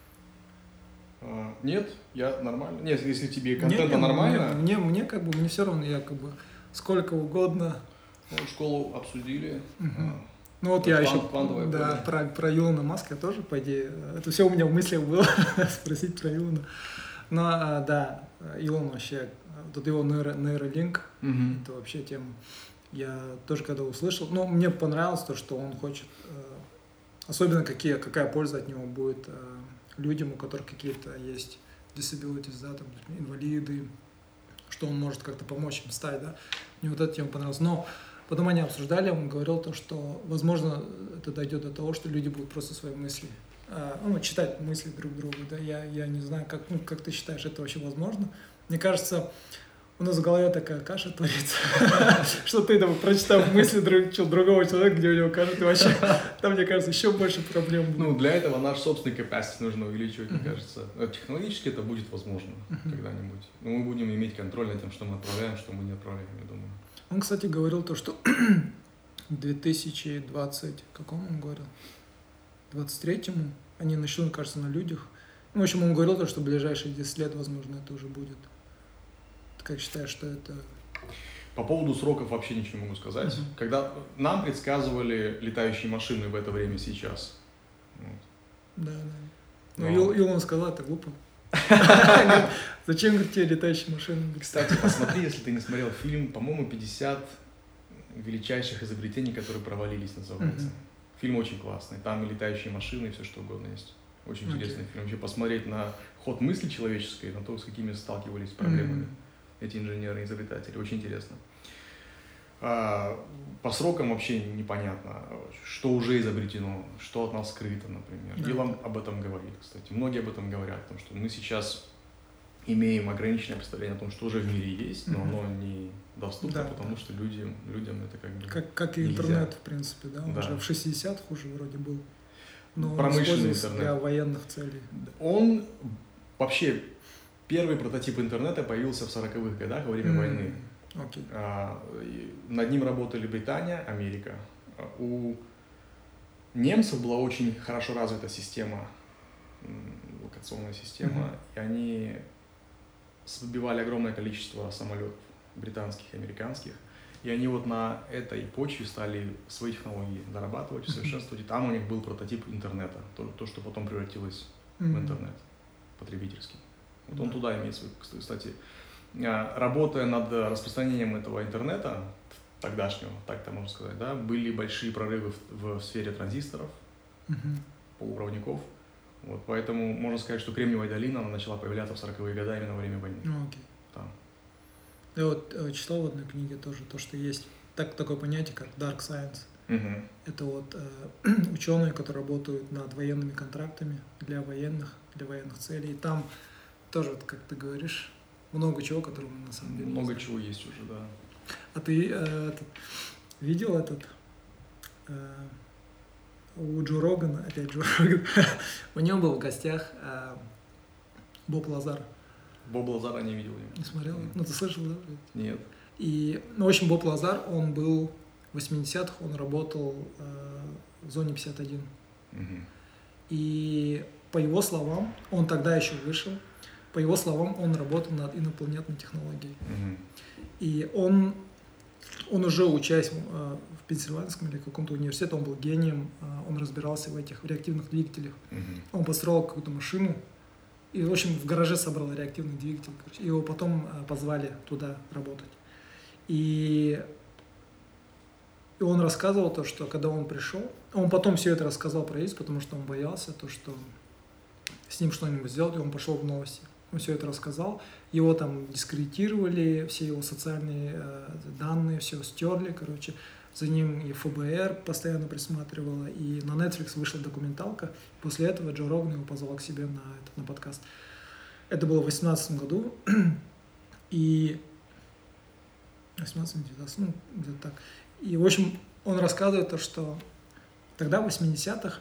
Нет, я нормально. Нет, если тебе контента нормально. Мне как бы, мне все равно, я как бы сколько угодно. Школу обсудили. Ну вот я еще про Илона Маска тоже, по идее, это все у меня в мыслях было, спросить про Илона. Но да, Илон вообще, тут его нейролинк, это вообще тема. Я тоже когда услышал, ну мне понравилось то, что он хочет, особенно какая польза от него будет людям, у которых какие-то есть disabilities, да, там, инвалиды, что он может как-то помочь им стать, да. Мне вот эта тема понравилась. Но потом они обсуждали, он говорил то, что, возможно, это дойдет до того, что люди будут просто свои мысли, читать мысли друг друга, да. Я не знаю, как ты считаешь, это вообще возможно? Мне кажется, у нас в голове такая каша творится, что ты там, прочитав мысли другого человека, где у него каша, ты вообще, там, мне кажется, еще больше проблем будет. Ну, для этого наш собственный capacity нужно увеличивать, мне кажется. Технологически это будет возможно когда-нибудь. Но мы будем иметь контроль над тем, что мы отправляем, что мы не отправляем, я думаю. Он, кстати, говорил то, что в 2020, какому он говорил? 23-му они начнут, кажется, на людях. В общем, он говорил то, что в ближайшие 10 лет, возможно, это уже будет. Как считаешь, что это... По поводу сроков вообще ничего не могу сказать. Когда нам предсказывали летающие машины в это время сейчас. Вот. Да. Ну, Илон сказал, это глупо. Зачем, говорит, тебе летающие машины? Кстати, посмотри, если ты не смотрел фильм, по-моему, 50 величайших изобретений, которые провалились, называется. Фильм очень классный. Там и летающие машины, и все что угодно есть. Очень интересный фильм. Вообще посмотреть на ход мысли человеческой, на то, с какими сталкивались проблемами эти инженеры и изобретатели. Очень интересно. По срокам вообще непонятно, что уже изобретено, что от нас скрыто, например. Илон об этом говорит, кстати. Многие об этом говорят, потому что мы сейчас имеем ограниченное представление о том, что уже в мире есть, но оно не доступно, потому что людям это как бы как и интернет, в принципе, да? Он уже в 60-х уже вроде был. Но промышленный интернет. Для военных целей. Он вообще... Первый прототип интернета появился в 40-х годах во время войны. Над ним работали Британия, Америка. У немцев была очень хорошо развита система, локационная система, и они сбивали огромное количество самолетов британских и американских. И они вот на этой почве стали свои технологии дорабатывать, усовершенствовать. И там у них был прототип интернета, то что потом превратилось в интернет потребительский. Вот он туда имеет свой, кстати, работая над распространением этого интернета, тогдашнего, так это можно сказать, да, были большие прорывы в сфере транзисторов, полупроводников. Вот, поэтому можно сказать, что Кремниевая долина она начала появляться в 40-е годы именно во время войны. Да. Я вот читал в одной книге тоже то, что есть такое понятие, как dark science. Это вот ученые, которые работают над военными контрактами для военных целей. И там тоже, вот, как ты говоришь, много чего, которого мы на самом деле много чего есть уже, да. А ты видел у Джо Рогана, опять Джо Роган, у него был в гостях Боб Лазар. Боб Лазара не видел. Не смотрел? Ну, ты слышал, да? Нет. В общем, Боб Лазар, он был в 80-х, он работал в зоне 51. И по его словам, он тогда еще вышел, по его словам, он работал над инопланетной технологией. И он уже, учась в Пенсильванском или каком-то университете, он был гением, он разбирался в этих реактивных двигателях. Он построил какую-то машину и, в общем, в гараже собрал реактивный двигатель. И его потом позвали туда работать. И он рассказывал то, что когда он пришел, он потом все это рассказал правительству, потому что он боялся то, что с ним что-нибудь сделать, и он пошел в новости. Он все это рассказал, его там дискредитировали, все его социальные данные, все стерли, короче. за ним и ФБР постоянно присматривало, и на Netflix вышла документалка. После этого Джо Роган его позвал к себе на подкаст. Это было в 2018 году, и 18-19, ну, где-то так. И, в общем, он рассказывает то, что тогда, в 80-х,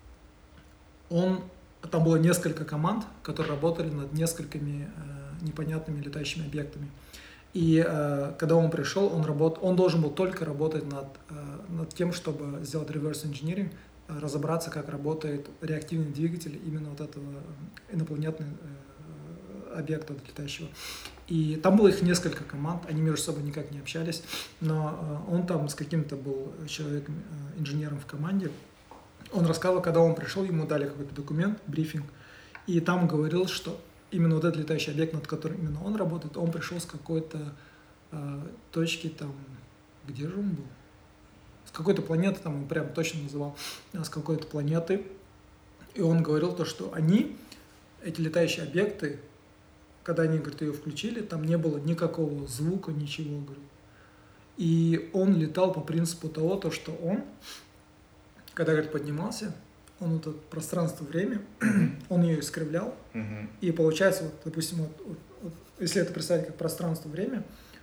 там было несколько команд, которые работали над несколькими непонятными летающими объектами. И когда он пришел, он должен был только работать над тем, чтобы сделать reverse engineering, разобраться, как работает реактивный двигатель именно вот этого инопланетного объекта летающего. И там было их несколько команд, они между собой никак не общались, но он там с каким-то был человеком, инженером в команде. Он рассказывал, когда он пришел, ему дали какой-то документ, брифинг, и там говорил, что именно вот этот летающий объект, над которым именно он работает, он пришел с какой-то точки там, где же он был? С какой-то планеты, там он прям точно называл, с какой-то планеты. И он говорил то, что эти летающие объекты, когда они, говорит, ее включили, там не было никакого звука, ничего, говорит. И он летал по принципу того, то, что он, когда, говорит, поднимался, он вот это пространство-время, он ее искривлял, и получается, вот, допустим, если это представить как пространство-время,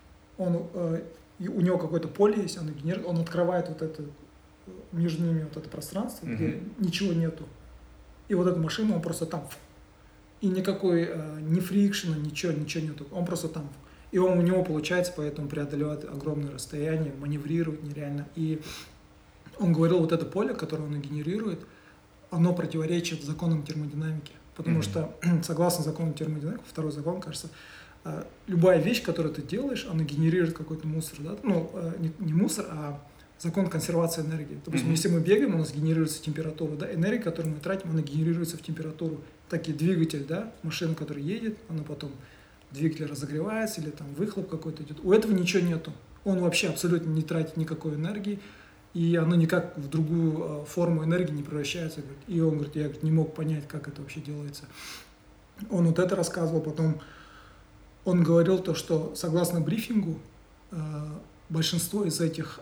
у него какое-то поле есть, он открывает вот это, между ними вот это пространство, где ничего нету, и вот эту машину он просто там, и никакой ни фрикшена, ничего нету, он просто там, и у него получается, поэтому преодолевает огромное расстояние, маневрировать нереально, и он говорил, вот это поле, которое он генерирует, оно противоречит законам термодинамики. Потому что, согласно закону термодинамики, второй закон, кажется, любая вещь, которую ты делаешь, она генерирует какой-то мусор. Да? Ну, не мусор, а закон консервации энергии. Допустим, если мы бегаем, у нас генерируется температура. Да? Энергия, которую мы тратим, она генерируется в температуру. Так и двигатель, да? Машина, которая едет, она потом, двигатель разогревается или там выхлоп какой-то идет. У этого ничего нету. Он вообще абсолютно не тратит никакой энергии. И оно никак в другую форму энергии не превращается. И он говорит, я не мог понять, как это вообще делается. Он вот это рассказывал, потом он говорил то, что согласно брифингу большинство из этих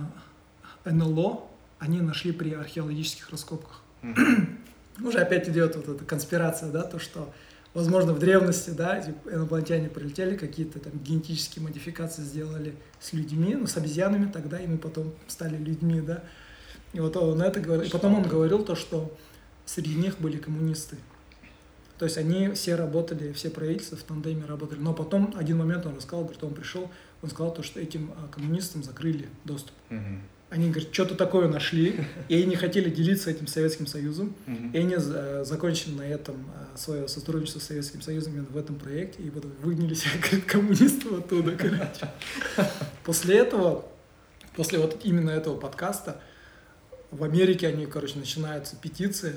НЛО они нашли при археологических раскопках. Уже опять идет вот эта конспирация, да, то, что возможно, в древности, да, инопланетяне прилетели, какие-то там генетические модификации сделали с людьми, ну, с обезьянами тогда, и мы потом стали людьми, да. И вот он это говорил. И потом он говорил то, что среди них были коммунисты. То есть они все работали, все правительства в тандеме работали. Но потом один момент он рассказал, говорит, он пришел, он сказал то, что этим коммунистам закрыли доступ. Они, говорят, что-то такое нашли, и они не хотели делиться этим Советским Союзом, и они закончили на этом свое сотрудничество с Советским Союзом именно в этом проекте, и потом выгнали всех, говорит, коммунистов оттуда, короче. После этого, после вот именно этого подкаста, в Америке они, короче, начинаются петиции,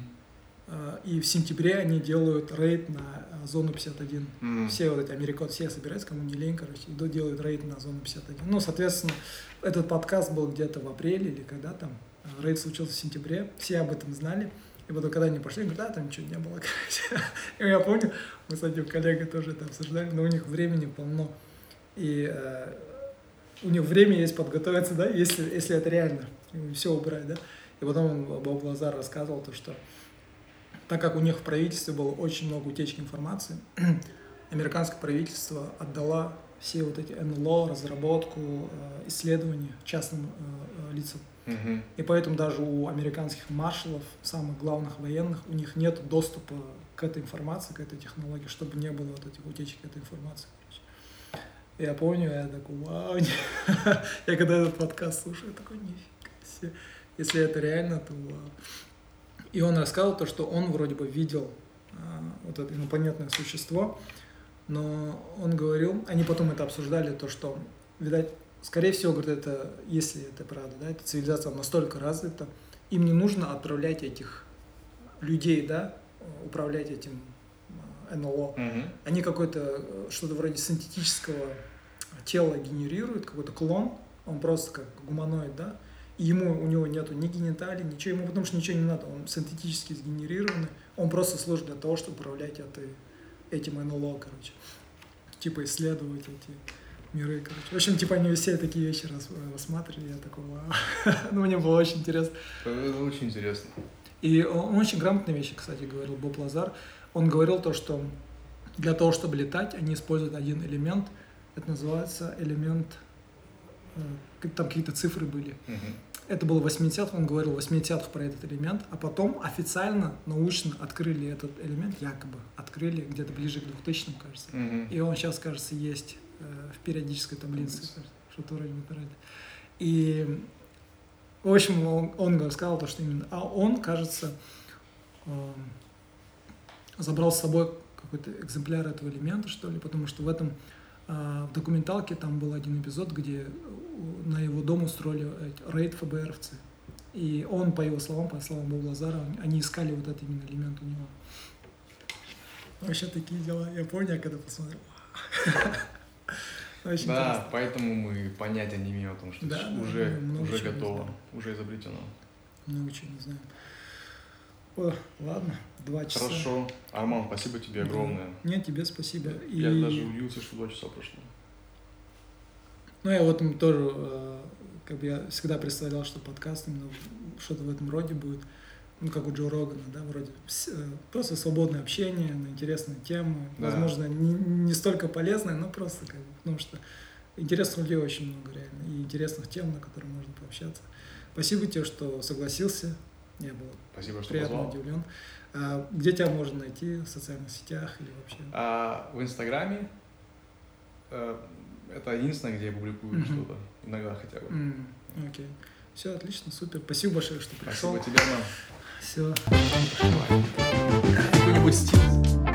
и в сентябре они делают рейд на зону 51. Все вот эти американцы, все собираются, кому не лень, короче, идут, делают рейд на зону 51. Ну, соответственно, этот подкаст был где-то в апреле или когда там, рейд случился в сентябре, все об этом знали. И потом, когда они пошли, говорят, да, там ничего не было, короче. И я помню, мы с этим коллегой тоже это обсуждали, но у них времени полно. И у них время есть подготовиться, да, если это реально, все убрать, да. И потом он, Боб Лазар, рассказывал то, что так как у них в правительстве было очень много утечки информации, американское правительство отдало все вот эти НЛО, разработку, исследования частным лицам. И поэтому даже у американских маршалов, самых главных военных, у них нет доступа к этой информации, к этой технологии, чтобы не было вот этих утечек этой информации. И я помню, я такой, вау, я когда этот подкаст слушаю, я такой, нифига себе. Если это реально, то вау. И он рассказал то, что он вроде бы видел вот это инопланетное существо, но он говорил, они потом это обсуждали, то, что, видать, скорее всего, говорит, это, если это правда, да, эта цивилизация настолько развита, им не нужно отправлять этих людей, да, управлять этим НЛО. Они какое-то, что-то вроде синтетического тела генерируют, какой-то клон, он просто как гуманоид, да, и у него нету ни гениталий, ничего, ему потому что ничего не надо, он синтетически сгенерированный, он просто служит для того, чтобы управлять этим НЛО, короче, типа исследовать эти миры, короче. В общем, типа они все такие вещи рассматривали, я такой, вау. Ну, мне было очень интересно. Это очень интересно. И он очень грамотные вещи, кстати, говорил Боб Лазар. Он говорил то, что для того, чтобы летать, они используют один элемент. Это называется элемент, там какие-то цифры были. Это было в 80-х, он говорил в 80-х про этот элемент, а потом официально, научно открыли этот элемент, якобы открыли где-то ближе к 2000-м, кажется. И он сейчас, кажется, есть в периодической таблице, что-то вроде бы. И, в общем, он сказал то, что именно... А он, кажется, забрал с собой какой-то экземпляр этого элемента, что ли, потому что в документалке там был один эпизод, где на его дом устроили рейд ФБРовцы. И он, по его словам, по словам Боба Лазара, они искали вот этот именно элемент у него. Вообще такие дела. Я помню, я когда посмотрел. Да, поэтому мы понятия не имеем о том, что уже готово, уже изобретено. Много чего не знаем. О, ладно, 2 часа. Хорошо. Арман, спасибо тебе огромное. Нет, тебе спасибо. Я даже удивился, что 2 часа прошло. Ну, я вот тоже, как бы я всегда представлял, что подкаст именно что-то в этом роде будет. Ну, как у Джо Рогана, да, вроде просто свободное общение на интересные темы. Да. Возможно, не столько полезное, но просто как бы, потому что интересных людей очень много реально. И интересных тем, на которые можно пообщаться. Спасибо тебе, что согласился. Я был приятно удивлен. Где тебя можно найти? В социальных сетях или вообще? В Инстаграме. Это единственное, где я публикую что-то. Иногда хотя бы. Окей. Все, отлично, супер. Спасибо большое, что пришел. Спасибо тебе, мам. Все. Какой-нибудь стиль.